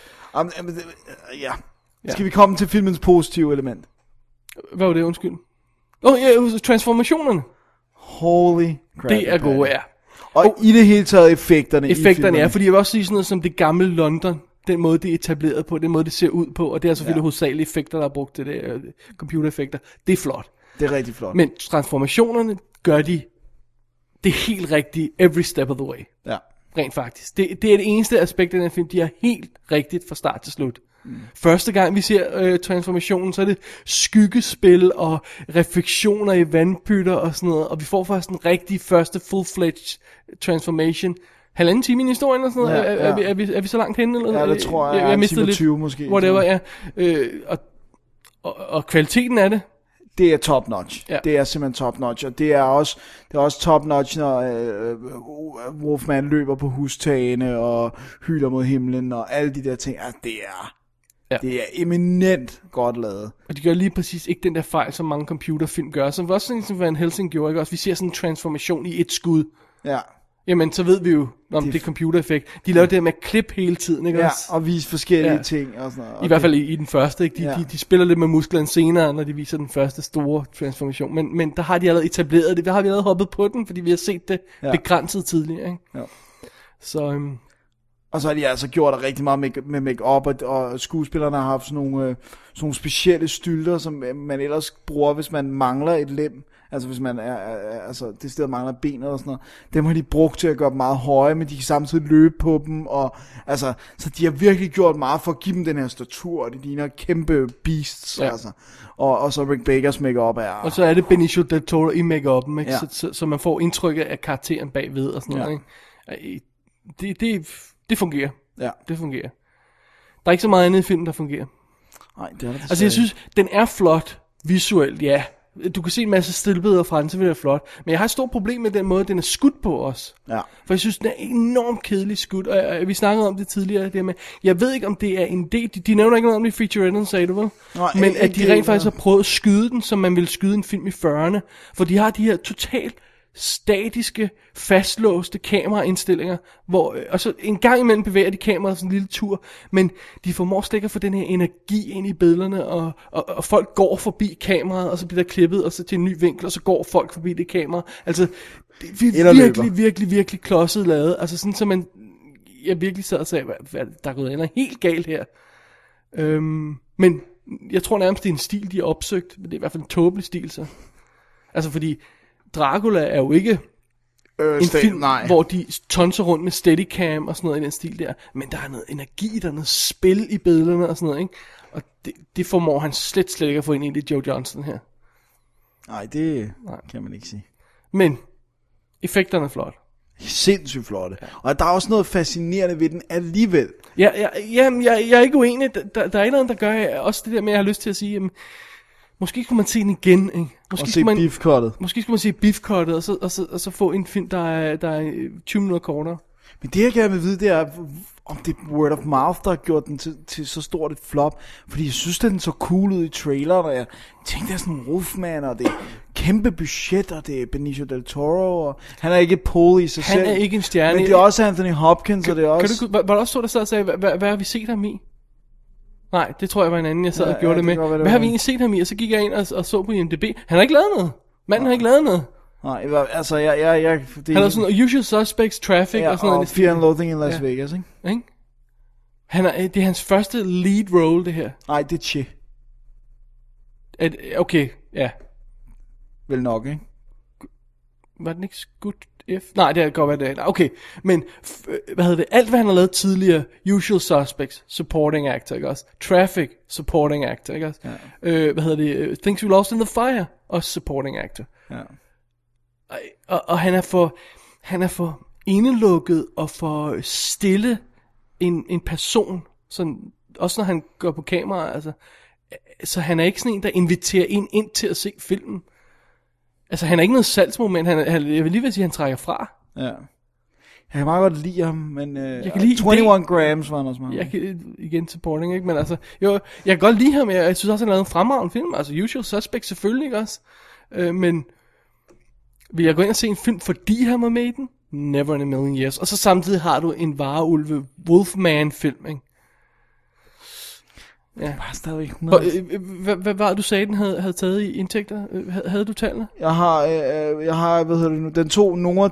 Skal vi komme til filmens positive element? Hvad var det, undskyld? Transformationerne. Holy crap. Det er gode, ja. Og i det hele taget effekterne. Effekterne, ja, fordi jeg vil også sige sådan noget som det gamle London. Den måde, det er etableret på, den måde, det ser ud på, og det er selvfølgelig hovedsageligt effekter, der er brugt til det, computereffekter. Det er flot. Det er rigtig flot. Men transformationerne gør det helt rigtigt every step of the way. Ja. Rent faktisk. Det er det eneste aspekt af den film, de er helt rigtigt fra start til slut. Første gang vi ser transformationen, så er det skyggespil og refleksioner i vandpytter og sådan noget, og vi får faktisk den rigtige første full-fledged transformation. 1,5 time i historien eller sådan noget. Er vi så langt henne? Eller? Ja, det tror jeg. Jeg mistede lidt. 20 måske. Whatever, ja. Og kvaliteten af det. Det er top notch. Ja. Det er simpelthen top notch, og det er også top notch, når Wolfman løber på hustagene og hyler mod himlen og alle de der ting. Det er eminent godt lavet. Og de gør lige præcis ikke den der fejl, som mange computerfilm gør. Som også sådan som Van Helsing gjorde, ikke? Også vi ser sådan en transformation i et skud. Ja. Jamen, så ved vi jo, om det er computereffekt. De laver det med klip hele tiden, ikke? Ja, og vise forskellige ting og sådan noget. I hvert fald i den første, ikke? De spiller lidt med musklerne senere, når de viser den første store transformation. Men der har de allerede etableret det. Der har vi allerede hoppet på den, fordi vi har set det begrænset tidligere, ikke? Ja. Så, Og så har de altså gjort rigtig meget med make-up, og skuespillerne har haft sådan nogle specielle stylter, som man ellers bruger, hvis man mangler et lem. Altså hvis man altså det sted mangler benet og sådan noget. Dem har de brugt til at gøre dem meget høje, men de kan samtidig løbe på dem. Og, altså, så de har virkelig gjort meget for at give dem den her statur, og de ligner kæmpe beasts. Ja. Altså. Og så Rick Bakers make-up er... Og så er det Benicio del Toro i make-up'en, ikke? Ja. Så man får indtrykket af karakteren bagved og sådan noget. Ikke? Det fungerer. Ja. Det fungerer. Der er ikke så meget andet i filmen, der fungerer. Nej, det er det. Altså jeg synes, den er flot visuelt, ja. Du kan se en masse stillbilleder fra den, så vil det være flot. Men jeg har et stort problem med den måde, den er skudt på os. Ja. For jeg synes, den er enormt kedelig skudt. Og vi snakkede om det tidligere, det med, jeg ved ikke, om det er en del... De nævner ikke noget om det i featuretten, sagde du vel? Nej, men at de rent faktisk har prøvet at skyde den, som man ville skyde en film i 40'erne. For de har de her totalt statiske, fastlåste kameraindstillinger, hvor og så en gang imellem bevæger de kameraet sådan en lille tur, men de formår slet ikke at få den her energi ind i billederne, og folk går forbi kameraet, og så bliver der klippet, og så til en ny vinkel, og så går folk forbi det kamera. Altså, det er virkelig klodset lavet. Altså sådan, så jeg virkelig sad og sagde, hvad der er gået helt galt her. Men jeg tror nærmest, det er en stil, de har opsøgt, men det er i hvert fald en tåbelig stil, så. Altså, fordi Dracula er jo ikke en film, hvor de tonser rundt med steadicam og sådan noget i den stil der. Men der er noget energi, der er noget spil i billederne og sådan noget, ikke? Og det formår han slet ikke at få ind i det Joe Johnston her. Nej, det kan man ikke sige. Men effekterne er flotte. Sindssygt flotte. Ja. Og der er også noget fascinerende ved den alligevel. Jeg er ikke uenig. Der er et eller andet, der gør også det der med, at jeg har lyst til at sige, jamen, måske skulle man se den igen, ikke? Måske skulle man se beefcuttet. Måske skulle man se beefcuttet, og så få en film, der er 20 minutter kortere. Men det jeg gerne vil vide, det er, om det er word of mouth, der har gjort den til så stort et flop. Fordi jeg synes, den så cool ud i traileren, og jeg tænkte, det er sådan en Wolfman, og det er kæmpe budget, og det er Benicio del Toro, og han er ikke Paul i sig selv. Han er ikke en stjerne. Men det er også Anthony Hopkins, og det er også... Var der også så, der sad og sagde, hvad har vi set ham i? Nej, det tror jeg var en anden, jeg sad og gjorde det med. Hvad har vi egentlig set ham i? Og så gik jeg ind og så på IMDb. Han har ikke lavet noget. Manden har ikke lavet noget. Nej, altså jeg han har sådan Usual Suspects, Traffic og sådan noget. Og Fear and Loathing in Las Vegas, ikke? Det er hans første lead role, det her. Nej, det er Che. Okay, ja. Vel nok, ikke? Var den ikke skudt Nej, det er godt være det. Okay, men alt hvad han har lavet tidligere, Usual Suspects, supporting actor, ikke også? Traffic, supporting actor, ikke også? Ja. Things We Lost in the Fire, også supporting actor. Ja. Og han er for indelukket og for stille en person, sådan, også når han går på kamera, altså, så han er ikke sådan en, der inviterer ind til at se filmen. Altså, han er ikke noget salgsmoment. Jeg vil lige vil sige, at han trækker fra. Ja. Jeg kan meget godt lide ham, men... jeg kan lide 21 Grams var han også meget. Jeg kan igen supporting, ikke? Men altså... Jo, jeg kan godt lide ham, jeg synes også, han har lavet en fremragende film. Altså, Usual Suspects selvfølgelig, ikke også? Men... Vil jeg gå ind og se en film, fordi han var med i den? Never in a million years. Og så samtidig har du en vareulve Wolfman-film, ikke? Ja. Det var stadigvæk 100. Hvad var du sagde, den havde taget i indtægter? Havde du tallene? Jeg har hvad hedder det nu? Den tog nummer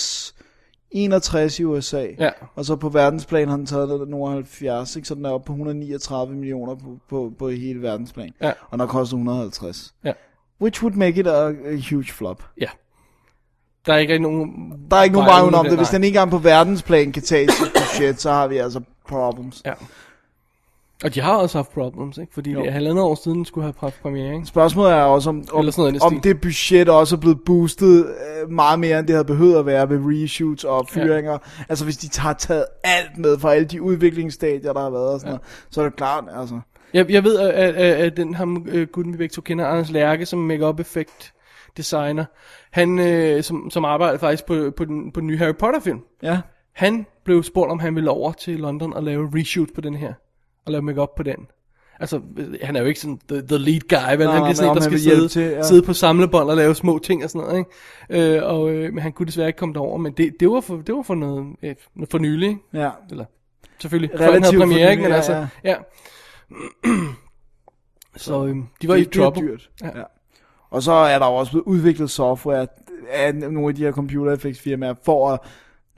61 i USA. Ja. Og så på verdensplan har den taget nummer 70, ikke? Så den er oppe på 139 millioner på hele verdensplan. Ja. Og den koster 150. Ja. Which would make it a huge flop. Ja. Der er ikke nogen vej om det. Hvis den ikke engang på verdensplan kan tage sit budget, så har vi altså problems. Ja. Og de har også haft problems, ikke? Fordi det er 1,5 år siden, den skulle have haft premiere, ikke? Spørgsmålet er også, om det budget også er blevet boostet meget mere, end det havde behøvet at være ved reshoots og fyringer. Ja. Altså, hvis de har taget alt med fra alle de udviklingsstadier, der har været og sådan noget, så er det klart, altså. Jeg ved, at den gutten, vi begge to kender, Anders Lærke, som make-up effect designer, han, som arbejder faktisk på den nye Harry Potter film. Ja. Han blev spurgt, om han ville over til London og lave reshoot på den her. Og lave make-up på den. Altså, han er jo ikke sådan the lead guy, vel? Han bliver sådan en, der skal sidde på samlebånd og lave små ting og sådan noget, ikke? Men han kunne desværre ikke komme derover. Men det var for noget for nylig, ikke? Ja. Eller, selvfølgelig, før han havde premiere, ikke? Men altså, ja. Så de var i trouble. Dyrt. Ja. Og så er der jo også blevet udviklet software af nogle af de her computer effects firmaer for at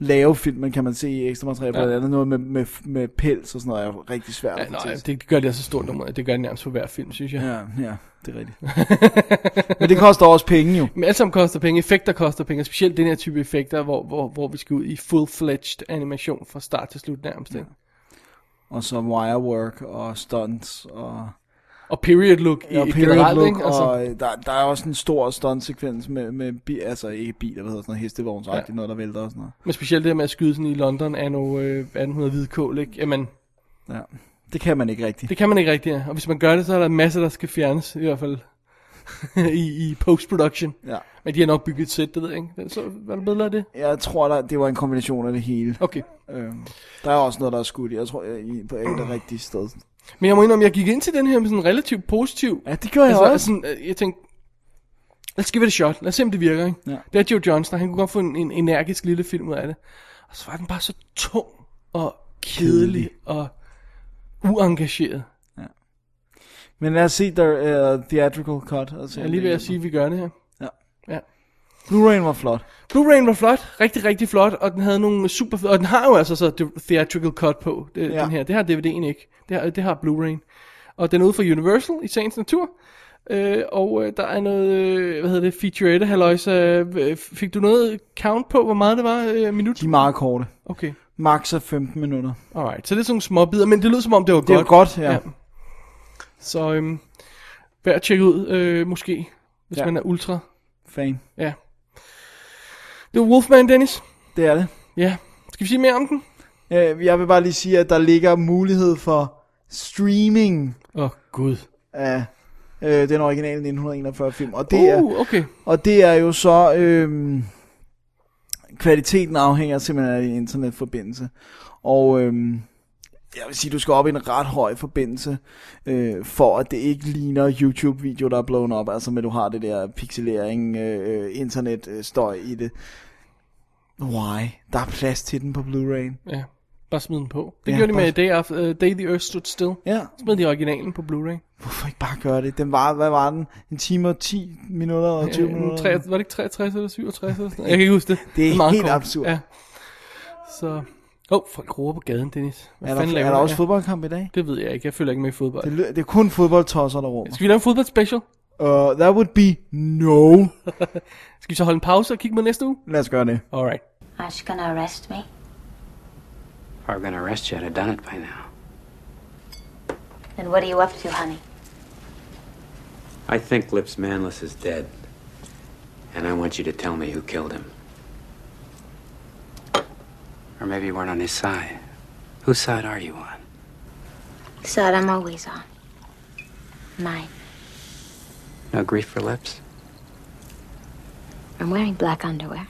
lave filmen, kan man se i ekstra materiale, blandt andet noget med pels og sådan noget, er rigtig svært at få til. Det gør det altså stort nummer. Det gør det nærmest for hver film, synes jeg. Ja, det er rigtigt. Men det koster også penge jo. Men alt sammen koster penge. Effekter koster penge. Specielt den her type effekter, hvor vi skal ud i full-fledged animation fra start til slut nærmest. Ja. Og så wirework og stunts og period look i generelt, look, ikke? Altså. Og der er også en stor stunt-sekvens med altså ikke biler, hvad hedder sådan noget, hestevognsagtigt, noget der vælter og sådan noget. Men specielt det her med at skyde sådan i London anno 1800 hvidkål, ikke? Jamen, ja, det kan man ikke rigtigt. Det kan man ikke rigtigt, ja. Og hvis man gør det, så er der masser, der skal fjernes, i hvert fald i post-production. Ja. Men de har nok bygget et sæt, det ved jeg ikke. Så var der bedre af det? Jeg tror, det var en kombination af det hele. Okay. Der er også noget, der er skudt. Jeg tror, på et rigtigt sted. Men jeg må indrømme, jeg gik ind til den her med sådan relativt positiv. Ja, det gjorde jeg også. Sådan, jeg tænkte, lad os give det et shot. Lad os se, om det virker, ikke? Ja. Det er Joe Johnston. Han kunne godt få en energisk lille film ud af det. Og så var den bare så tung og kedelig og uengageret. Ja. Men lad os se theatrical cut. Altså, jeg er lige ved at sige, at vi gør det her. Ja. Blu-ray'en var flot. Blu-ray'en var flot. Rigtig, rigtig flot. Og den havde nogle super... Og den har jo altså så theatrical cut på, den her. Det har DVD'en ikke. Det har Blu-ray'en. Og den er ude fra Universal i sagens natur. Og der er noget, featurette halløjsa. Fik du noget count på, hvor meget det var? Minut? De er meget korte. Okay. Max er 15 minutter. Alright, så det er sådan nogle små bidder, men det lyder som om det var godt. Det var godt, ja. Så værd at tjekke ud, måske, hvis man er ultra fan. Ja. Det var Wolfman, Dennis. Det er det. Ja. Skal vi sige mere om den? Jeg vil bare lige sige, at der ligger mulighed for streaming. Gud. Af den originale 1941 film. Og det okay. Og det er jo så kvaliteten afhænger simpelthen af din internetforbindelse. Og jeg vil sige, du skal op i en ret høj forbindelse, for at det ikke ligner YouTube-video, der er blown op. Altså med, du har det der pixelering, internetstøj i det. Why? Der er plads til den på Blu-ray. Ja, bare smid den på. Det gjorde de med Day the Earth Stood Still. Ja. Smed de originalen på Blu-ray. Hvorfor ikke bare gøre det? Den var, hvad var den? En time og 10 minutter og 20 minutter? Var det ikke 63 eller 67 eller sådan? Jeg kan ikke huske det. Det er helt absurd. Ja. Så... folk råber på gaden, Dennis. Er der også fodboldkamp i dag? Det ved jeg ikke. Jeg følger ikke med i fodbold. Det er kun fodboldtosser, der råber. Skal vi lave en fodboldspecial? That would be no. Skal vi så holde en pause og kigge med næste uge? Lad os gøre det. Alright. Are you gonna arrest me? If I were gonna arrest you, I'd have done it by now. Then what are you up to, honey? I think Lips Manless is dead. And I want you to tell me who killed him. Or maybe you weren't on his side. Whose side are you on? The side I'm always on. Mine. No grief for Lips? I'm wearing black underwear.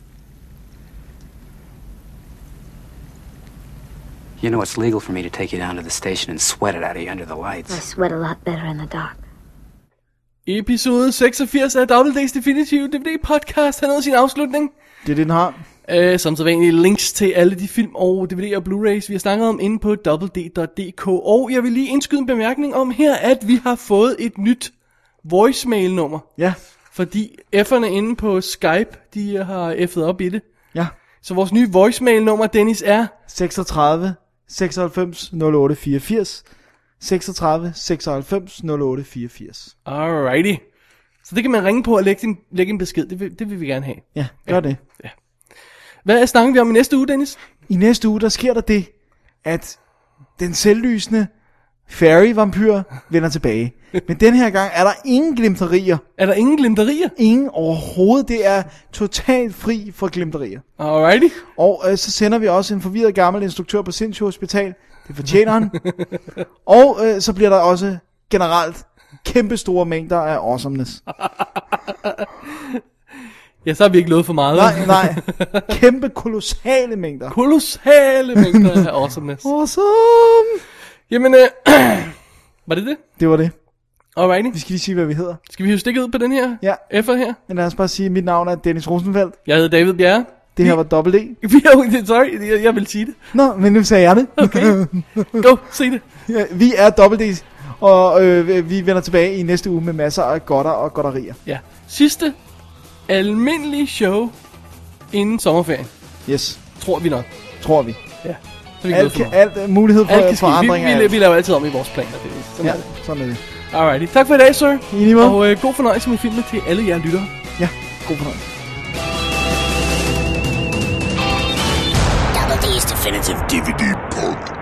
You know it's legal for me to take you down to the station and sweat it out of you under the lights. I sweat a lot better in the dark. Episode 86 af Double D's Definitive DVD podcast har nået sin afslutning. Det den har. Som så vanligt links til alle de film og DVD og Blu-rays, vi har snakket om inde på www.dk. Og jeg vil lige indskyde en bemærkning om her, at vi har fået et nyt voicemail-nummer. Ja. Fordi F'erne inde på Skype, de har F'et op i det. Ja. Så vores nye voicemail-nummer, Dennis, er 36 96 08 84. 36 96 08 84. Alrighty. Så det kan man ringe på og lægge en besked. Det vil vi gerne have. Ja, gør det. Ja. Hvad snakker vi om i næste uge, Dennis? I næste uge, der sker der det, at den selvlysende fairy-vampyr vender tilbage. Men den her gang er der ingen glimterier. Er der ingen glimterier? Ingen overhovedet. Det er totalt fri for glimterier. Alrighty. Og så sender vi også en forvirret gammel instruktør på Sindssyge Hospital. Det fortjener han. Og så bliver der også generelt kæmpe store mængder af awesomeness. Ja, så har vi ikke lovet for meget. Nej. Kæmpe, kolossale mængder. Kolossale mængder af awesomeness. Awesome. Jamen, var det det? Det var det. Alrighty. Vi skal lige sige, hvad vi hedder. Skal vi hive stikket ud på den her? Ja. F'er her? Men lad os bare sige, at mit navn er Dennis Rosenfeldt. Jeg hedder David Bjerre. Det her var Double D. Sorry, jeg vil sige det. Nå, men nu sagde jeg det. Okay. Go, sig det. Ja, vi er Double D, og vi vender tilbage i næste uge med masser af godter og godterier. Ja. Sidste almindelige show inden sommerferien. Yes. Tror vi nok. Tror vi. Ja. Så Alt mulighed for forandring. Vi laver altid om i vores planer. Sådan er det. Sådan er det. Alrighty. Tak for i dag, sir. I lige måde. Og god fornøjelse med filmen til alle jer lyttere. Ja, god fornøjelse. Double D's Definitive DVD Podcast.